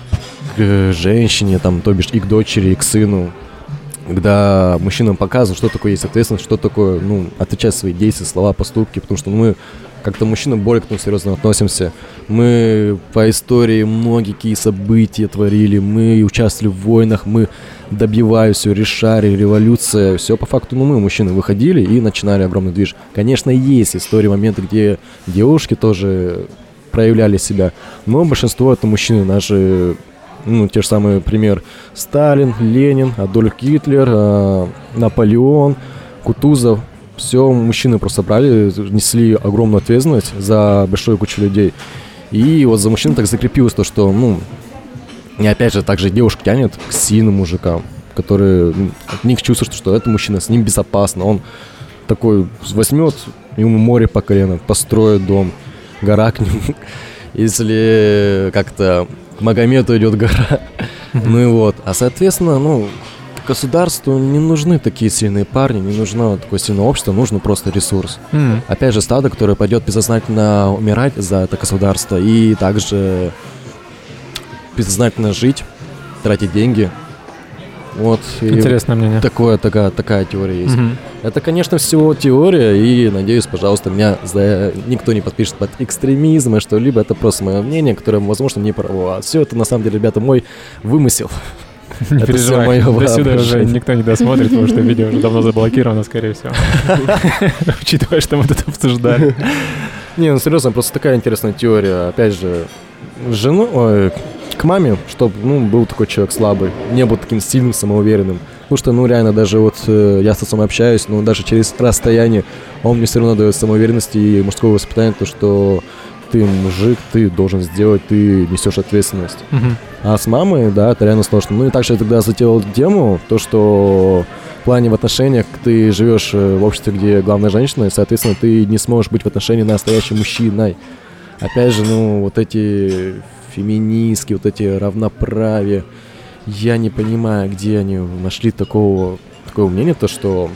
к женщине, там, то бишь и к дочери, и к сыну, когда мужчинам показывают, что такое есть ответственность, что такое, ну, отвечать свои действия, слова, поступки, потому что ну, мы как-то мужчинам более к этому серьезно относимся. Мы по истории многие какие события творили, мы участвовали в войнах, мы добивали все, решали, революция, все по факту, ну, мы, мужчины, выходили и начинали огромный движ. Конечно, есть истории, моменты, где девушки тоже проявляли себя, но большинство это мужчины, наши, ну, те же самые, пример, Сталин, Ленин, Адольф Гитлер, э, Наполеон, Кутузов. Все, мужчины просто брали, несли огромную ответственность за большую кучу людей. И вот за мужчин так закрепилось то, что, ну, и опять же, также девушка тянет к сильным мужикам, которые, ну, от них чувствуют, что это мужчина, с ним безопасно. Он такой возьмет, ему море по колено, построит дом, гора к нему. Если как-то к Магомету идет гора. Ну и вот. А соответственно, ну, государству не нужны такие сильные парни, не нужно такое сильное общество, нужно просто ресурс. Mm. Опять же, стадо, которое пойдет бессознательно умирать за это государство и также бессознательно жить, тратить деньги. Вот.
Интересное мнение.
Такое, такая, такая теория есть.
Mm-hmm.
Это, конечно, всего теория, и, надеюсь, пожалуйста, меня за... никто не подпишет под экстремизм и что-либо. Это просто мое мнение, которое, возможно, не право. А все это, на самом деле, ребята, мой вымысел.
Не переживай, до сюда уже никто не досмотрит, потому что видео уже давно заблокировано, скорее всего. Учитывая, что мы тут обсуждали.
Не, ну серьезно, просто такая интересная теория. Опять же, жену, ой, к маме, чтобы, ну, был такой человек слабый, не был таким сильным, самоуверенным. Потому что, ну, реально, даже вот э, я с отцом общаюсь, но даже через расстояние он мне все равно дает самоуверенности и мужского воспитания, то, что ты мужик, ты должен сделать, ты несешь ответственность. Uh-huh. А с мамой, да, это реально сложно. Ну и также я тогда затеял тему, то, что в плане в отношениях ты живешь в обществе, где главная женщина, и, соответственно, ты не сможешь быть в отношении настоящим мужчиной. Опять же, ну, вот эти феминистки, вот эти равноправия, я не понимаю, где они нашли такого, такого мнения, то, что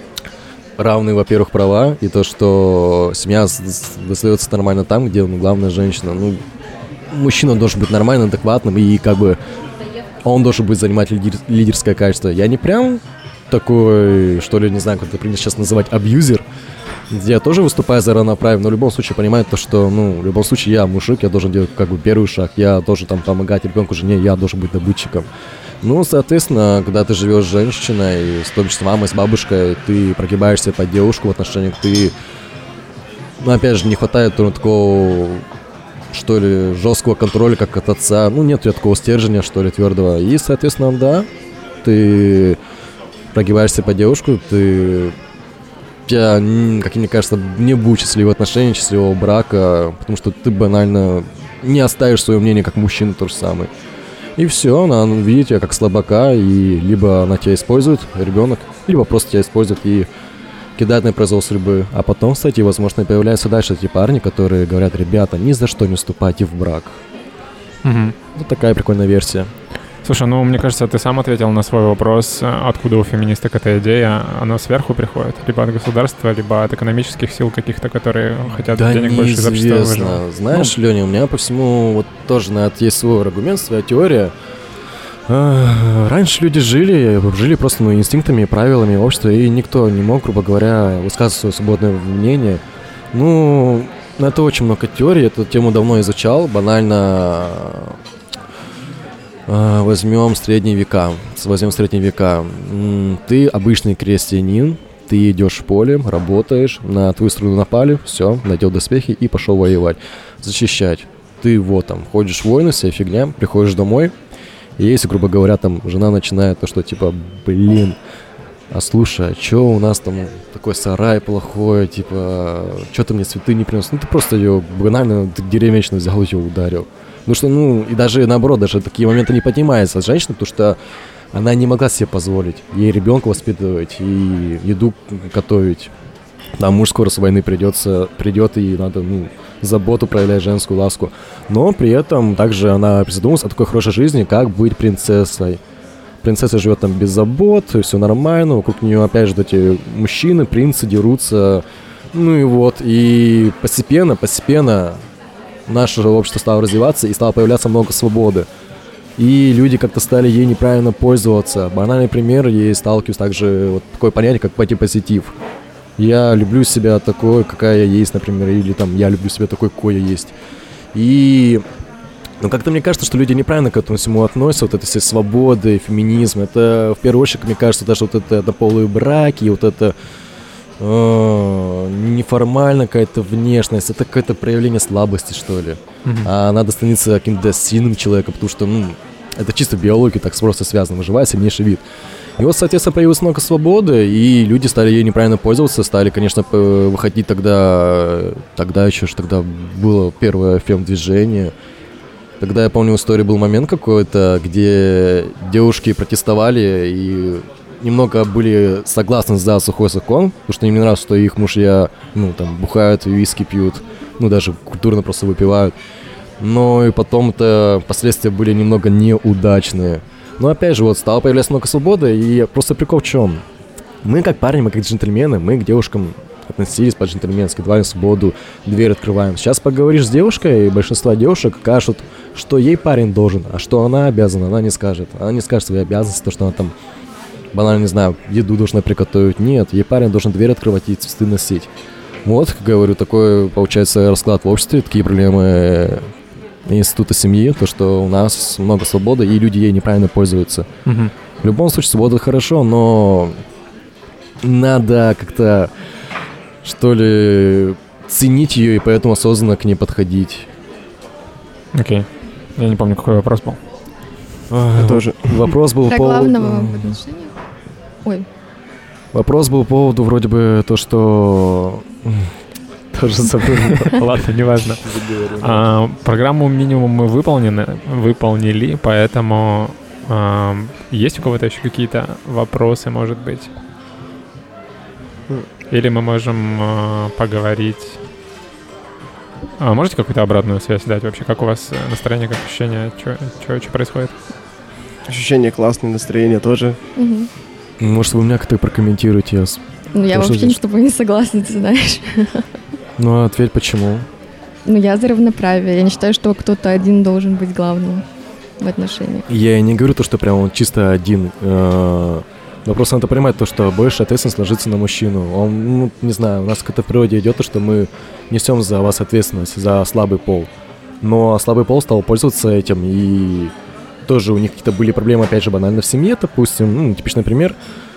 равные, во-первых, права, и то, что семья достается нормально там, где, ну, главная женщина. Ну, мужчина должен быть нормальным, адекватным, и как бы он должен быть занимать лидер, лидерское качество. Я не прям такой, что ли, не знаю, как это принято сейчас называть, абьюзер. Я тоже выступаю за равноправие, но в любом случае понимаю то, что, ну, в любом случае я мужик, я должен делать как бы первый шаг, я должен там помогать ребенку, жене, я должен быть добытчиком. Ну, соответственно, когда ты живешь с женщиной, с, то бишь с мамой, с бабушкой, ты прогибаешься под девушку в отношениях, ты, ну, опять же, не хватает такого, что ли, жесткого контроля, как от отца, ну, нет у тебя такого стержня, что ли, твердого, и, соответственно, да, ты прогибаешься под девушку, ты, у тебя, как мне кажется, не будет счастливого отношения, счастливого брака, потому что ты банально не оставишь свое мнение как мужчина то же самое. И все, она видит тебя как слабака, и либо она тебя использует, ребенок, либо просто тебя использует и кидает на произвол судьбы. А потом, кстати, возможно, появляются дальше эти парни, которые говорят: ребята, ни за что не вступайте в брак.
Угу.
Вот такая прикольная версия.
Слушай, ну, мне кажется, ты сам ответил на свой вопрос, откуда у феминисток эта идея. Она сверху приходит, либо от государства, либо от экономических сил каких-то, которые хотят
да
денег больше из общества выживать.
Знаешь, ну, Леня, у меня по всему вот тоже на это есть свой аргумент, своя теория. Раньше люди жили, жили просто ну, инстинктами, правилами общества, и никто не мог, грубо говоря, высказывать свое свободное мнение. Ну, это очень много теорий, эту тему давно изучал, банально возьмем средние века, возьмем средние века. Ты обычный крестьянин, ты идешь в поле, работаешь, на твою страну напали, все, надел доспехи и пошел воевать, защищать. Ты вот там, ходишь в войны, вся фигня, приходишь домой. И если, грубо говоря, там жена начинает то, что типа, блин, а слушай, а чё у нас там такой сарай плохой, типа, чё ты мне цветы не принес? Ну ты просто ее банально деревенщину взял, ее ударил. Ну что, ну, и даже наоборот, даже такие моменты не поднимаются от женщины, потому что она не могла себе позволить ей ребенка воспитывать и еду готовить. Там муж скоро с войны придется, придет, и надо, ну, заботу проявлять, женскую ласку. Но при этом также она задумалась о такой хорошей жизни, как быть принцессой. Принцесса живет там без забот, все нормально, вокруг нее опять же эти мужчины, принцы дерутся. Ну и вот, и постепенно, постепенно наше общество стало развиваться, и стало появляться много свободы. И люди как-то стали ей неправильно пользоваться. Банальный пример, ей сталкиваюсь также вот такое понятие, как бодипозитив. Я люблю себя такой, какая я есть, например, или там я люблю себя такой, какой я есть. И, ну, как-то мне кажется, что люди неправильно к этому всему относятся, вот это все свободы, феминизм. Это, в первую очередь, мне кажется, даже вот это однополые браки, вот это э, неформальная какая-то внешность, это какое-то проявление слабости, что ли. Mm-hmm. А надо становиться каким-то сильным человеком, потому что, ну, это чисто биология, так просто связано, выживает сильнейший вид. И вот, соответственно, появилось много свободы, и люди стали ей неправильно пользоваться, стали, конечно, выходить тогда, тогда еще, что тогда было первое фем-движение. Тогда, я помню, в истории был момент какой-то, где девушки протестовали и немного были согласны за сухой закон, потому что им не нравится, что их мужья, ну, там, бухают, виски пьют, ну, даже культурно просто выпивают. Но и потом это последствия были немного неудачные. Но опять же, вот стало появляться много свободы, и просто прикол в чем? Мы как парни, мы как джентльмены, мы к девушкам относились по-джентльменски, давали свободу, дверь открываем. Сейчас поговоришь с девушкой, и большинство девушек скажут, что ей парень должен, а что она обязана, она не скажет. Она не скажет свои обязанности, то, что она там, банально, не знаю, еду должна приготовить. Нет, ей парень должен дверь открывать и цветы носить. Вот, как говорю, такой, получается, расклад в обществе, такие проблемы института семьи, то, что у нас много свободы, и люди ей неправильно пользуются. Mm-hmm. В любом случае, свобода хорошо, но надо как-то, что ли, ценить ее, и поэтому осознанно к ней подходить.
Окей. Okay. Я не помню, какой вопрос был.
Я тоже. Вопрос был по поводу...
главного в отношениях. Ой.
Вопрос был по поводу вроде бы то, что... Тоже забыл.
Ладно, неважно. А, программу минимум мы выполнены, выполнили, поэтому а, есть у кого-то еще какие-то вопросы, может быть? Или мы можем а, поговорить... А, можете какую-то обратную связь дать вообще? Как у вас настроение, как ощущение? Что происходит?
Ощущение классное, настроение тоже.
Угу.
Может, вы меня как-то прокомментируете? Я...
Ну, я вообще ни с тобой не согласна, ты знаешь.
Ну, ответь, почему?
Ну, я за равноправие. Я не считаю, что кто-то один должен быть главным в отношениях.
Я и не говорю то, что прям он чисто один. Но просто надо понимать то, что больше ответственность ложится на мужчину. Он, ну, не знаю, у нас как-то в природе идет то, что мы несем за вас ответственность, за слабый пол. Но слабый пол стал пользоваться этим, и тоже у них какие-то были проблемы, опять же, банально в семье, допустим. Ну, типичный пример.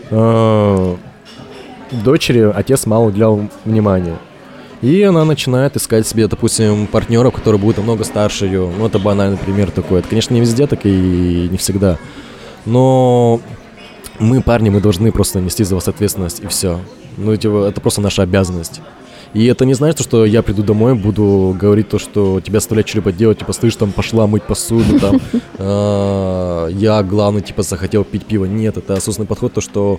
Дочери отец мало уделял внимания. И она начинает искать себе, допустим, партнеров, которые будут намного старше ее. Ну, это банальный пример такой. Это, конечно, не везде так и не всегда. Но мы, парни, мы должны просто нести за вас ответственность, и все. Ну, типа, это просто наша обязанность. И это не значит, что я приду домой, буду говорить то, что тебя оставлять что-либо делать, типа, слышь, там, пошла мыть посуду, там, я, главный, типа, захотел пить пиво. Нет, это осознанный подход, то, что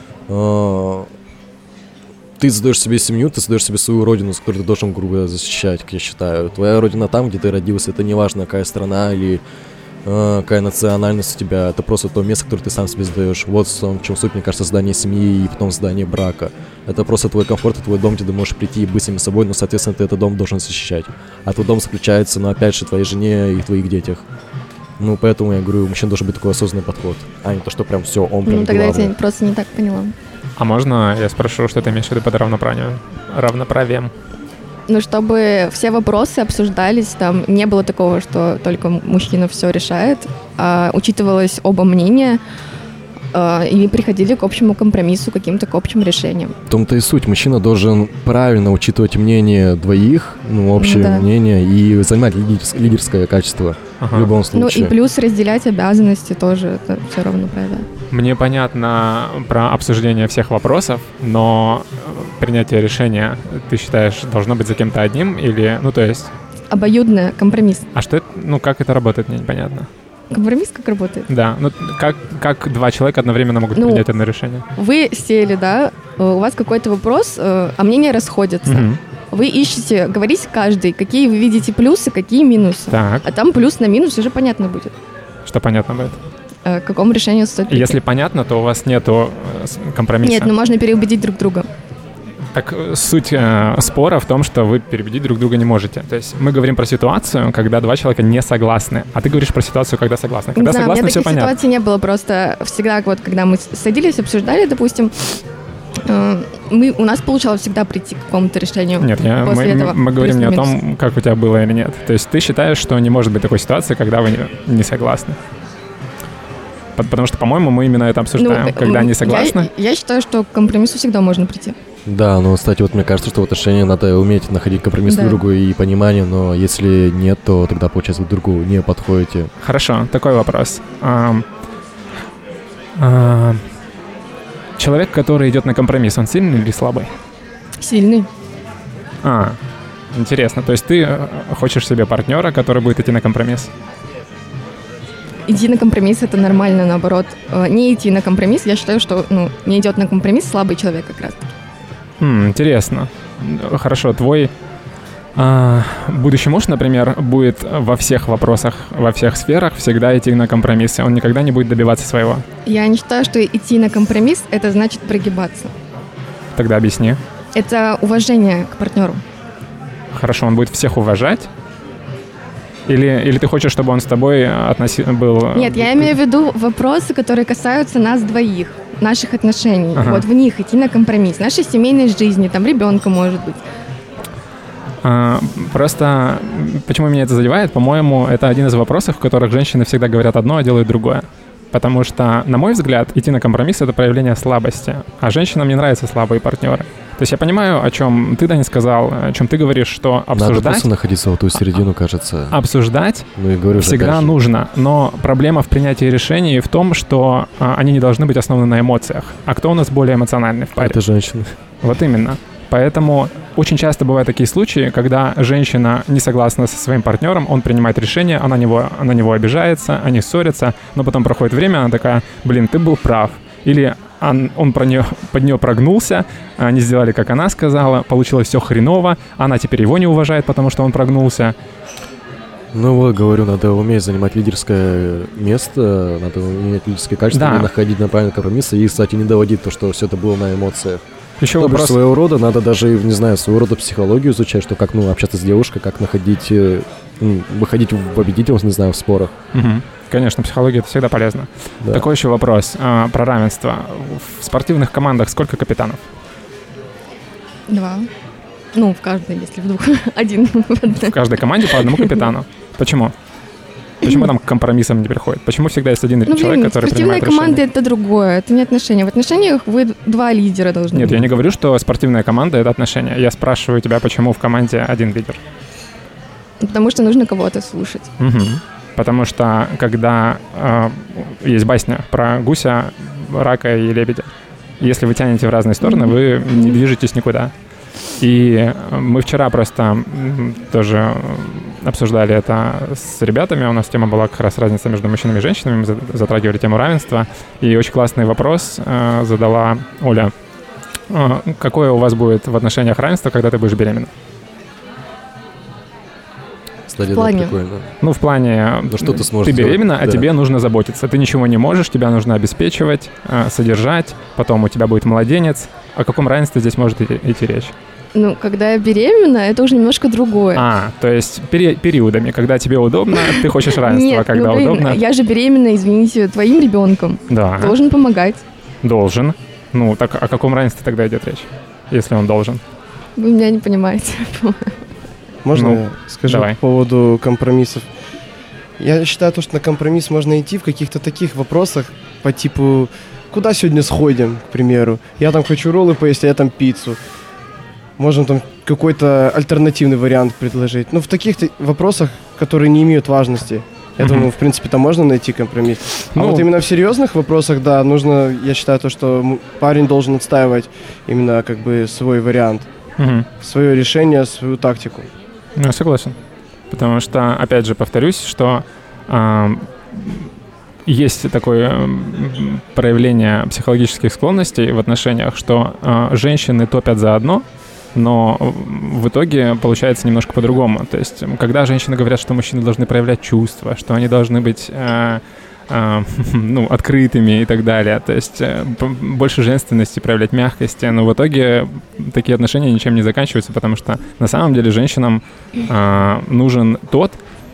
ты создаешь себе семью, ты создаешь себе свою родину, с которой ты должен, грубо говоря, защищать, как я считаю. Твоя родина там, где ты родился, это не важно, какая страна или э, какая национальность у тебя, это просто то место, которое ты сам себе создаешь. Вот в чем суть, мне кажется, создания семьи и потом создания брака. Это просто твой комфорт и твой дом, где ты можешь прийти и быть самим собой, но, соответственно, ты этот дом должен защищать. А твой дом заключается, ну, опять же, в твоей жене и твоих детях. Ну, поэтому я говорю, у мужчин должен быть такой осознанный подход, а не то, что прям все, он прям
Ну, тогда я
главный.
тебя просто не так поняла.
А можно я спрошу, что ты имеешь в виду под равноправием? Равноправием.
Ну, чтобы все вопросы обсуждались, там не было такого, что только мужчина все решает, а учитывалось оба мнения, э, и приходили к общему компромиссу, каким-то к общим решениям.
В том-то и суть. Мужчина должен правильно учитывать мнение двоих, ну, общее
Да.
мнение, и занимать лидерс- лидерское качество
Ага.
в любом
Ну
случае.
и плюс разделять обязанности тоже, это все равно правда.
Мне понятно про обсуждение всех вопросов, но э, принятие решения, ты считаешь, должно быть за кем-то одним или, ну, то есть,
Обоюдно компромисс.
а что это, ну, как это работает, мне непонятно.
Компромисс как работает?
Да, ну, как, как два человека одновременно могут
Ну,
принять одно решение?
Вы сели, да, э, у вас какой-то вопрос, э, а мнения расходятся.
Мгм.
Вы ищете, говорите каждый, какие вы видите плюсы, какие минусы.
Так,
А там плюс на минус уже понятно будет,
что понятно будет.
э, к какому решению стоит
И
прийти.
если понятно, то у вас нету э, с- компромисса.
Нет, ну можно переубедить друг друга.
Так э, суть э, спора в том, что вы переубедить друг друга не можете. То есть мы говорим про ситуацию, когда два человека не согласны, а ты говоришь про ситуацию, когда согласны. Когда
Не знаю, у
согласны,
меня
все
таких
понятно.
ситуаций не было, просто всегда, вот когда мы с- садились, обсуждали, допустим, э, мы, у нас получалось всегда прийти к какому-то решению.
Нет, я, мы,
после этого.
мы говорим не о
Плюс-минус.
том, как у тебя было или нет. То есть ты считаешь, что не может быть такой ситуации, когда вы не, не согласны. По- Потому что, по-моему, мы именно это обсуждаем.
Ну,
когда
м,
не согласны,
Я, я считаю, что к компромиссу всегда можно прийти.
Да, но, кстати, вот мне кажется, что в отношениях надо уметь находить компромисс
Да.
друг другу и понимание, но если нет, то тогда, получается, вы друг другу не подходите.
Хорошо, такой вопрос. Ам, а, человек, который идет на компромисс, он сильный или слабый?
Сильный.
А, интересно. То есть ты э, хочешь себе партнера, который будет идти на компромисс?
Идти на компромисс — это нормально, наоборот. Э, Не идти на компромисс, я считаю, что ну, не идет на компромисс слабый человек как раз.
Хм, интересно. Хорошо, твой а, будущий муж, например, будет во всех вопросах, во всех сферах всегда идти на компромиссы. Он никогда не будет добиваться своего.
Я не считаю, что идти на компромисс — это значит прогибаться.
Тогда объясни.
Это уважение к партнеру.
Хорошо, он будет всех уважать? Или, или ты хочешь, чтобы он с тобой относи... был...
Нет, я имею в виду вопросы, которые касаются нас двоих, наших отношений.
Ага.
Вот в них идти на компромисс, нашей семейной жизни, там ребенка может быть.
А, просто м, почему меня это задевает? По-моему, это один из вопросов, в которых женщины всегда говорят одно, а делают другое. Потому что, на мой взгляд, идти на компромисс — это проявление слабости. А женщинам не нравятся слабые партнеры. То есть я понимаю, о чем ты, Дани, сказал, о чем ты говоришь, что
Надо
обсуждать,
просто находить золотую середину, кажется.
обсуждать
Ну и говорю же,
всегда
опять же,
нужно. Но проблема в принятии решений в том, что а, они не должны быть основаны на эмоциях. А кто у нас более эмоциональный в паре?
это женщина.
Вот именно. Поэтому очень часто бывают такие случаи, когда женщина не согласна со своим партнером, он принимает решение, она него, на него обижается, они ссорятся, но потом проходит время, она такая: блин, ты был прав. Или он, он про нее, под нее прогнулся, они сделали, как она сказала, получилось все хреново, она теперь его не уважает, потому что он прогнулся.
Ну вот, говорю, надо уметь занимать лидерское место, надо уметь лидерские качества,
Да.
и находить на правильный компромисс, и, кстати, не доводить то, что все это было на эмоциях.
Еще
То бишь,
вопрос.
своего рода надо даже, не знаю, своего рода психологию изучать, что как, ну, общаться с девушкой, как находить, э, ну, выходить в победителя, не знаю, в спорах.
Мгм. Конечно, психология — это всегда полезно.
Да.
Такой еще вопрос а, про равенство. В спортивных командах сколько капитанов?
Два. Ну, в каждой, если в двух. Один.
В каждой команде по одному капитану. Почему? Почему там к компромиссам не приходит? Почему всегда есть один
Ну,
человек,
блин,
который
спортивная
принимает
команда —
решение?
это другое, это не отношения. В отношениях вы два лидера должны
Нет,
быть.
я не говорю, что спортивная команда — это отношения. Я спрашиваю тебя, почему в команде один лидер.
Потому что нужно кого-то слушать.
Мгм. Потому что когда э, есть басня про гуся, рака и лебедя, если вы тянете в разные стороны, вы не движетесь никуда. И мы вчера просто м, тоже обсуждали это с ребятами. У нас тема была как раз разница между мужчинами и женщинами. Мы за- затрагивали тему равенства. И очень классный вопрос э, задала Оля. Э, какое у вас будет в отношениях равенство, когда ты будешь беременна?
Кстати,
В
да,
плане?
прикольно.
Ну, в плане,
Ну, что ты сможешь
ты
сделать?
беременна, а
Да.
тебе нужно заботиться. Ты ничего не можешь, тебя нужно обеспечивать, э, содержать. Потом у тебя будет младенец. О каком равенстве здесь может идти, идти речь?
Ну, когда я беременна, это уже немножко другое.
А, то есть пери- периодами, когда тебе удобно, ты хочешь равенства,
Нет,
когда
ну, блин,
удобно.
я же беременна, извините, твоим ребенком.
Да.
Должен помогать.
Должен. Ну, так о каком равенстве тогда идет речь, если он должен?
Вы меня не понимаете.
Можно
Ну,
я скажу
давай.
по поводу компромиссов? Я считаю, то, что на компромисс можно идти в каких-то таких вопросах по типу «Куда сегодня сходим?» к примеру. Я там хочу роллы поесть, а я там пиццу. Можем там какой-то альтернативный вариант предложить. Ну, в таких вопросах, которые не имеют важности. Я
Мгм.
думаю, в принципе, там можно найти компромисс.
Ну,
а вот именно в серьезных вопросах, да, нужно, я считаю, то, что м- парень должен отстаивать именно как бы свой вариант,
Мгм.
свое решение, свою тактику.
Ну, я согласен. Потому что, опять же, повторюсь, что а, есть такое м, проявление психологических склонностей в отношениях, что а, женщины топят за одно, но в итоге получается немножко по-другому. То есть, когда женщины говорят, что мужчины должны проявлять чувства, что они должны быть а, а, ну, открытыми и так далее, то есть э, п- больше женственности, проявлять мягкости, но в итоге такие отношения ничем не заканчиваются, потому что на самом деле женщинам а, нужен тот,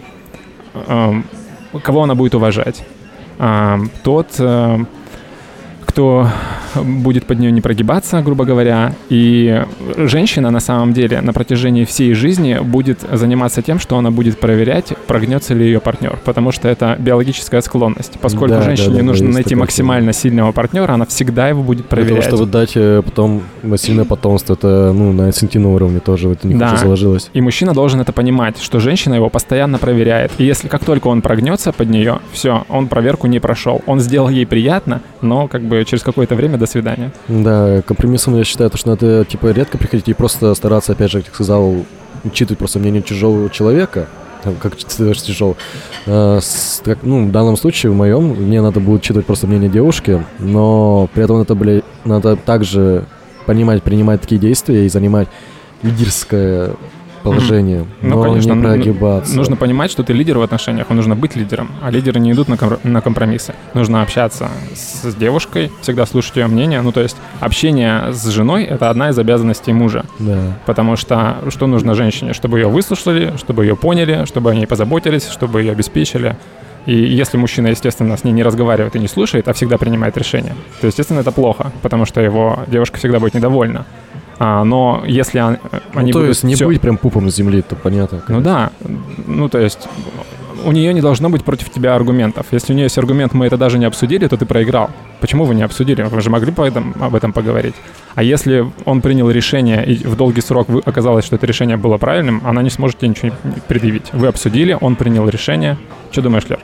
а, кого она будет уважать, а, тот, а, кто будет под нее не прогибаться, грубо говоря, и женщина на самом деле на протяжении всей жизни будет заниматься тем, что она будет проверять, прогнется ли ее партнер, потому что это биологическая склонность. Поскольку
Да,
женщине
да, да,
нужно
есть
найти
такое
максимально сильного партнера, она всегда его будет
Для
проверять.
того, чтобы дать э, потом сильное потомство, это ну, на инстинктивном уровне тоже это не
Да.
заложилось.
И мужчина должен это понимать, что женщина его постоянно проверяет. И если как только он прогнется под нее, все, он проверку не прошел. Он сделал ей приятно, но как бы через какое-то время до свидания.
Да, компромиссом я считаю, то, что надо типа редко приходить и просто стараться, опять же, как я сказал, учитывать просто мнение чужого человека, там, как тяжело. А, с- как, ну, в данном случае, в моем, мне надо будет учитывать просто мнение девушки, но при этом это, бля, надо также понимать, принимать такие действия и занимать лидерское положение,
Ну,
но
конечно,
не
ну,
прогибаться.
Нужно понимать, что ты лидер в отношениях, и нужно быть лидером. А лидеры не идут на, ком- на компромиссы. Нужно общаться с, с девушкой, всегда слушать ее мнение. Ну, то есть общение с женой — это одна из обязанностей мужа.
Да.
Потому что что нужно женщине? Чтобы ее выслушали, чтобы ее поняли, чтобы о ней позаботились, чтобы ее обеспечили. И если мужчина, естественно, с ней не разговаривает и не слушает, а всегда принимает решение, то, естественно, это плохо, потому что его девушка всегда будет недовольна. А, но если он- они
Ну, то
будут
есть не
всё-
быть прям пупом с земли, то понятно.
Ну да, ну то есть у нее не должно быть против тебя аргументов. Если у нее есть аргумент, мы это даже не обсудили, то ты проиграл. Почему вы не обсудили? Вы же могли по этом, об этом поговорить. А если он принял решение, и в долгий срок вы- оказалось, что это решение было правильным, она не сможет тебе ничего не предъявить. Вы обсудили, он принял решение. Что думаешь, Лер?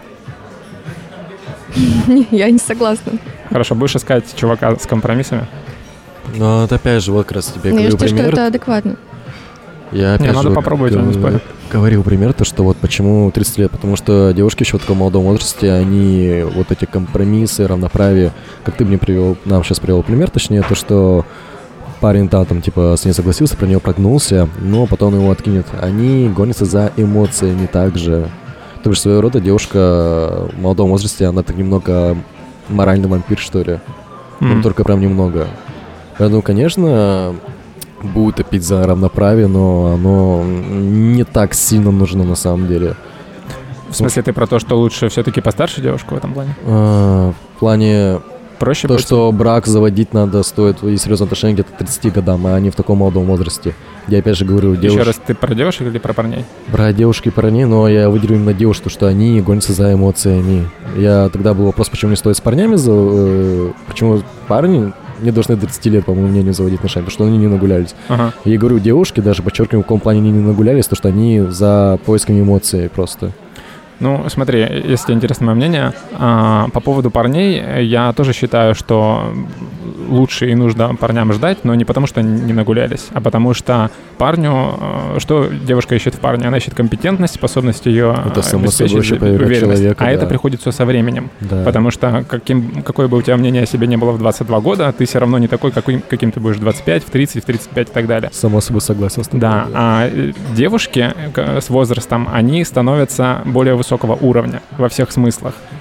Я не согласна.
Хорошо, будешь искать чувака с компромиссами?
Ну, вот опять же, вот как раз тебе
Но я
говорю
считаю, что
пример.
это адекватно.
Я опять
Не, надо
же
попробовать,
г-
я не спорю.
говорил пример, то, что вот почему тридцать лет, потому что девушки еще в таком молодом возрасте, они вот эти компромиссы, равноправие, как ты мне привел, нам сейчас привел пример, точнее, то, что парень там, там типа с ней согласился, про нее прогнулся, но потом его откинет. Они гонятся за эмоциями также. То есть своего рода девушка в молодом возрасте, она так немного моральный вампир, что ли. Ну,
М.
только прям немного. Поэтому, конечно, будет топить за равноправие, но оно не так сильно нужно на самом деле.
В смысле, ты про то, что лучше все-таки постарше девушку в этом плане?
А, в плане
Проще
то,
быть?
что брак заводить надо, стоит и серьезные отношения где-то к тридцати годам, а не в таком молодом возрасте. Я опять же говорю,
Еще
девушки,
раз, ты про девушек или про парней?
про девушки и парней, но я выделю именно девушек, что они гонятся за эмоциями. Я тогда был вопрос, почему не стоит с парнями, за, э, почему парни не должны до тридцати лет, по моему мнению, заводить отношения, потому что они не нагулялись.
Ага.
Я говорю, девушки, даже подчеркиваю, в каком плане они не нагулялись, то что они за поиском эмоций просто.
Ну, смотри, если интересно мое мнение, а, по поводу парней, я тоже считаю, что лучше и нужно парням ждать, но не потому, что они не нагулялись, а потому что парню, э, что девушка ищет в парне? Она ищет компетентность, способность ее
Это само
обеспечить,
собой еще проверять
уверенность.
человека,
а
да.
это приходит все со временем.
Да.
Потому что каким, какое бы у тебя мнение о себе не было в двадцать два года, ты все равно не такой, каким, каким ты будешь в двадцать пять, в тридцать, в тридцать пять и так далее.
Само собой согласен с тобой.
Да, а э, девушки к- с возрастом, они становятся более высокого уровня во всех смыслах.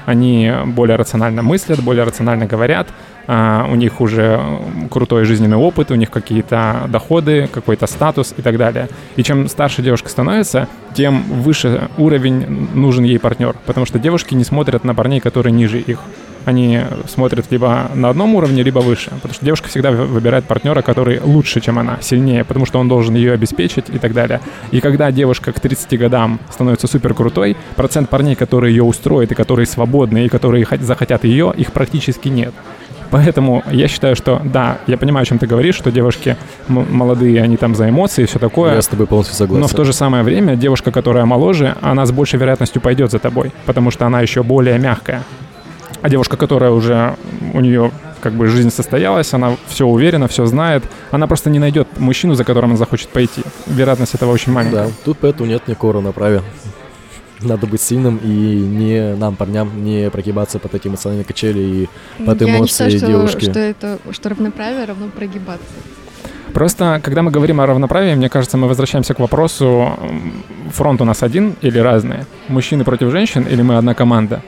Они более рационально мыслят, более рационально говорят, а, у них уже крутой жизненный опыт, у них какие-то доходы, какой-то статус и так далее. И чем старше девушка становится, тем выше уровень нужен ей партнер, потому что девушки не смотрят на парней, которые ниже их. Они смотрят либо на одном уровне, либо выше. Потому что девушка всегда выбирает партнера, который лучше, чем она, сильнее, потому что он должен ее обеспечить и так далее. И когда девушка к тридцати годам становится супер крутой, процент парней, которые ее устроят и которые свободны, и которые захотят ее, их практически нет. Поэтому я считаю, что да, я понимаю, о чем ты говоришь, что девушки м- молодые, они там за эмоции и все такое.
Я с тобой полностью согласен.
Но в то же самое время девушка, которая моложе, она с большей вероятностью пойдет за тобой, потому что она еще более мягкая. А девушка, которая уже, у нее как бы жизнь состоялась, она все уверена, все знает, она просто не найдет мужчину, за которым она захочет пойти. Вероятность этого очень маленькая.
Да, тут поэтому нет никакого равноправия. Надо быть сильным и не нам, парням, не прогибаться под эти эмоциональные качели и под
Я
эмоции
не считаю, что,
девушки.
что, это, что равноправие равно прогибаться.
Просто, когда мы говорим о равноправии, мне кажется, мы возвращаемся к вопросу, фронт у нас один или разные? Мужчины против женщин или мы одна команда?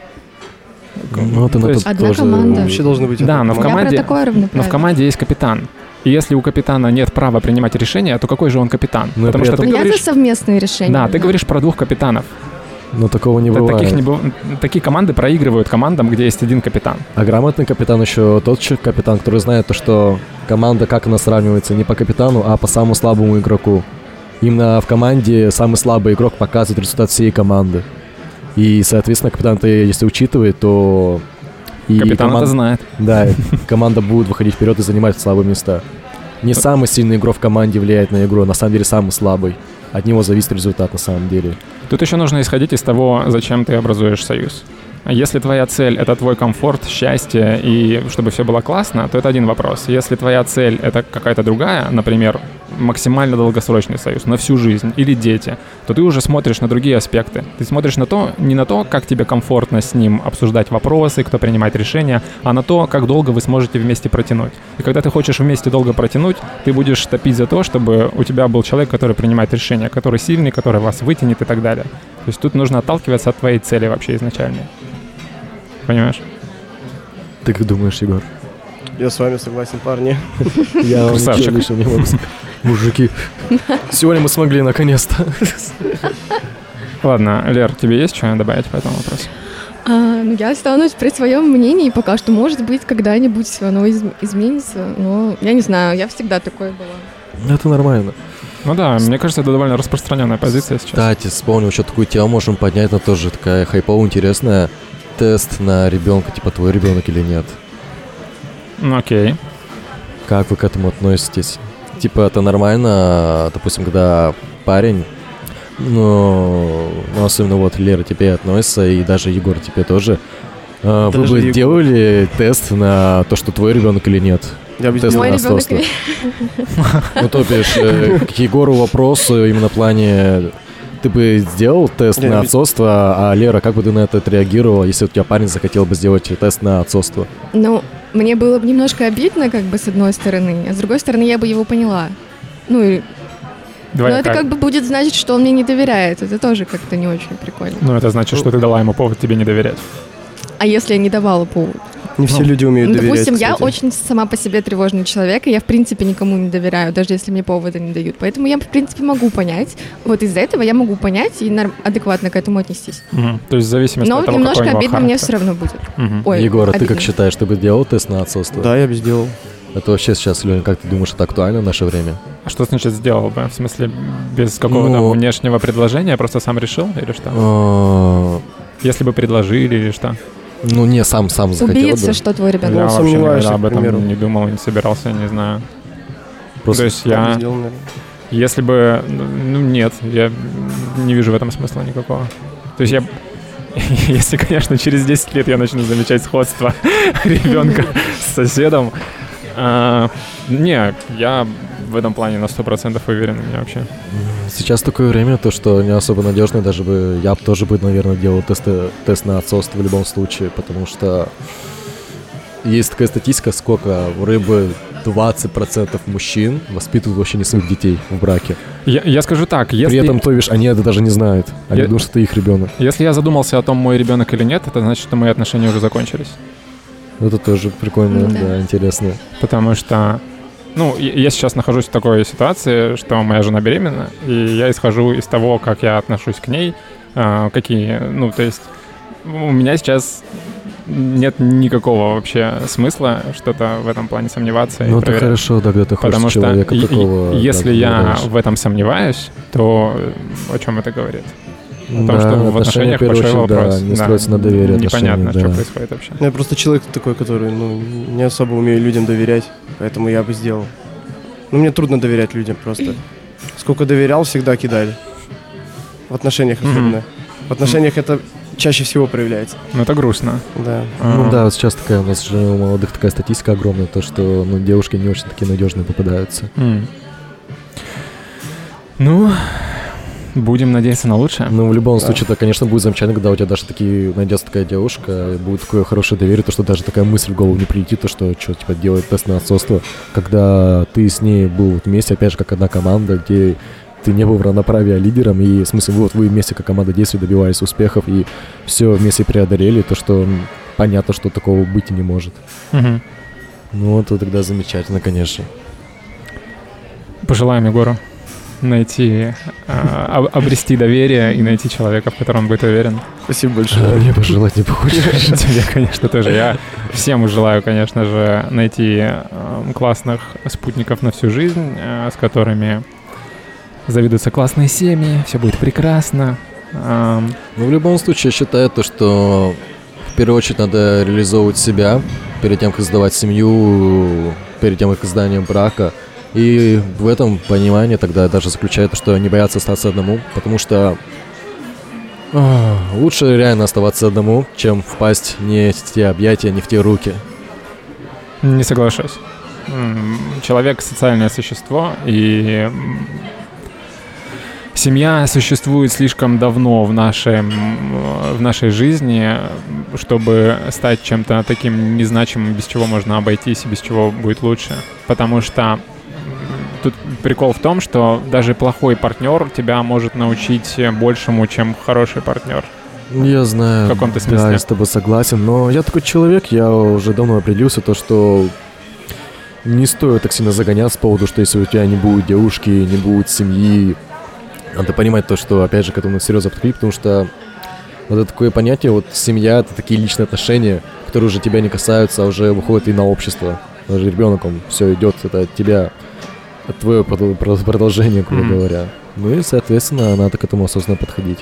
Ну, это
То есть
одна
тоже...
команда.
Вообще должны быть...
Да, но в
Я
команде,
про такое равноправие.
но в команде есть капитан. И если у капитана нет права принимать решения, то какой же он капитан?
Ну и
Потому
при
что
этом-
ты
Ну, я
говоришь...
за совместные решения.
Да, ты говоришь про двух капитанов.
Но такого не
Т-
бывает.
Таких не быв- Такие команды проигрывают командам, где есть один капитан.
А грамотный капитан еще тот человек, капитан, который знает то, что команда, как она сравнивается, не по капитану, а по самому слабому игроку. Именно в команде самый слабый игрок показывает результат всей команды. И, соответственно, капитан-то, если учитывает, то... И
Капитан
коман-
это знает.
Да, команда будет выходить вперед и занимать слабые места. Не самый сильный игрок в команде влияет на игру, на самом деле самый слабый. От него зависит результат на самом деле.
Тут еще нужно исходить из того, зачем ты образуешь союз. Если твоя цель — это твой комфорт, счастье и чтобы все было классно, то это один вопрос. Если твоя цель — это какая-то другая, например, максимально долгосрочный союз, на всю жизнь или дети, то ты уже смотришь на другие аспекты. Ты смотришь на то, не на то, как тебе комфортно с ним обсуждать вопросы, кто принимает решения, а на то, как долго вы сможете вместе протянуть. И когда ты хочешь вместе долго протянуть, ты будешь топить за то, чтобы у тебя был человек, который принимает решения, который сильный, который вас вытянет и так далее. То есть тут нужно отталкиваться от твоей цели вообще изначальной. Понимаешь?
Ты как думаешь, Егор?
Я с вами согласен, парни.
Я вам
Красавчик.
ничего лишнего не могу сказать. Мужики, сегодня мы смогли наконец-то.
Ладно, Лер, тебе есть что добавить по этому вопросу?
А, ну, я останусь при своем мнении пока что. Может быть, когда-нибудь оно из- изменится. Но я не знаю, я всегда такой была.
Это нормально.
Ну да, мне кажется, это довольно распространенная позиция сейчас.
Кстати, вспомнил, еще такую тему можем поднять, но тоже такая хайповая, интересная. Тест на ребенка, типа твой ребенок или нет.
Ну окей.
Как вы к этому относитесь? Типа это нормально, допустим, когда парень, ну, ну особенно вот Лера тебе относится, и даже Егор тебе тоже, э, вы
Даже
бы
Егор.
делали тест на то, что твой ребенок или нет?
Я бы
Тест
сделал.
Мой
на
ребенок
отцовство.
или-
Ну, то бишь, э, к Егору вопрос э, именно в плане... Ты бы сделал тест
Я
на
бы-
отцовство, а Лера, как бы ты на это отреагировала, если у тебя парень захотел бы сделать тест на отцовство?
Ну, мне было бы немножко обидно, как бы, с одной стороны, а с другой стороны, я бы его поняла. Ну, и,
Давай
но это
так.
как бы будет значить, что он мне не доверяет. Это тоже как-то не очень прикольно.
Ну это значит, что ты дала ему повод тебе не доверять.
А если я не давала повод?
Не все люди умеют
Ну,
доверять,
допустим, я
кстати.
очень сама по себе тревожный человек, и я, в принципе, никому не доверяю, даже если мне повода не дают. Поэтому я, в принципе, могу понять. Вот из-за этого я могу понять и норм- адекватно к этому отнестись.
Мгм. То есть в зависимости
Но
от того,
немножко
какой у него
обидно мне
характер.
все равно будет.
Мгм.
Ой,
Егор, а ты
обидно.
как считаешь, ты бы делал тест на отцовство?
Да, я бы сделал.
Это вообще сейчас, Леня, как ты думаешь, это актуально в наше время?
А что значит сделал бы? В смысле, без какого-то
Ну-
внешнего предложения, просто сам решил или что?
А,
Если бы предложили или что?
Ну, не, сам, сам захотел
Убедиться,
бы.
что твой ребенок.
Я
Ну,
вообще
сомневаюсь,
никогда об
к примеру.
этом не думал, не собирался, не знаю.
Просто
То есть
Я бы
я,
сделал, наверное.
если бы, ну нет, я не вижу в этом смысла никакого. То есть я, если, конечно, через десять лет я начну замечать сходство ребенка с соседом, а, не, я в этом плане на сто процентов уверен, у меня вообще.
Сейчас такое время, то, что не особо надежно, даже бы я бы тоже бы, наверное, делал тесты, тест на отцовство в любом случае, потому что есть такая статистика, сколько у рыбы двадцать процентов мужчин воспитывают вообще не своих детей в браке.
Я, я скажу так, если...
При этом, то бишь, они это даже не знают. Они
Я-
думают, что это их ребенок.
Если я задумался о том, мой ребенок или нет, это значит, что мои отношения уже закончились.
Это тоже прикольно,
Да.
да, интересно.
Потому что, ну, я я сейчас нахожусь в такой ситуации, что моя жена беременна, и я исхожу из того, как я отношусь к ней, а, какие, ну, то есть у меня сейчас нет никакого вообще смысла что-то в этом плане сомневаться и
Ну, это
проверять.
хорошо, да, когда ты хочешь
Потому что
человека
и- и-
такого...
если
да,
я
выбираешь.
в этом сомневаюсь, то э, о чем это говорит? О том,
Да,
что в
отношения,
отношениях
в первую
большой
очередь, да,
вопрос.
не строятся на доверии
Непонятно,
отношений,
что
да.
происходит вообще.
Ну, я просто человек такой, который, ну, не особо умею людям доверять, поэтому я бы сделал. Ну, мне трудно доверять людям просто. Сколько доверял, всегда кидали. В отношениях
Мгм.
особенно. В отношениях это чаще всего проявляется.
Ну, это грустно.
Да.
Ну
А,
да, вот сейчас такая у нас же у молодых такая статистика огромная, то что ну, девушки не очень такие надежные попадаются.
м. Ну, будем надеяться на лучшее.
Ну, в любом
Да.
случае, это, конечно, будет замечательно, когда у тебя даже такие найдется такая девушка, и будет такое хорошее доверие, то что даже такая мысль в голову не прилетит, то что что типа делает тест на отцовство, когда ты с ней был вот вместе, опять же, как одна команда, где ты не был в равноправии лидером, и в смысле, вот вы вместе как команда действий добивались успехов, и все вместе преодолели, то что м, понятно, что такого быть и не может.
Мгм.
Ну, это тогда замечательно, конечно.
Пожелаем Егору найти, а, об- обрести доверие и найти человека, в котором он будет уверен.
Спасибо большое.
А, мне пожелать не хочешь.
Тебе, конечно, тоже. Я всем желаю, конечно же, найти э, классных спутников на всю жизнь, э, с которыми заведутся классные семьи, все будет прекрасно. Ам,
Ну, в любом случае, я считаю то, что в первую очередь надо реализовывать себя перед тем, как создавать семью, перед тем, как создание брака. И в этом понимании тогда даже заключается, что не бояться остаться одному, потому что а, лучше реально оставаться одному, чем впасть не в те объятия, не в те руки.
Не соглашусь. М, Человек — социальное существо, и м, семья существует слишком давно в, нашем, в нашей жизни, чтобы стать чем-то таким незначимым, без чего можно обойтись и без чего будет лучше. Потому что м, тут прикол в том, что даже плохой партнер тебя может научить большему, чем хороший партнер.
Я знаю.
В каком-то
Да,
смысле.
я с тобой согласен, но я такой человек, я уже давно определился, то, что не стоит так сильно загоняться по поводу, что если у тебя не будет девушки, не будет семьи, надо понимать то, что, опять же, к этому серьезно подходить, потому что вот это такое понятие, вот семья — это такие личные отношения, которые уже тебя не касаются, а уже выходят и на общество. Даже ребенок, он все идет, это от тебя, от твоего продол- продол- продолжения, грубо
Мгм.
говоря. Ну и, соответственно, надо к этому осознанно подходить.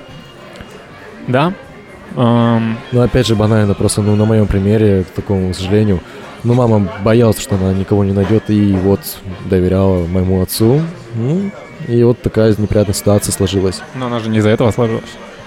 Да? Ам,
Ну, опять же, банально, просто, ну, на моем примере, к такому, к сожалению, ну, мама боялась, что она никого не найдет, и вот доверяла моему отцу. Ну, и вот такая неприятная ситуация сложилась.
но она же не из-за этого сложилась.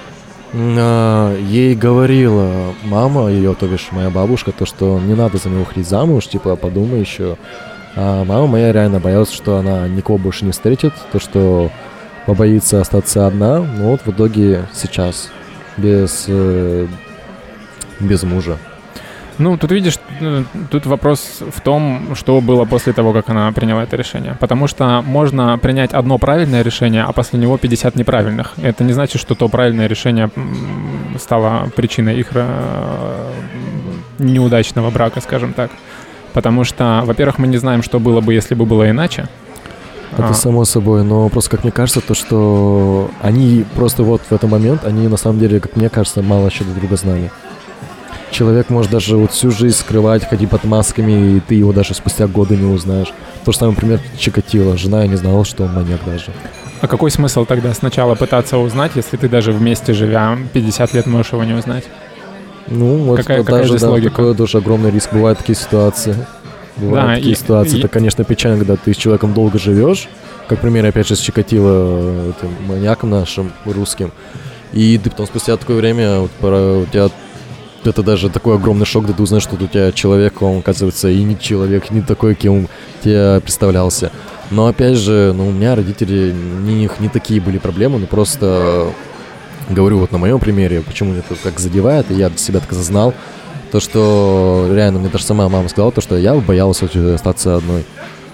А, ей говорила мама ее, то бишь моя бабушка, то, что не надо за него выходить замуж, типа, подумай еще. А мама моя реально боялась, что она никого больше не встретит, то, что побоится остаться одна. Ну, вот в итоге сейчас без, э, без мужа.
Ну, тут видишь, э, тут вопрос в том, что было после того, как она приняла это решение. Потому что можно принять одно правильное решение, а после него пятьдесят неправильных. Это не значит, что то правильное решение м, стало причиной их э, неудачного брака, скажем так. Потому что, во-первых, мы не знаем, что было бы, если бы было иначе.
Это
А,
само собой, но просто, как мне кажется, то, что они просто вот в этот момент, они на самом деле, как мне кажется, мало еще друг друга знали. Человек может даже вот всю жизнь скрывать, ходить под масками, и ты его даже спустя годы не узнаешь. То же самое, например, Чикатило. Жена не знала, что он маньяк даже.
А какой смысл тогда сначала пытаться узнать, если ты даже вместе живя пятьдесят лет можешь его не узнать?
Ну, вот
Какая-
вот
какая
даже
здесь
да,
логика?
такой тоже огромный риск. Бывают такие ситуации. Бывают
Да,
такие
и-
ситуации.
и-
Это, конечно, печально, когда ты с человеком долго живешь. Как пример, опять же, с Чикатило, этим маньяком нашим русским. И ты потом спустя такое время вот, пора- у тебя это даже такой огромный шок, когда ты узнаешь, что у тебя человек, он, оказывается, и не человек, не такой, кем он тебе представлялся. Но, опять же, ну, у меня родители, у них не такие были проблемы, но просто говорю вот на моем примере, почему меня это как задевает, и я для себя так осознал, то, что реально мне даже сама мама сказала, то, что я боялась остаться одной.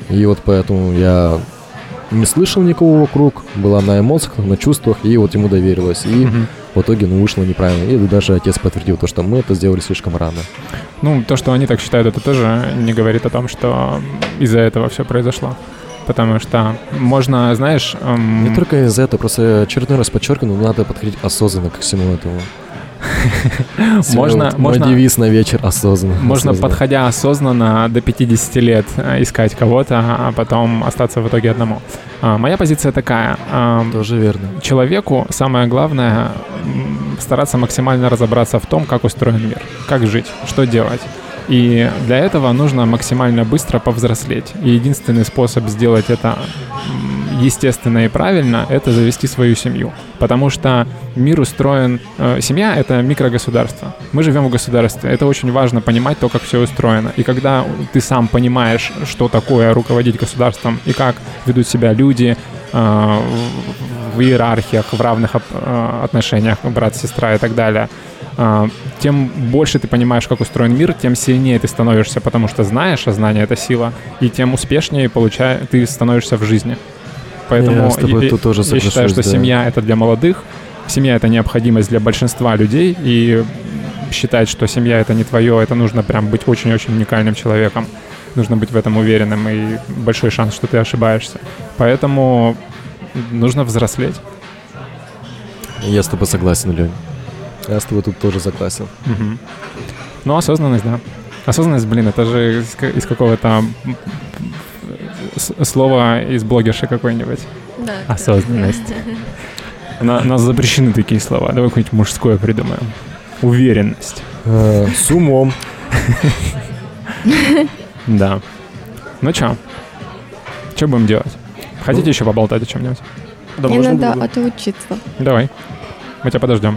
И вот поэтому я не слышал никого вокруг, была на эмоциях, на чувствах, и вот ему доверилась. И
Мгм.
в итоге, ну, вышло неправильно. И даже отец подтвердил то, что мы это сделали слишком рано.
Ну, то, что они так считают, это тоже не говорит о том, что из-за этого все произошло. Потому что можно, знаешь... эм,
Не только из-за этого, просто очередной раз подчеркну, надо подходить осознанно ко всему этому.
Можно-
Вот мой
можно-
девиз на вечер — осознанно.
Можно,
осознанно.
подходя осознанно до пятидесяти лет, э, искать кого-то, а потом остаться в итоге одному. А, Моя позиция такая. ам,
Тоже верно.
Человеку самое главное м, стараться максимально разобраться в том, как устроен мир, как жить, что делать. И для этого нужно максимально быстро повзрослеть. И единственный способ сделать это м, естественно и правильно — это завести свою семью. Потому что мир устроен... э, Семья — это микрогосударство. Мы живем в государстве. Это очень важно понимать то, как все устроено. И когда ты сам понимаешь, что такое руководить государством и как ведут себя люди э, в- в иерархиях, в равных оп- э, отношениях, брат, сестра и так далее, э, тем больше ты понимаешь, как устроен мир, тем сильнее ты становишься, потому что знаешь, а знание — это сила, и тем успешнее получа- ты становишься в жизни. Поэтому
Я с тобой
я-
тут тоже
я считаю,
соглашусь,
что
да.
семья — это для молодых, семья — это необходимость для большинства людей, и считать, что семья — это не твое, это нужно прям быть очень-очень уникальным человеком. Нужно быть в этом уверенным, и большой шанс, что ты ошибаешься. Поэтому нужно взрослеть.
Я с тобой согласен, Лень. Я с тобой тут тоже согласен.
Мгм. Ну, осознанность, да. Осознанность, блин, это же из, ка- из какого-то м, с- слова из блогерши какой-нибудь.
Да.
Осознанность. На- нас запрещены такие слова. Давай какое-нибудь мужское придумаем. Уверенность.
Э, С умом.
Да. Ну чё? Что будем делать? Хотите еще поболтать о чем-нибудь?
Да,
Мне
можно
надо
было.
отучиться.
Давай. Мы тебя подождем.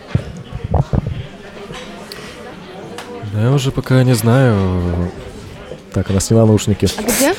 Да я уже пока не знаю. Так, она сняла наушники.
А где?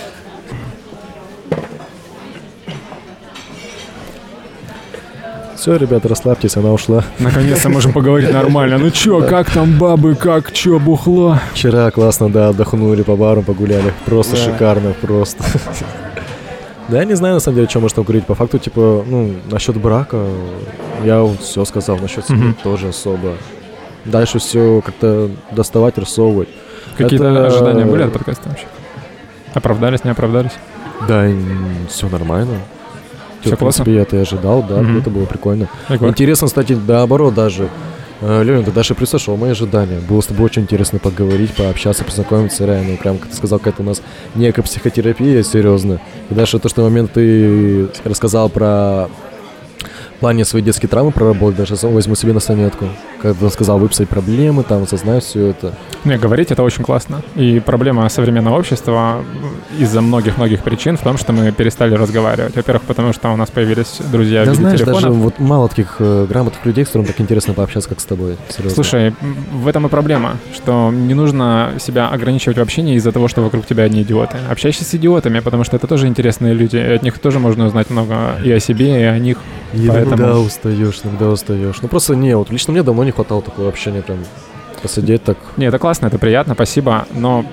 Все, ребята, расслабьтесь, она ушла.
Наконец-то можем поговорить нормально. Ну чё, как там бабы, как чё, бухло?
Вчера классно, да, отдохнули по барам, погуляли. Просто
Да.
шикарно, просто. Да, я не знаю, на самом деле, о чем можно говорить. По факту, типа, ну, насчет брака, я все сказал, насчет семьи
Мгм.
тоже особо. Дальше все как-то доставать, рассовывать.
Какие-то
Это-
ожидания были от подкаста вообще? Оправдались, не оправдались?
Да, все нормально.
Всё
в принципе, я это и ожидал, да,
Мгм.
это было прикольно.
Егор?
Интересно, кстати, наоборот даже. Леня, ты даже превзошел мои ожидания. Было с тобой очень интересно поговорить, пообщаться, познакомиться реально. Прям, как ты сказал, какая-то у нас некая психотерапия, серьезно. И даже то, что момент ты рассказал про в плане своей детские травмы проработать, даже сам возьму себе на заметку. Когда он сказал выписать проблемы, там, осознать все это.
Не, говорить это очень классно. И проблема современного общества из-за многих-многих причин в том, что мы перестали разговаривать. Во-первых, потому что у нас появились друзья в
Да
виде
знаешь,
телефонов.
даже вот мало таких э, грамотных людей, с которыми так интересно пообщаться, как с тобой. Серьезно.
Слушай, м, в этом и проблема, что не нужно себя ограничивать в общении из-за того, что вокруг тебя одни идиоты. Общайся с идиотами, потому что это тоже интересные люди, и от них тоже можно узнать много и о себе, и о них.
Иногда
Поэтому-
устаешь, иногда устаешь. Ну просто не, вот лично мне давно не хватало такого общения, прям посидеть так.
Не, это классно, это приятно, спасибо, но...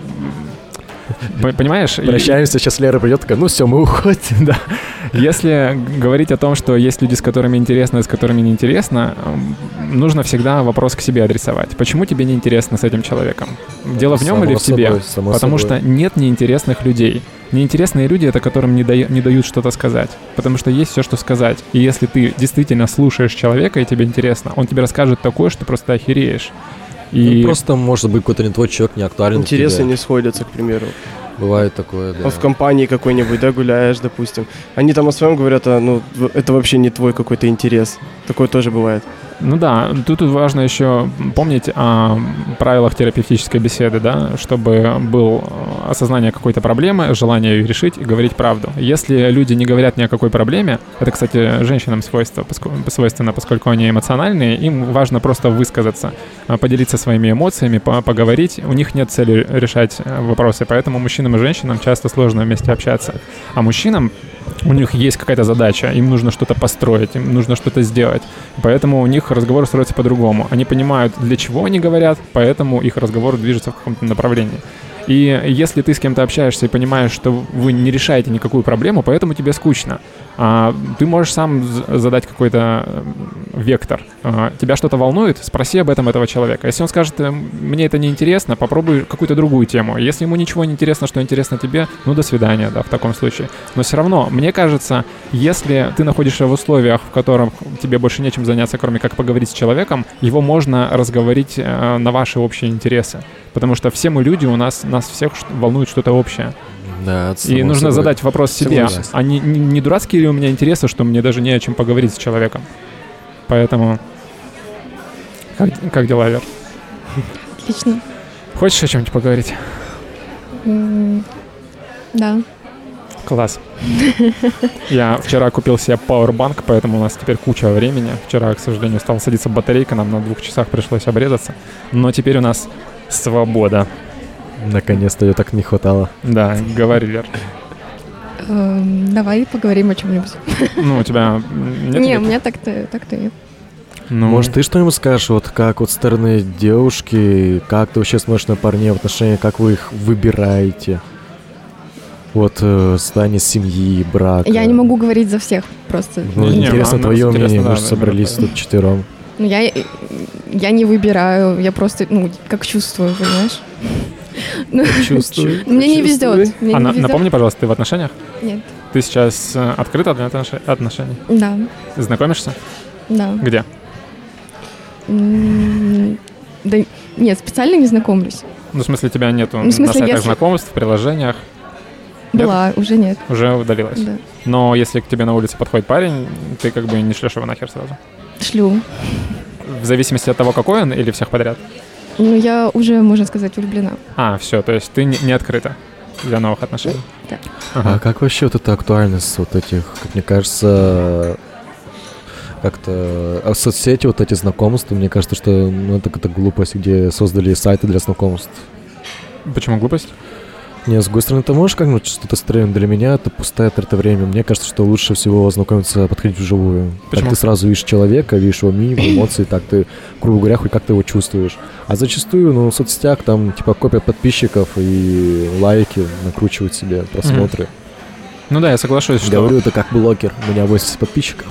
м, Понимаешь? и-
Прощаемся, сейчас Лера придет, такая, ну все, мы уходим.
Да. Если г- говорить о том, что есть люди, с которыми интересно, и с которыми неинтересно, м, нужно всегда вопрос к себе адресовать. Почему тебе неинтересно с этим человеком? Дело в нем
Само
или в тебе?
собой, само
Потому
собой.
что нет неинтересных людей. Неинтересные люди — это которым не, даю- не дают что-то сказать. Потому что есть все, что сказать. И если ты действительно слушаешь человека, и тебе интересно, он тебе расскажет такое, что ты просто охереешь. И
Ну, просто, может быть, какой-то не твой человек, не актуален.
Интересы
тебе.
не сходятся, к примеру.
Бывает такое, да.
Вот в компании какой-нибудь, да, гуляешь, допустим. Они там о своем говорят, а ну, в- это вообще не твой какой-то интерес. Такое тоже бывает.
Ну да, тут важно еще помнить о правилах терапевтической беседы, да, чтобы было осознание какой-то проблемы, желание ее решить и говорить правду. Если люди не говорят ни о какой проблеме, это, кстати, женщинам свойство, поско- свойственно, поскольку они эмоциональные, им важно просто высказаться, а, поделиться своими эмоциями, по- поговорить. У них нет цели решать э, вопросы, поэтому мужчинам и женщинам часто сложно вместе общаться. А мужчинам у них есть какая-то задача, им нужно что-то построить, им нужно что-то сделать. Поэтому у них разговор строится по-другому. Они понимают, для чего они говорят, поэтому их разговор движется в каком-то направлении. И если ты с кем-то общаешься и понимаешь, что вы не решаете никакую проблему, поэтому тебе скучно, а, ты можешь сам задать какой-то вектор. А, тебя что-то волнует? Спроси об этом этого человека. Если он скажет, мне это не интересно, попробуй какую-то другую тему. Если ему ничего не интересно, что интересно тебе, ну, до свидания, да, в таком случае. Но все равно, мне кажется, если ты находишься в условиях, в которых тебе больше нечем заняться, кроме как поговорить с человеком, его можно разговорить э, на ваши общие интересы. Потому что все мы люди, у нас, нас всех волнует что-то общее.
Да,
и нужно
собой.
задать вопрос себе, а не, не, не дурацкие ли у меня интересы, что мне даже не о чем поговорить с человеком. Поэтому, как, как дела, Вер?
Отлично.
Хочешь о чем-нибудь поговорить?
Mm, да.
Класс. Я вчера купил себе пауэрбанк, поэтому у нас теперь куча времени. Вчера, к сожалению, стала садиться батарейка, нам на двух часах пришлось обрезаться. Но теперь у нас свобода.
Наконец-то ее так не хватало.
Да, говори, Лер.
Эм, давай поговорим о чем-нибудь.
Ну, у тебя нет?
Не, у меня так-то, так-то нет.
Ну,
может, ты что-нибудь скажешь, вот как вот со стороны девушки, как ты вообще смотришь на парней в отношениях, как вы их выбираете? Вот э, создание семьи, брака.
Я не могу говорить за всех, просто.
Ну,
Не,
интересно
нам
твое
интересно,
мнение,
да,
мы же
да,
собрались
да.
тут четвером.
Ну, я, я не выбираю, я просто, ну, как чувствую, понимаешь? Ну,
Чувствую.
Мне не везет. Мне
а
не
на-
везет.
напомни, пожалуйста, ты в отношениях?
Нет.
Ты сейчас э, открыта для отнош- отношений?
Да,
Знакомишься?
да.
Где?
М, Да нет, специально не знакомлюсь.
Ну, в смысле, тебя нету
Ну, в смысле,
на сайтах
если-
знакомств, в приложениях, Нет?
Была, уже нет.
уже удалилась.
Да.
Но если к тебе на улице подходит парень, ты как бы не шлешь его нахер сразу.
Шлю.
В зависимости от того, какой он, или всех подряд?
Ну, я уже, можно сказать, влюблена.
А, все, то есть ты не, не открыта для новых отношений?
Да.
Ага.
А как вообще вот эта актуальность вот этих, как мне кажется, как-то а соцсети, вот эти знакомства, мне кажется, что ну, это какая-то глупость, где создали сайты для знакомств.
Почему глупость?
Не, с другой стороны, ты можешь как-нибудь что-то строить? Для меня это пустая трата времени. Мне кажется, что лучше всего знакомиться, подходить вживую.
Почему?
Так ты сразу видишь человека, видишь его мимику, эмоции, так ты, грубо говоря, хоть как-то его чувствуешь. А зачастую, ну, в соцсетях там, типа, копия подписчиков и лайки накручивают себе просмотры.
Ну да, я соглашусь, что
Говорю это как блогер, у меня восемьдесят подписчиков.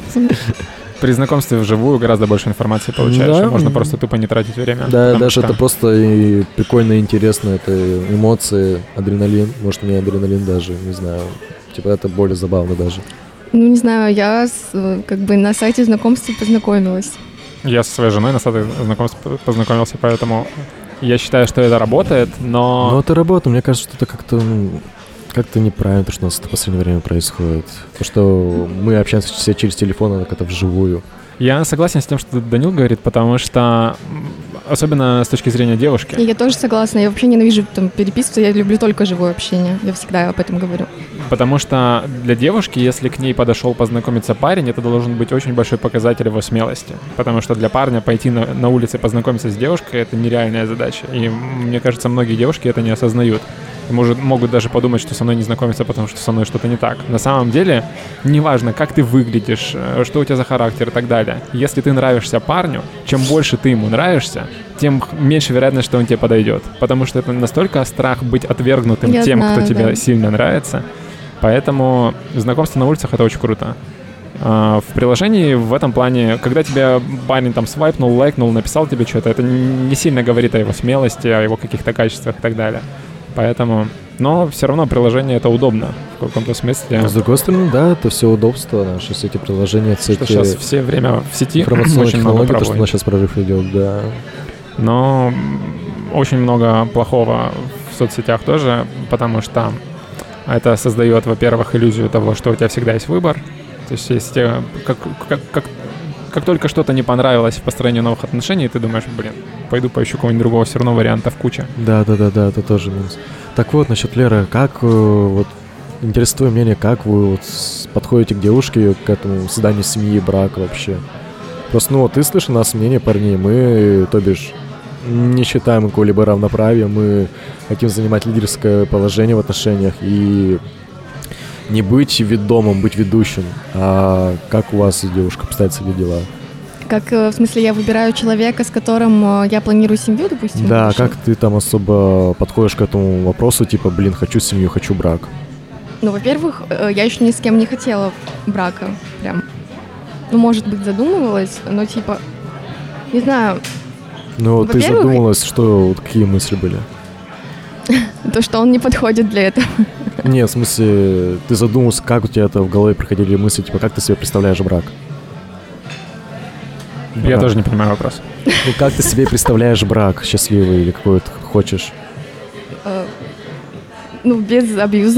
при знакомстве вживую гораздо больше информации получаешь,
Да.
и можно просто тупо не тратить время.
Да,
потому
даже
что-
это просто и прикольно и интересно, это эмоции, адреналин, может, не адреналин даже, не знаю. Типа это более забавно даже.
Ну, не знаю, я с, э, как бы на сайте знакомств познакомилась.
Я со своей женой на сайте знакомств познакомился, поэтому я считаю, что это работает, но...
Но это работа, мне кажется, что это как-то ну, как-то неправильно, то, что у нас в последнее время происходит. То, что мы общаемся все через телефон, а как-то вживую.
Я согласен с тем, что Данил говорит, потому что, м, особенно с точки зрения девушки,
И я тоже согласна, я вообще ненавижу там переписываться, я люблю только живое общение. Я всегда об этом говорю.
потому что для девушки, если к ней подошел познакомиться парень, это должен быть очень большой показатель его смелости. Потому что для парня пойти на, на улице и познакомиться с девушкой — это нереальная задача. И мне кажется, многие девушки это не осознают. И может, могут даже подумать, что со мной не знакомятся, потому что со мной что-то не так. На самом деле, неважно, как ты выглядишь, э, что у тебя за характер и так далее. Если ты нравишься парню, чем больше ты ему нравишься, тем х- меньше вероятность, что он тебе подойдет. Потому что это настолько страх быть отвергнутым
Я
тем,
знаю,
кто тебе
да.
сильно нравится. Поэтому знакомство на улицах — это очень круто. А, в приложении в этом плане, когда тебя парень там свайпнул, лайкнул, написал тебе что-то, это н- не сильно говорит о его смелости, о его каких-то качествах и так далее. Поэтому, но все равно приложение — это удобно в каком-то смысле.
Но с другой стороны, да, это все удобство, наши все эти приложения, все
Что
эти
сейчас все время в сети
информационные
очень много
технологии, то, что у
проводят.
нас сейчас прорыв идет, да.
Но м, очень много плохого в соцсетях тоже, потому что это создает, во-первых, иллюзию того, что у тебя всегда есть выбор. То есть если как, как, как, как только что-то не понравилось в построении новых отношений, ты думаешь, блин, пойду поищу какого-нибудь другого, все равно вариантов куча.
Да, да, да, да, это тоже минус. Так вот, насчет Леры, как э, вот интересует твое мнение, как вы вот с- подходите к девушке, к этому созданию семьи, брака вообще? Просто, ну, вот ты слышал нас мнение парней, мы, то бишь, не считаем какого-либо равноправия, мы хотим занимать лидерское положение в отношениях и не быть ведомым, быть ведущим. А как у вас, девушка, обстоят себе дела?
Как, э, в смысле, я выбираю человека, с которым э, я планирую семью, допустим?
Да,
или
как
что?
ты там особо подходишь к этому вопросу, типа, блин, хочу семью, хочу брак?
Ну, во-первых, э, я еще ни с кем не хотела брака, прям. Ну, может быть, задумывалась, но, типа, не знаю,
Ну, ты
Во-первых,
задумалась, что, вот какие мысли были?
то, что он не подходит для этого.
Нет, в смысле, ты задумался, как у тебя это в голове приходили мысли, типа, как ты себе представляешь брак?
Я
Брак.
тоже не понимаю вопрос.
Ну, как ты себе представляешь брак счастливый или какой ты хочешь?
Э, Ну, без абьюза.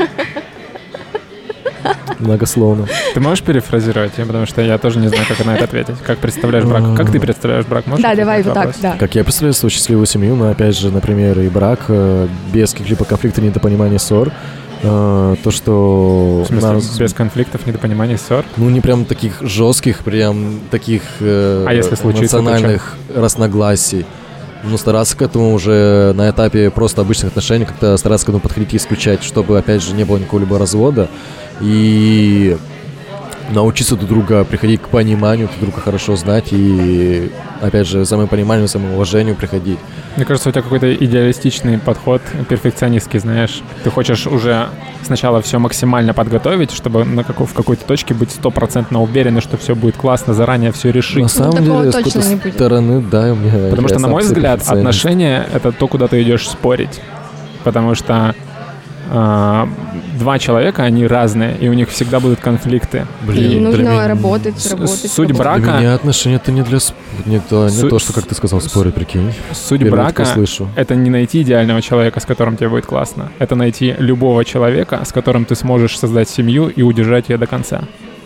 Многословно.
Ты можешь перефразировать? Я, потому что я тоже не знаю, как на это ответить. Как представляешь брак? Как ты представляешь брак? Можешь
Да,
ответить
давай
на
вот
этот
так,
вопрос?
да.
Как я представляю свою счастливую семью, но опять же, например, и брак э, без каких-либо конфликтов, недопониманий, ссор. Э, то, что...
В смысле,
нас-
без конфликтов, недопониманий, ссор?
Ну, не прям таких жестких, прям таких э,
А если случится, то
эмоциональных разногласий. Ну, стараться к этому уже на этапе просто обычных отношений, как-то стараться к этому подходить и исключать, чтобы, опять же, не было никакого-либо развода. И научиться друг друга приходить к пониманию, друг друга хорошо знать и, опять же, самопониманию, самоуважению приходить.
Мне кажется, у тебя какой-то идеалистичный подход, перфекционистский, знаешь. Ты хочешь уже сначала все максимально подготовить, чтобы на какой- в какой-то точке быть стопроцентно уверены, что все будет классно, заранее все решить.
На самом
такого
деле, с
точно
какой-то
не будет.
стороны, да, у меня...
Потому что,
я
на
сам
мой
себе
взгляд,
перфекционист.
отношения — это то, куда ты идешь спорить. Потому что а, два человека, они разные, и у них всегда будут конфликты.
Блин,
И
для
нужно
меня-
работать,
С-
работать.
суть
работать.
брака-
Для меня отношения это не для сп- не, то, не
Су-
то, что, как ты сказал, споры, прикинь.
Суть
Первый
брака
такой слышу.
— это не найти идеального человека, с которым тебе будет классно. Это найти любого человека, с которым ты сможешь создать семью и удержать ее до конца.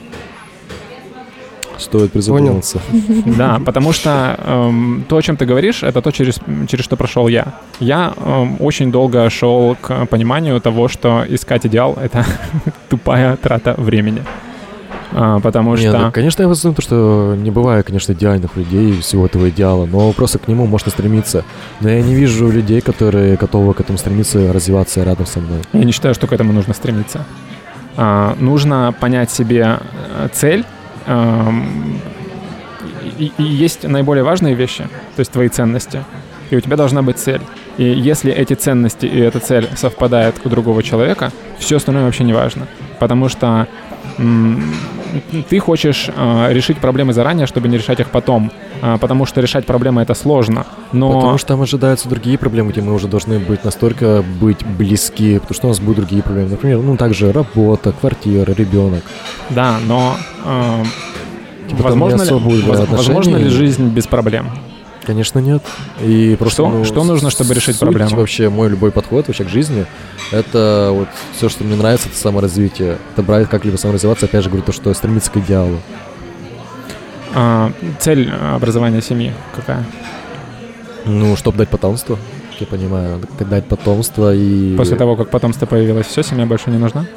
Стоит призадуматься.
Да, потому что эм, то, о чем ты говоришь, это то, через, через что прошел я. Я эм, очень долго шел к пониманию того, что искать идеал — это тупая трата времени. А, потому
Не,
что...
ну, конечно, я возьму то, что не бывает, конечно, идеальных людей и всего этого идеала, но просто к нему можно стремиться. Но я не вижу людей, которые готовы к этому стремиться, развиваться рядом со мной.
Я не считаю, что к этому нужно стремиться. А, нужно понять себе э, цель. эм, и, и есть наиболее важные вещи, то есть твои ценности. И у тебя должна быть цель. И если эти ценности и эта цель совпадают у другого человека, все остальное вообще не важно. Потому что м, ты хочешь э, решить проблемы заранее, чтобы не решать их потом. Э, потому что решать проблемы — это сложно. Но...
Потому что там ожидаются другие проблемы, где мы уже должны быть настолько быть близки, потому что у нас будут другие проблемы. Например, ну также работа, квартира, ребенок.
Да, но э,
Типа там
возможно,
не
ли,
особо для
воз-
отношений.
возможно ли жизнь без проблем?
Конечно, нет. И просто,
Что-
ну,
что нужно, чтобы решить
суть
проблему?
Вообще, мой любой подход вообще к жизни, это вот все, что мне нравится, это саморазвитие. Это брать как-либо саморазвиваться, опять же говорю, то, что стремиться к идеалу.
А, цель образования семьи какая?
Ну, чтобы дать потомство, как я понимаю, как дать потомство и...
После того, как потомство появилось, все, семья больше не нужна?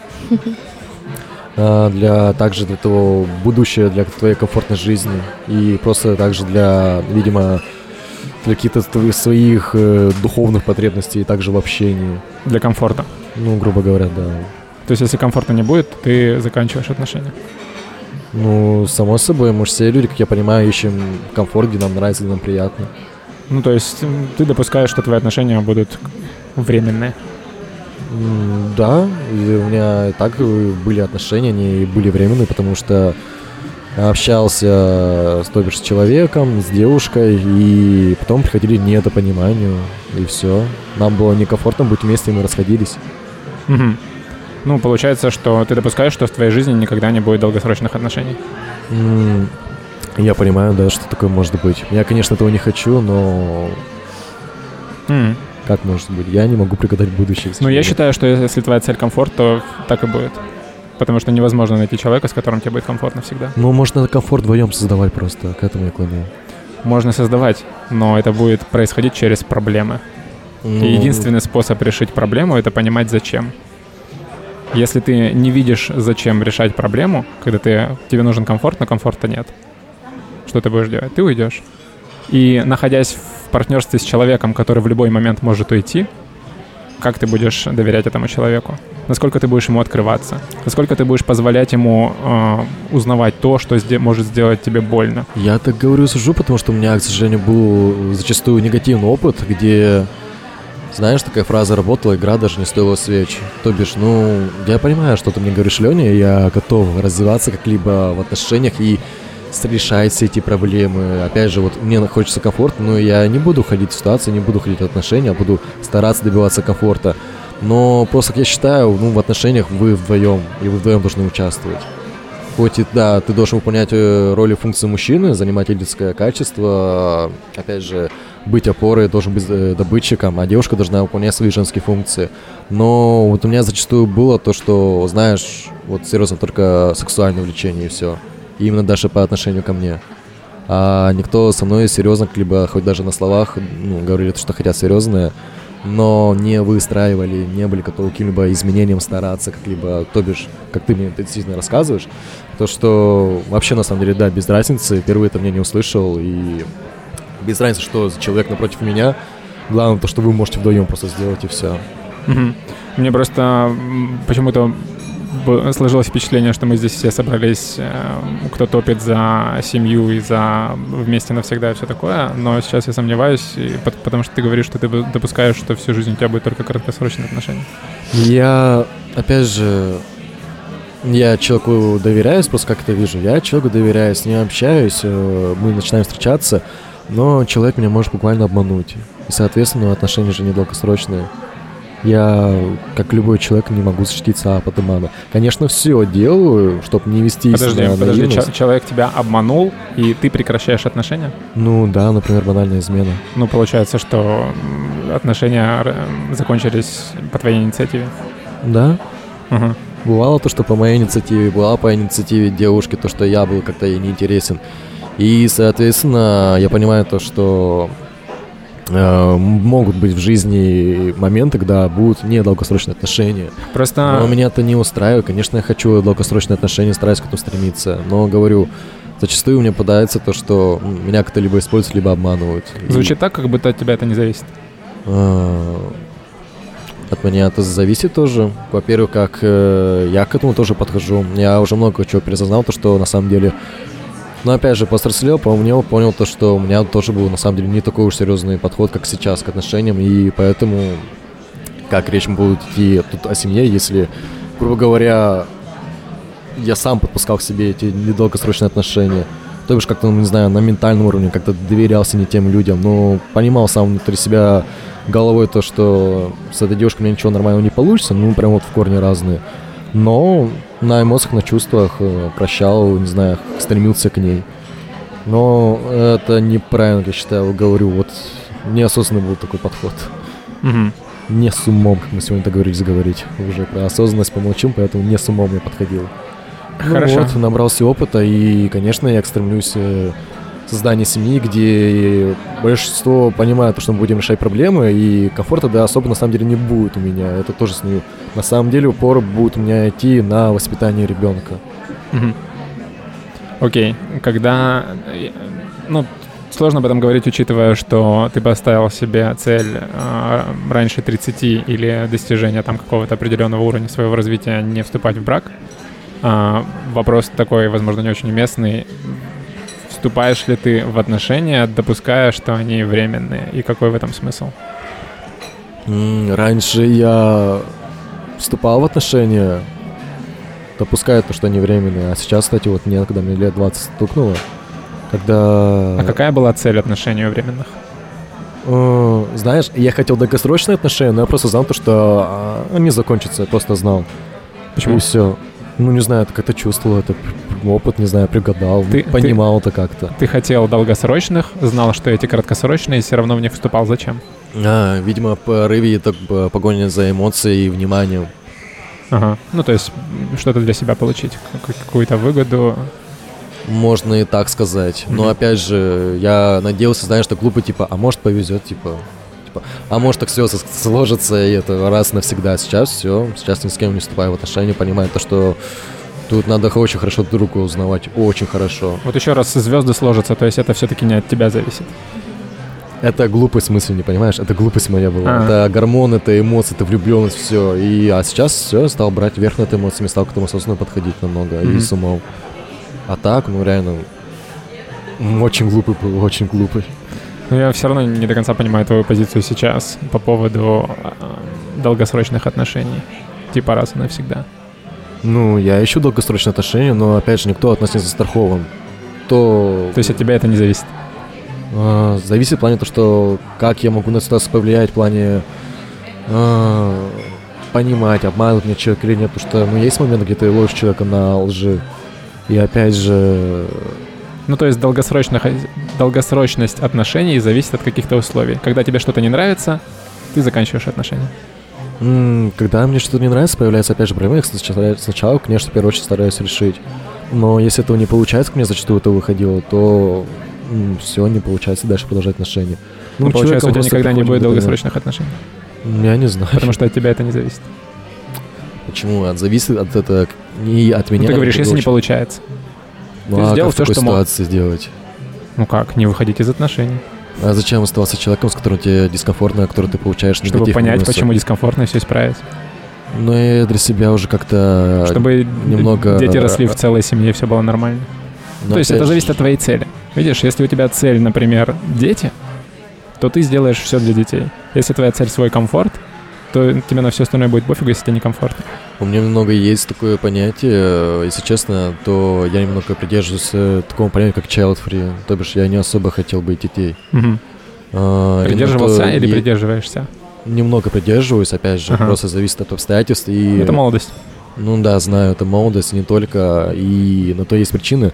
а, для также для того будущего, для твоей комфортной жизни и просто также для, видимо, для каких-то твоих своих э, духовных потребностей и также в общении.
Для комфорта.
Ну, грубо говоря, да.
То есть, если комфорта не будет, ты заканчиваешь отношения.
Ну, само собой, мы же все люди, как я понимаю, ищем комфорт, где нам нравится, где нам приятно.
Ну, то есть, м, ты допускаешь, что твои отношения будут временные.
М, Да, и у меня и так э, были отношения, они были временные, потому что общался с, то бишь, с человеком, с девушкой, и потом приходили к недопониманию, и все. Нам было некомфортно быть вместе, и мы расходились.
Мгм. Ну, получается, что ты допускаешь, что в твоей жизни никогда не будет долгосрочных отношений.
М, Я понимаю, да, что такое может быть. Я, конечно, этого не хочу, но
М.
как может быть? Я не могу пригадать будущее. к
Ну, я
сожалению.
считаю, что если твоя цель комфорт, то так и будет. Потому что невозможно найти человека, с которым тебе будет комфортно всегда.
Ну, можно комфорт вдвоем создавать просто, к этому я клоню.
Можно создавать, но это будет происходить через проблемы.
Ну,
И единственный способ решить проблему — это понимать, зачем. Если ты не видишь, зачем решать проблему, когда ты, тебе нужен комфорт, но комфорта нет, что ты будешь делать? Ты уйдешь. И находясь в партнерстве с человеком, который в любой момент может уйти, как ты будешь доверять этому человеку? насколько ты будешь ему открываться, насколько ты будешь позволять ему э, узнавать то, что сде- может сделать тебе больно.
Я так говорю, сужу, потому что у меня, к сожалению, был зачастую негативный опыт, где, знаешь, такая фраза «работала, игра даже не стоила свеч». То бишь, ну, я понимаю, что ты мне говоришь, Леня, я готов развиваться как-либо в отношениях и решать все эти проблемы. Опять же, вот мне хочется комфорта, но я не буду ходить в ситуации, не буду ходить в отношения, буду стараться добиваться комфорта. Но просто, как я считаю, ну, в отношениях вы вдвоем, и вы вдвоем должны участвовать. Хоть и, да, ты должен выполнять роль и функции мужчины, занимать лидерское качество, опять же, быть опорой, должен быть добытчиком, а девушка должна выполнять свои женские функции. Но вот у меня зачастую было то, что, знаешь, вот серьезно только сексуальное влечение и все. И именно даже по отношению ко мне. А никто со мной серьезно, либо хоть даже на словах, ну, говорили, что хотят серьезное, но не выстраивали, не были готовы к каким-либо изменениям стараться, как-либо, то бишь, как ты мне действительно рассказываешь, то, что вообще, на самом деле, да, без разницы, впервые это мне не услышал, и без разницы, что человек напротив меня, главное то, что вы можете вдвоем просто сделать, и все.
Угу. Мне просто почему-то сложилось впечатление, что мы здесь все собрались, кто топит за семью и за вместе навсегда и все такое, но сейчас я сомневаюсь, потому что ты говоришь, что ты допускаешь, что всю жизнь у тебя будет только краткосрочные отношения.
Я, опять же, я человеку доверяюсь, просто как это вижу, я человеку доверяюсь, с ним общаюсь, мы начинаем встречаться, но человек меня может буквально обмануть, и, соответственно, отношения же недолгосрочные. Я, как любой человек, не могу защититься от обмана. Конечно, все делаю, чтобы не вестись
подожди,
на
подожди,
наивность.
Ч- человек тебя обманул, и ты прекращаешь отношения?
Ну да, например, банальная измена.
Ну, получается, что отношения закончились по твоей инициативе?
Да.
Угу.
Бывало то, что по моей инициативе, бывало по инициативе девушки, то, что я был как-то ей неинтересен. И, соответственно, я понимаю то, что могут быть в жизни моменты, когда будут недолгосрочные отношения.
Просто...
Но меня это не устраивает. Конечно, я хочу долгосрочные отношения, стараюсь к этому стремиться. Но, говорю, зачастую мне попадается то, что меня как-то либо используют, либо обманывают.
Звучит
И...
так, как будто от тебя это не зависит.
От меня это зависит тоже. Во-первых, как я к этому тоже подхожу. Я уже много чего пересознал, то, что на самом деле... Но опять же, повзрослел, поумнел, понял то, что у меня тоже был на самом деле не такой уж серьезный подход, как сейчас, к отношениям, и поэтому как речь будет идти тут о семье, если, грубо говоря, я сам подпускал к себе эти недолгосрочные отношения, то бишь как-то, ну, не знаю, на ментальном уровне, как-то доверялся не тем людям, но понимал сам внутри себя головой то, что с этой девушкой у меня ничего нормального не получится, ну, прям вот в корне разные. Но на эмоциях, на чувствах прощал, не знаю, стремился к ней. Но это неправильно, я считаю, говорю. Вот неосознанный был такой подход.
Угу.
Не с умом, как мы сегодня договорились говорить. Уже про осознанность помолчим, поэтому не с умом я подходил.
Хорошо.
Ну вот, набрался опыта, и, конечно, я стремлюсь к созданию семьи, где большинство понимает, что мы будем решать проблемы, и комфорта, да, особо на самом деле не будет у меня. Это тоже с ней. На самом деле упор будет у меня идти на воспитание ребенка.
Угу. Окей. Когда... Ну, сложно об этом говорить, учитывая, что ты поставил себе цель э, раньше тридцати или достижения там какого-то определенного уровня своего развития не вступать в брак. Э, вопрос такой, возможно, не очень уместный. Вступаешь ли ты в отношения, допуская, что они временные? И какой в этом смысл?
Раньше я вступал в отношения, допуская то, что они временные. А сейчас, кстати, вот нет, когда мне лет двадцать стукнуло, когда...
А какая была цель отношений временных?
Э, знаешь, я хотел долгосрочные отношения, но я просто знал то, что они закончатся, я просто знал.
Почему?
И все. Ну, не знаю, это как-то чувствовал, это опыт, не знаю, пригадал, ты, понимал ты, это как-то.
Ты хотел долгосрочных, знал, что эти краткосрочные, и все равно в них вступал. Зачем?
А, видимо, порыве это погоня за эмоцией и вниманием.
Ага, ну то есть что-то для себя получить, какую-то выгоду.
Можно и так сказать. Mm-hmm. Но опять же, я надеялся, знаешь, что глупо, типа, а может повезет, типа... А может так все сложится, и это раз навсегда. Сейчас все, сейчас ни с кем не вступаю в отношения, понимаю то, что тут надо очень хорошо друг друга узнавать, очень хорошо.
Вот еще раз, звезды сложатся, то есть это все-таки не от тебя зависит?
Это глупость мысли, не понимаешь? Это глупость моя была.
А.
Это гормон, это эмоции, это влюбленность, все. И, а сейчас все, стал брать верх над эмоциями, стал к этому осознанно подходить намного mm-hmm. и с умом. А так, ну реально, очень глупый был, очень глупый.
Но я все равно не до конца понимаю твою позицию сейчас по поводу э, долгосрочных отношений. Типа раз и навсегда.
Ну, я ищу долгосрочные отношения, но, опять же, никто от нас не застрахован. То...
То есть от тебя это не зависит?
Э, зависит в плане того, что как я могу на ситуацию повлиять, в плане э, понимать, обманывать меня человек или нет. Потому что, ну, есть моменты, где ты ловишь человека на лжи. И, опять же...
Ну, то есть долгосрочных, долгосрочность отношений зависит от каких-то условий. Когда тебе что-то не нравится, ты заканчиваешь отношения.
М-м, когда мне что-то не нравится, появляется, опять же, проблема. Сначала, сначала, конечно, в первую очередь стараюсь решить. Но если этого не получается, ко мне зачастую это выходило, то м- все, не получается дальше продолжать отношения.
Ну, ну получается, у тебя никогда не будет
до
долгосрочных отношений?
Я не знаю.
Потому что от тебя это не зависит.
Почему? От зависит от этого не от меня.
Ну, ты говоришь, если не получается.
Ну,
ты
а
сделал
как
все,
в такой
что
ситуации мог. Сделать?
Ну как, не выходить из отношений.
А зачем оставаться человеком, с которым тебе дискомфортно, который ты получаешь негатив?
Чтобы понять,
минусы?
Почему дискомфортно, и все исправить.
Ну и для себя уже как-то
Чтобы
немного...
дети росли в целой семье, все было нормально. Но То есть это зависит от твоей цели. Видишь, если у тебя цель, например, дети, то ты сделаешь все для детей. Если твоя цель свой комфорт, то тебе на все остальное будет пофигу, если тебе некомфортно.
У меня немного есть такое понятие, если честно, то я немного придерживаюсь такого понятия, как child free. То бишь я не особо хотел бы детей.
Угу.
А,
Придерживался или
и...
придерживаешься?
Немного придерживаюсь, опять же, ага. просто зависит от обстоятельств. И...
Это молодость.
Ну да, знаю, это молодость, не только, и на то есть причины.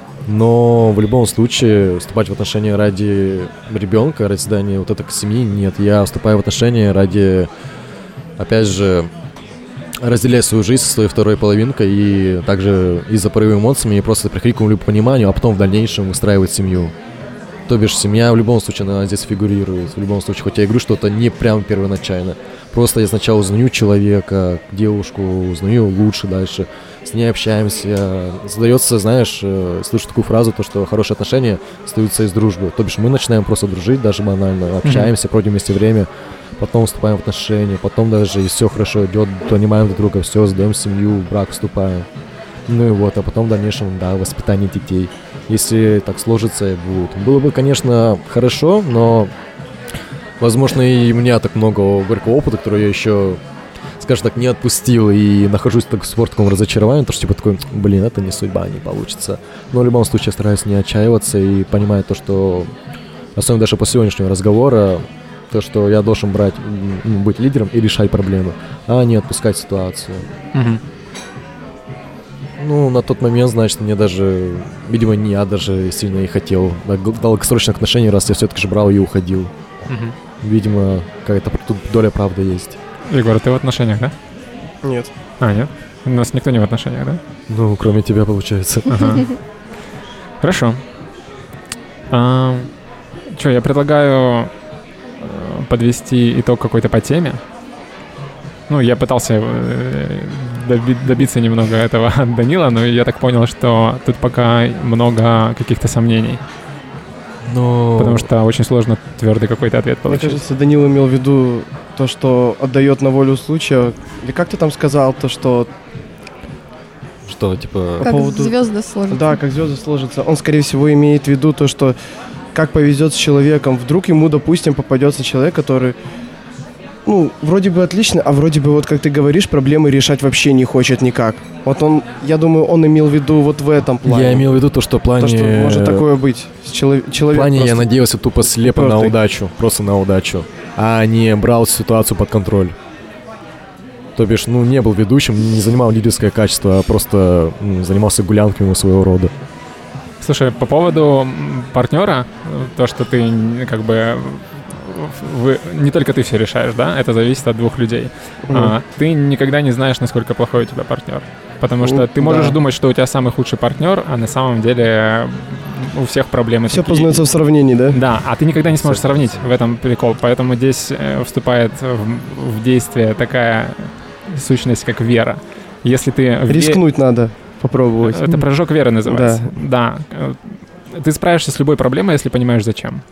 Но в любом случае вступать в отношения ради ребенка, ради создания вот этой семьи, нет. Я вступаю в отношения ради, опять же, разделять свою жизнь со своей второй половинкой и также из-за порыва эмоциями и просто приходить к какому-либо пониманию, а потом в дальнейшем выстраивать семью. То бишь семья в любом случае, она здесь фигурирует. В любом случае, хоть я и говорю, что это не прям первоначально. Просто я сначала узнаю человека, девушку, узнаю лучше дальше. С ней общаемся. Задается, знаешь, слышу такую фразу, то, что хорошие отношения остаются из дружбы. То бишь мы начинаем просто дружить, даже банально. Общаемся, проводим вместе время, потом вступаем в отношения, потом даже, если все хорошо идет, понимаем друг друга, все, сдаем семью, в брак вступаем. Ну и вот, а потом в дальнейшем, да, воспитание детей. Если так сложится и будет. Было бы, конечно, хорошо, но, возможно, и у меня так много горького опыта, который я еще, скажем так, не отпустил и нахожусь так, в таком разочаровании, то что типа такой, блин, это не судьба, не получится. Но в любом случае я стараюсь не отчаиваться и понимать то, что, особенно даже после сегодняшнего разговора, то, что я должен брать, быть лидером и решать проблемы, а не отпускать ситуацию.
Mm-hmm.
Ну, на тот момент, значит, мне даже, видимо, не я даже сильно и хотел долгосрочных отношений, раз я все-таки же брал и уходил.
Угу.
Видимо, какая-то тут доля правды есть.
Егор, ты в отношениях, да?
Нет.
А, нет? У нас никто не в отношениях, да?
Ну, кроме тебя, получается.
Ага. Хорошо. А, что, я предлагаю подвести итог какой-то по теме. Ну, я пытался добиться немного этого от Данила, но я так понял, что тут пока много каких-то сомнений.
Но...
Потому что очень сложно твердый какой-то ответ получить.
Мне кажется, Данил имел в виду то, что отдает на волю случая. Или как ты там сказал, то, что...
Что, типа...
Как
по поводу...
звезды сложатся.
Да, как звезды сложатся. Он, скорее всего, имеет в виду то, что как повезет с человеком. Вдруг ему, допустим, попадется человек, который... Ну, вроде бы отлично, а вроде бы, вот как ты говоришь, проблемы решать вообще не хочет никак. Вот он, я думаю, он имел в виду вот в этом плане.
Я имел в виду то, что в плане...
То, что может такое быть. Челов... Человек
в плане
просто...
я надеялся тупо слепо
упертый.
на удачу, просто на удачу, а не брал ситуацию под контроль. То бишь, ну, не был ведущим, не занимал лидерское качество, а просто ну, занимался гулянками своего рода.
Слушай, по поводу партнера, то, что ты как бы... Вы, не только ты все решаешь, да? Это зависит от двух людей. Mm-hmm. А, ты никогда не знаешь, насколько плохой у тебя партнер. Потому что mm, ты можешь да. думать, что у тебя самый худший партнер, а на самом деле у всех проблемы
все
такие.
познается в сравнении, да?
Да, а ты никогда не сможешь сравнить, в этом прикол. Поэтому здесь вступает в, в действие такая сущность, как вера. Если ты...
Рискнуть ве... надо, попробовать.
Это прыжок веры называется. Да. да. Ты справишься с любой проблемой, если понимаешь, зачем.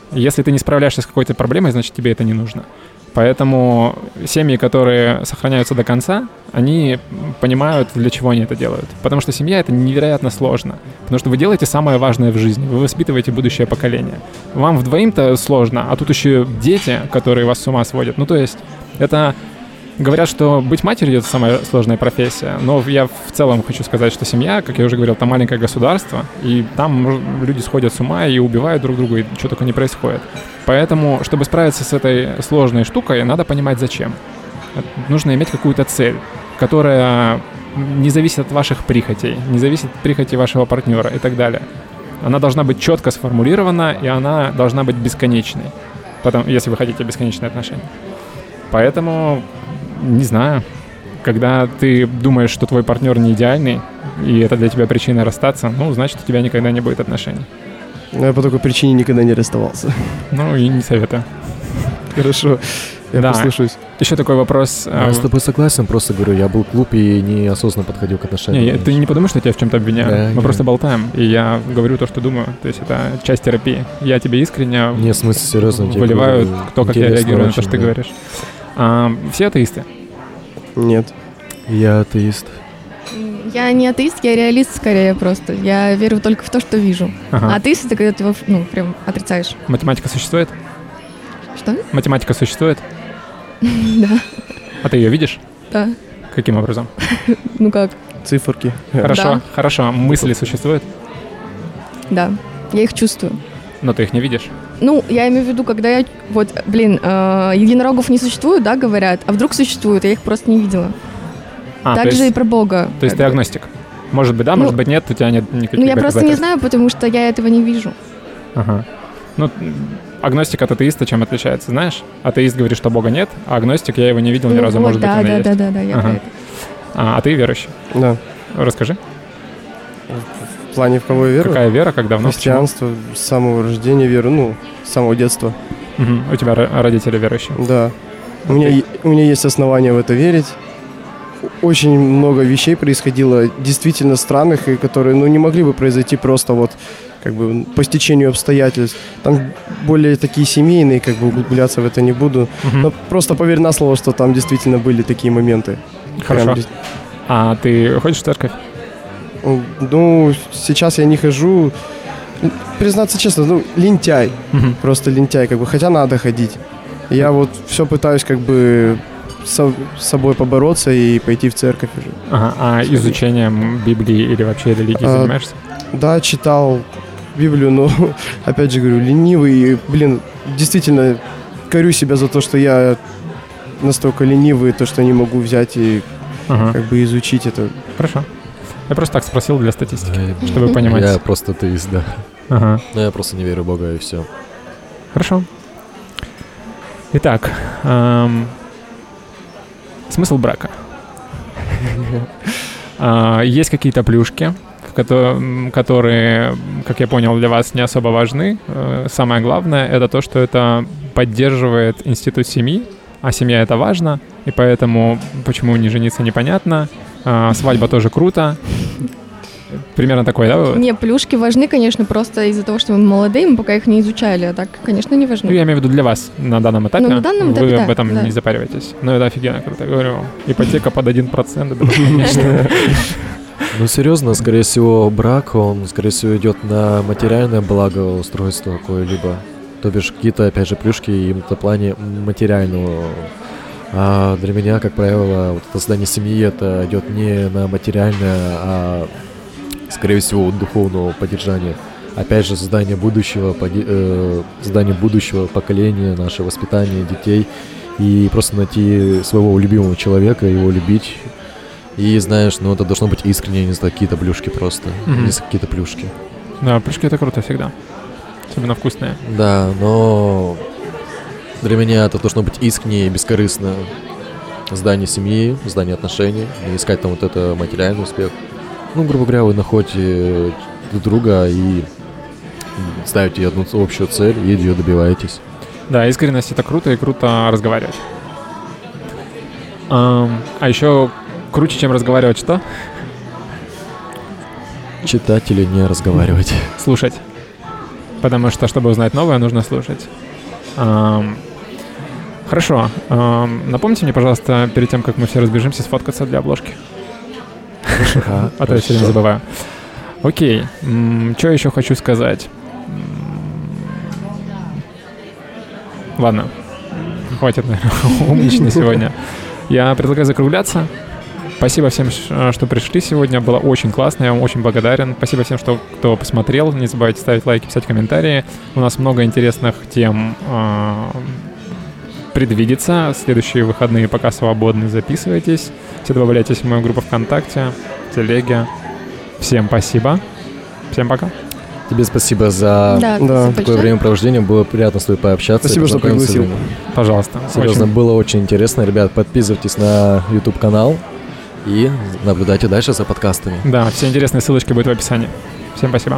Если ты не справляешься с какой-то проблемой, значит, тебе это не нужно. Поэтому семьи, которые сохраняются до конца, они понимают, для чего они это делают. Потому что семья — это невероятно сложно. Потому что вы делаете самое важное в жизни. Вы воспитываете будущее поколение. Вам вдвоим-то сложно, а тут еще дети, которые вас с ума сводят. Ну, то есть это... Говорят, что быть матерью — это самая сложная профессия, но я в целом хочу сказать, что семья, как я уже говорил, это маленькое государство, и там люди сходят с ума и убивают друг друга, и что только не происходит. Поэтому, чтобы справиться с этой сложной штукой, надо понимать, зачем. Нужно иметь какую-то цель, которая не зависит от ваших прихотей, не зависит от прихоти вашего партнера и так далее. Она должна быть четко сформулирована, и она должна быть бесконечной, потом, если вы хотите бесконечные отношения. Поэтому... Не знаю. Когда ты думаешь, что твой партнер не идеальный, и это для тебя причина расстаться, ну, значит, у тебя никогда не будет отношений.
Но я по такой причине никогда не расставался.
Ну, и не советую.
Хорошо, я
да.
послушаюсь.
Еще такой вопрос.
Я с тобой согласен, просто говорю, я был глуп и неосознанно подходил к отношениям.
Не, я, ты не подумай, что я тебя в чем-то обвиняю.
Да,
Мы
я...
просто болтаем, и я говорю то, что думаю. То есть это часть терапии. Я тебе искренне
не, в смысле, серьезно,
выливаю то, как я реагирую на то, что ты
да.
говоришь. А, все атеисты?
Нет.
Я атеист.
Я не атеист, я реалист скорее просто. Я верю только в то, что вижу.
Ага.
А атеист — это когда ты его, ну, прям отрицаешь.
Математика существует?
Что?
Математика существует?
Да.
А ты ее видишь?
Да.
Каким образом?
Ну как?
Циферки.
Хорошо,
Да.
хорошо. Мысли существуют?
Да. Я их чувствую.
Но ты их не видишь?
Ну, я имею в виду, когда я... Вот, блин, э, единорогов не существует, да, говорят? А вдруг существуют, я их просто не видела.
А,
Так
то
же
есть,
и про Бога.
То есть ты агностик? Может быть, да,
Ну,
может быть, нет, у тебя нет никаких
Ну, я просто не
доказательств.
знаю, потому что я этого не вижу.
Ага. Ну, агностик от атеиста чем отличается, знаешь? Атеист говорит, что Бога нет, а агностик, я его не видел ни
Ну,
разу,
вот,
может
да,
быть, он и
да,
есть.
да, да, да, я
Ага.
про это.
А, а ты верующий?
Да.
Расскажи.
В плане, в кого я верю?
Какая вера, как давно?
Христианство, с самого рождения верю, ну, с самого детства.
Почему? Мгм. У тебя ро- родители верующие?
Да. У меня, е- у меня есть основания в это верить. Очень много вещей происходило действительно странных, и которые, ну, не могли бы произойти просто вот как бы по стечению обстоятельств. Там более такие семейные, как бы углубляться в это не буду.
Мгм.
Но просто поверь на слово, что там действительно были такие моменты.
Хорошо.
Прям дес-
А ты ходишь в церковь?
Ну, сейчас я не хожу. Признаться честно, ну, лентяй.
Мгм.
Просто лентяй, как бы, хотя надо ходить. Я вот все пытаюсь как бы со- с собой побороться и пойти в церковь уже.
Ага. А изучением Библии или вообще религии
А,
занимаешься?
Да, читал Библию, но, опять же говорю, ленивый. И, блин, действительно, корю себя за то, что я настолько ленивый, то, что не могу взять и
Ага.
как бы изучить это.
Хорошо. Я просто так спросил для статистики,
Да,
чтобы понимать.
Я просто атеист, да.
Ага.
Но я просто не верю в Бога, и все.
Хорошо. Итак, эм, смысл брака. А, Есть какие-то плюшки, в кото- м, которые, как я понял, для вас не особо важны. Э, Самое главное — это то, что это поддерживает институт семьи, а семья — это важно, и поэтому почему не жениться непонятно. А, Свадьба тоже круто. Примерно такой, да? вывод?
Не, плюшки важны, конечно, просто из-за того, что мы молодые, мы пока их не изучали, а так, конечно, не важны.
Ну, я имею в виду для вас на данном этапе.
Ну, на данном
Вы
этапе,
об
да,
этом
да.
не запариваетесь. Ну, это офигенно круто. Я говорю, ипотека под один процент. Это, конечно.
Ну, серьезно, скорее всего, брак, он, скорее всего, идет на материальное благоустройство какое-либо. То бишь, какие-то, опять же, плюшки именно в плане материального. А для меня, как правило, вот это создание семьи, это идет не на материальное, а, скорее всего, духовного поддержания. Опять же, создание будущего, поди- э, создание будущего поколения, наше воспитание детей. И просто найти своего любимого человека, его любить. И знаешь, ну это должно быть искренне, не знаю, какие-то плюшки просто.
Мгм.
Не знаю, какие-то плюшки.
Да, плюшки — это круто всегда. Особенно вкусные.
Да, но для меня это должно быть искренне и бескорыстно. Создание семьи, создание отношений, не искать там вот это материальный успех. Ну, грубо говоря, вы находите друг друга и ставите одну общую цель и ее добиваетесь.
Да, искренность — это круто, и круто разговаривать. Ам, А еще круче, чем разговаривать, что?
Читать или не разговаривать.
Слушать. потому что, чтобы узнать новое, нужно слушать. Ам, Хорошо. Ам, Напомните мне, пожалуйста, перед тем, как мы все разбежимся, сфоткаться для обложки.
Ага,
А то я все время забываю. Окей. Что еще хочу сказать? М, Ладно. Хватит, наверное, умничать на сегодня. Я предлагаю закругляться. Спасибо всем, ш- что пришли сегодня. Было очень классно. Я вам очень благодарен. Спасибо всем, что, кто посмотрел. Не забывайте ставить лайки, писать комментарии. У нас много интересных тем а, предвидится. Следующие выходные пока свободны. Записывайтесь. Все добавляйтесь в мою группу ВКонтакте, в Телеге. Всем спасибо. Всем пока.
Тебе спасибо за
Да,
Да.
спасибо
такое
большое.
времяпровождение. Было приятно с тобой пообщаться.
Спасибо, что
познакомиться.
пригласил.
Пожалуйста.
Серьезно,
Очень-
было очень интересно. Ребят, подписывайтесь на YouTube-канал и наблюдайте дальше за подкастами.
Да, все интересные ссылочки будут в описании. Всем спасибо.